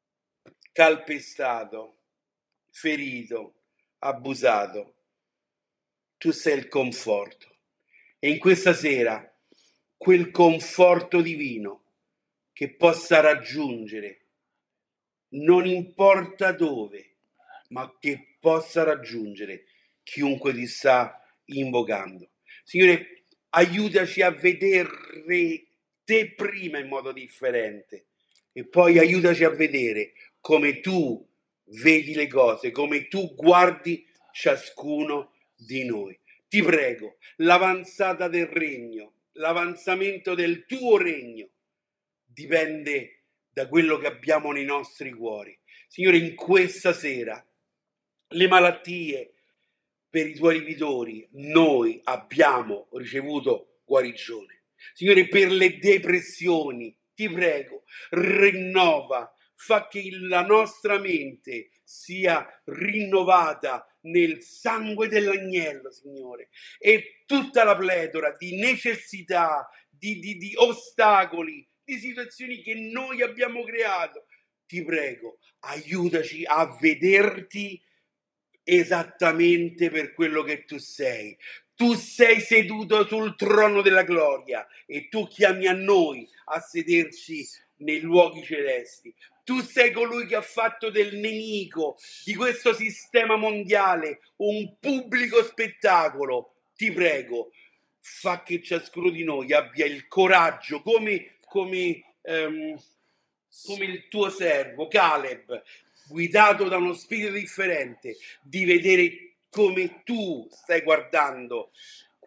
calpestato, ferito, abusato, tu sei il conforto. E in questa sera quel conforto divino che possa raggiungere, non importa dove, ma che possa raggiungere chiunque ti sta invocando. Signore, aiutaci a vedere te prima in modo differente, e poi aiutaci a vedere come tu vedi le cose, come tu guardi ciascuno di noi. Ti prego, l'avanzata del regno, l'avanzamento del tuo regno dipende da quello che abbiamo nei nostri cuori. Signore, in questa sera, le malattie per i tuoi lividori, noi abbiamo ricevuto guarigione. Signore, per le depressioni, ti prego, rinnova, fa che la nostra mente sia rinnovata nel sangue dell'agnello, Signore, e tutta la pletora di necessità, di ostacoli, di situazioni che noi abbiamo creato, ti prego, aiutaci a vederti esattamente per quello che tu sei. Tu sei seduto sul trono della gloria e tu chiami a noi a sederci nei luoghi celesti. Tu sei colui che ha fatto del nemico, di questo sistema mondiale, un pubblico spettacolo. Ti prego, fa che ciascuno di noi abbia il coraggio, come il tuo servo Caleb, guidato da uno spirito differente, di vedere come tu stai guardando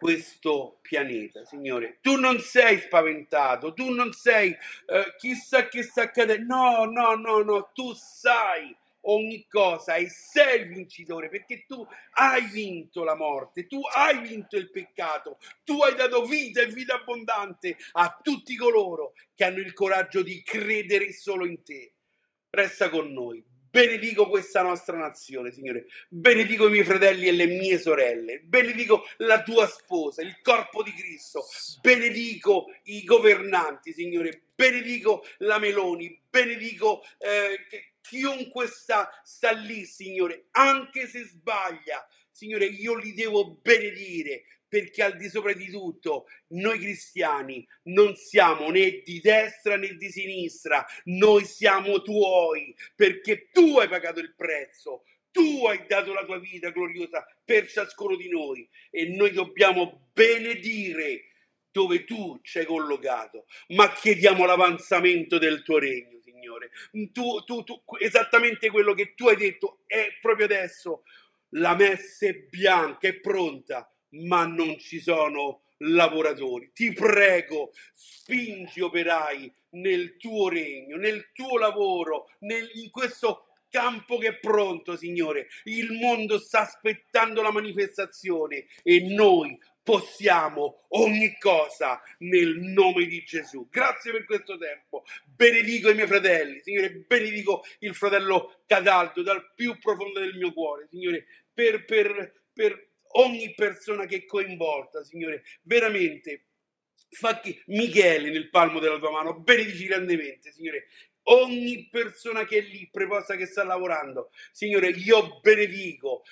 questo pianeta, Signore. Tu non sei spaventato, tu non sei chissà che sta accadendo. No, tu sai ogni cosa e sei il vincitore, perché tu hai vinto la morte, tu hai vinto il peccato, tu hai dato vita e vita abbondante a tutti coloro che hanno il coraggio di credere solo in te. Resta con noi. Benedico questa nostra nazione, Signore. Benedico i miei fratelli e le mie sorelle. Benedico la tua sposa, il corpo di Cristo. Benedico i governanti, Signore. Benedico la Meloni. Benedico chiunque sta lì, Signore. Anche se sbaglia, Signore, io li devo benedire, perché al di sopra di tutto noi cristiani non siamo né di destra né di sinistra, noi siamo tuoi, perché tu hai pagato il prezzo, tu hai dato la tua vita gloriosa per ciascuno di noi e noi dobbiamo benedire dove tu ci hai collocato, ma chiediamo l'avanzamento del tuo regno, Signore. Tu, esattamente quello che tu hai detto è proprio adesso, la messe bianca è pronta, ma non ci sono lavoratori. Ti prego, spingi operai nel tuo regno, nel tuo lavoro, in questo campo che è pronto, Signore. Il mondo sta aspettando la manifestazione e noi possiamo ogni cosa nel nome di Gesù. Grazie per questo tempo. Benedico i miei fratelli, Signore, benedico il fratello Cataldo dal più profondo del mio cuore, Signore, per ogni persona che è coinvolta, Signore, veramente Michele nel palmo della tua mano, benedici grandemente, Signore, ogni persona che è lì preposta, che sta lavorando, Signore, io benedico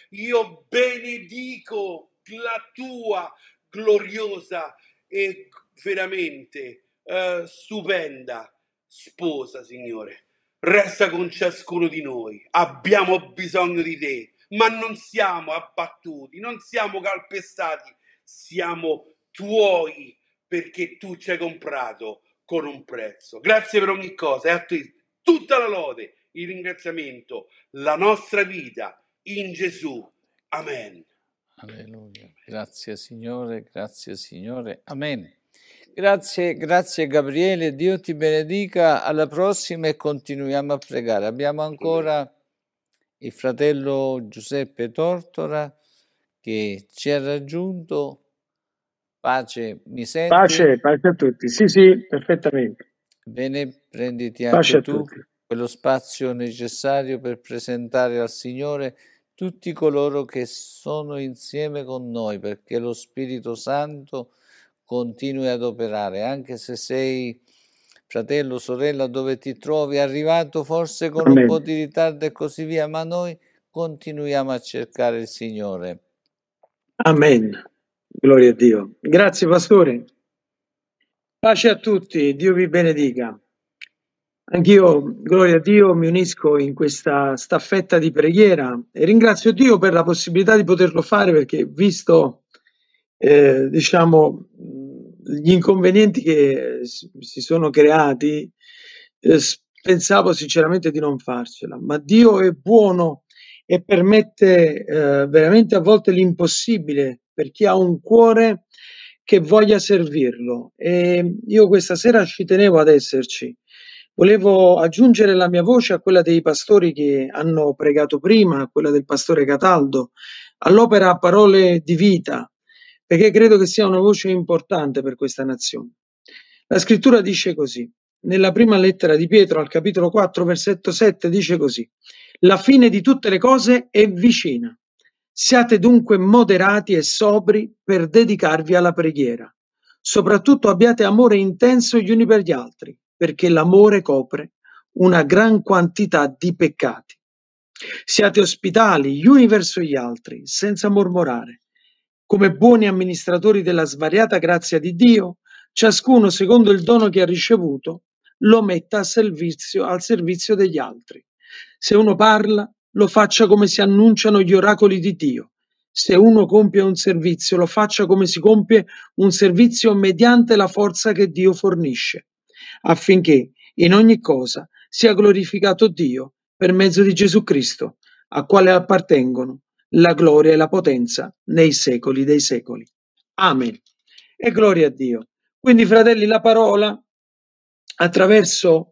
la tua gloriosa e veramente stupenda sposa, Signore. Resta con ciascuno di noi, abbiamo bisogno di te, ma non siamo abbattuti, non siamo calpestati, siamo tuoi, perché tu ci hai comprato con un prezzo. Grazie per ogni cosa e a te tutta la lode, il ringraziamento, la nostra vita in Gesù. Amen. Alleluia. Grazie Signore, amen. Grazie Gabriele, Dio ti benedica, alla prossima e continuiamo a pregare. Abbiamo ancora il fratello Giuseppe Tortora che ci ha raggiunto. Pace, mi senti? Pace a tutti, sì, perfettamente. Bene, prenditi anche tu quello spazio necessario per presentare al Signore tutti coloro che sono insieme con noi, perché lo Spirito Santo continui ad operare, anche se sei, fratello, sorella, dove ti trovi, arrivato forse con un po' di ritardo e così via, ma noi continuiamo a cercare il Signore. Amen. Gloria a Dio. Grazie pastore. Pace a tutti, Dio vi benedica. Anch'io, gloria a Dio, mi unisco in questa staffetta di preghiera e ringrazio Dio per la possibilità di poterlo fare, perché visto gli inconvenienti che si sono creati, pensavo sinceramente di non farcela, ma Dio è buono e permette veramente a volte l'impossibile per chi ha un cuore che voglia servirlo, e io questa sera ci tenevo ad esserci. Volevo aggiungere la mia voce a quella dei pastori che hanno pregato prima, a quella del pastore Cataldo, all'opera Parole di Vita, perché credo che sia una voce importante per questa nazione. La scrittura dice così, nella prima lettera di Pietro al capitolo 4 versetto 7 dice così: la fine di tutte le cose è vicina, siate dunque moderati e sobri per dedicarvi alla preghiera, soprattutto abbiate amore intenso gli uni per gli altri, perché l'amore copre una gran quantità di peccati. Siate ospitali gli uni verso gli altri, senza mormorare. Come buoni amministratori della svariata grazia di Dio, ciascuno secondo il dono che ha ricevuto, lo metta al servizio degli altri. Se uno parla, lo faccia come si annunciano gli oracoli di Dio. Se uno compie un servizio, lo faccia come si compie un servizio mediante la forza che Dio fornisce, affinché in ogni cosa sia glorificato Dio per mezzo di Gesù Cristo, a quale appartengono la gloria e la potenza nei secoli dei secoli. Amen. E gloria a Dio. Quindi, fratelli, la parola attraverso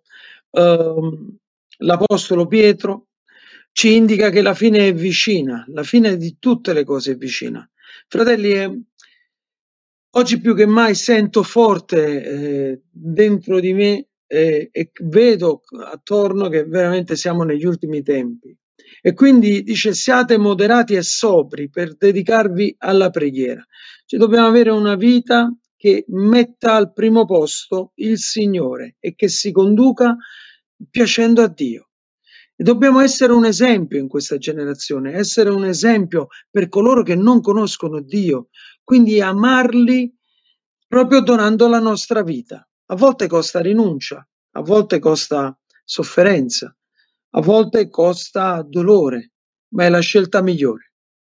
l'Apostolo Pietro ci indica che la fine è vicina, la fine di tutte le cose è vicina. Fratelli, oggi più che mai sento forte dentro di me e vedo attorno che veramente siamo negli ultimi tempi. E quindi dice: siate moderati e sobri per dedicarvi alla preghiera. Cioè, dobbiamo avere una vita che metta al primo posto il Signore e che si conduca piacendo a Dio. E dobbiamo essere un esempio in questa generazione, essere un esempio per coloro che non conoscono Dio, quindi amarli proprio donando la nostra vita. A volte costa rinuncia, a volte costa sofferenza, a volte costa dolore, ma è la scelta migliore.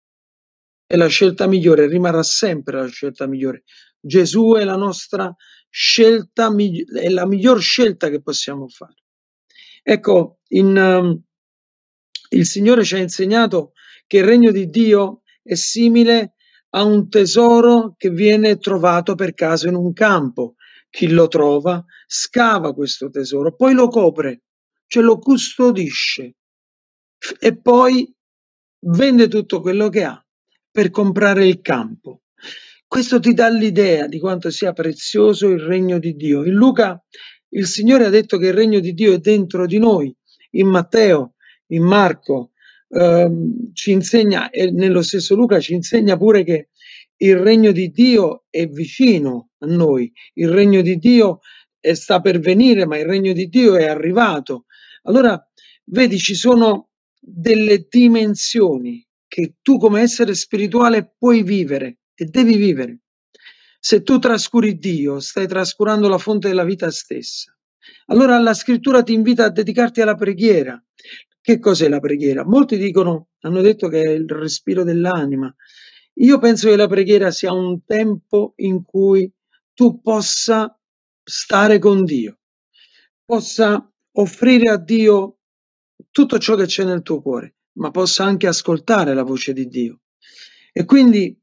È la scelta migliore, rimarrà sempre la scelta migliore. Gesù è la nostra scelta, è la miglior scelta che possiamo fare. Ecco, il Signore ci ha insegnato che il regno di Dio è simile a un tesoro che viene trovato per caso in un campo. Chi lo trova scava questo tesoro, poi lo copre, cioè lo custodisce e poi vende tutto quello che ha per comprare il campo. Questo ti dà l'idea di quanto sia prezioso il regno di Dio. In Luca il Signore ha detto che il regno di Dio è dentro di noi. In Matteo, in Marco ci insegna, e nello stesso Luca ci insegna pure che il regno di Dio è vicino a noi. Il regno di Dio sta per venire, ma il regno di Dio è arrivato. Allora, vedi, ci sono delle dimensioni che tu come essere spirituale puoi vivere e devi vivere. Se tu trascuri Dio, stai trascurando la fonte della vita stessa. Allora la scrittura ti invita a dedicarti alla preghiera. Che cos'è la preghiera? Molti hanno detto che è il respiro dell'anima. Io penso che la preghiera sia un tempo in cui tu possa stare con Dio, possa offrire a Dio tutto ciò che c'è nel tuo cuore, ma possa anche ascoltare la voce di Dio. E quindi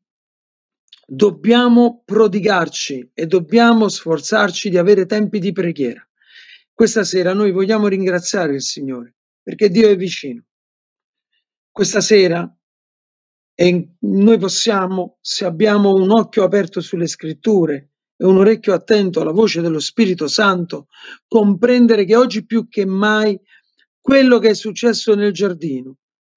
dobbiamo prodigarci e dobbiamo sforzarci di avere tempi di preghiera. Questa sera noi vogliamo ringraziare il Signore perché Dio è vicino. Questa sera noi possiamo, se abbiamo un occhio aperto sulle scritture e un orecchio attento alla voce dello Spirito Santo, comprendere che oggi più che mai quello che è successo nel giardino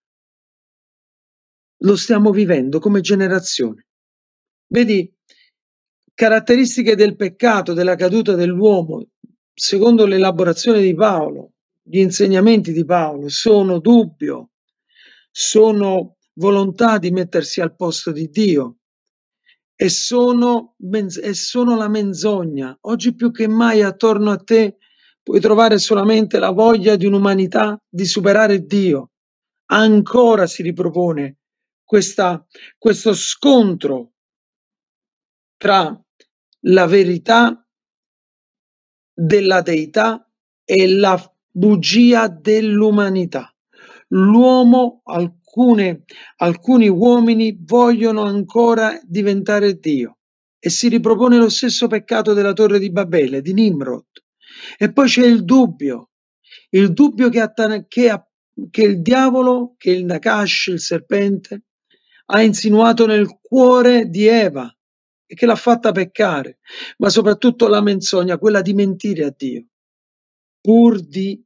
lo stiamo vivendo come generazione. Vedi, caratteristiche del peccato, della caduta dell'uomo, secondo l'elaborazione di Paolo, gli insegnamenti di Paolo, sono dubbio, sono volontà di mettersi al posto di Dio e sono la menzogna. Oggi più che mai attorno a te puoi trovare solamente la voglia di un'umanità di superare Dio. Ancora si ripropone questo scontro tra la verità della deità e la bugia dell'umanità. L'uomo, alcuni uomini vogliono ancora diventare Dio e si ripropone lo stesso peccato della Torre di Babele, di Nimrod. E poi c'è il dubbio che il diavolo, che il Nakash, il serpente, ha insinuato nel cuore di Eva e che l'ha fatta peccare, ma soprattutto la menzogna, quella di mentire a Dio, pur di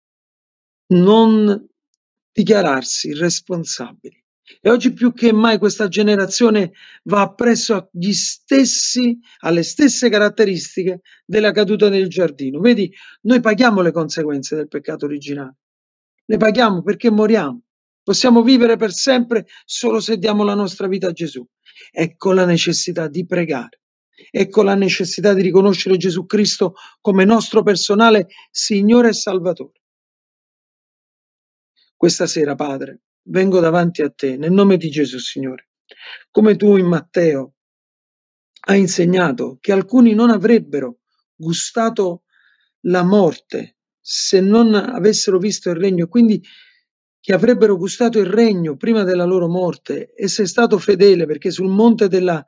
non dichiararsi responsabili. E oggi più che mai questa generazione va appresso alle stesse caratteristiche della caduta nel giardino. Vedi, noi paghiamo le conseguenze del peccato originale, le paghiamo perché moriamo. Possiamo vivere per sempre solo se diamo la nostra vita a Gesù. Ecco la necessità di pregare. Ecco la necessità di riconoscere Gesù Cristo come nostro personale Signore e Salvatore. Questa sera, Padre, vengo davanti a te nel nome di Gesù, Signore. Come tu in Matteo hai insegnato che alcuni non avrebbero gustato la morte se non avessero visto il regno, quindi che avrebbero gustato il regno prima della loro morte, e sei stato fedele, perché sul monte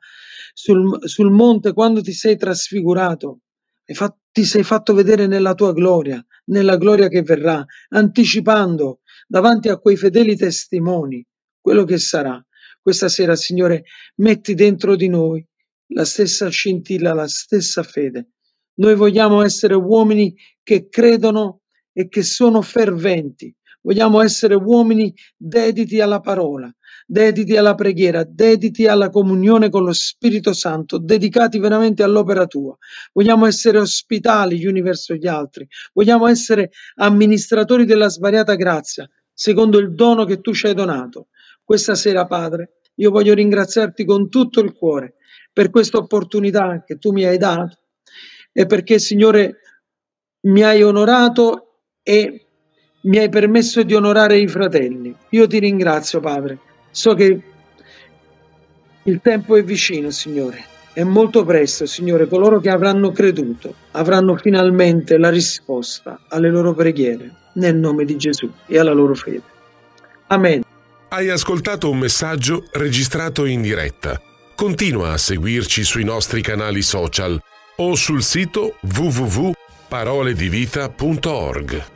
quando ti sei trasfigurato, ti sei fatto vedere nella tua gloria, nella gloria che verrà, anticipando davanti a quei fedeli testimoni quello che sarà. Questa sera, Signore, metti dentro di noi la stessa scintilla, la stessa fede. Noi vogliamo essere uomini che credono e che sono ferventi. Vogliamo essere uomini dediti alla parola, dediti alla preghiera, dediti alla comunione con lo Spirito Santo, dedicati veramente all'opera tua. Vogliamo essere ospitali gli uni verso gli altri. Vogliamo essere amministratori della svariata grazia, secondo il dono che tu ci hai donato. Questa sera, Padre, io voglio ringraziarti con tutto il cuore per questa opportunità che tu mi hai dato e perché, Signore, mi hai onorato e mi hai permesso di onorare i fratelli. Io ti ringrazio, Padre. So che il tempo è vicino, Signore. È molto presto, Signore. Coloro che avranno creduto avranno finalmente la risposta alle loro preghiere, nel nome di Gesù e alla loro fede. Amen. Hai ascoltato un messaggio registrato in diretta. Continua a seguirci sui nostri canali social o sul sito www.paroledivita.org.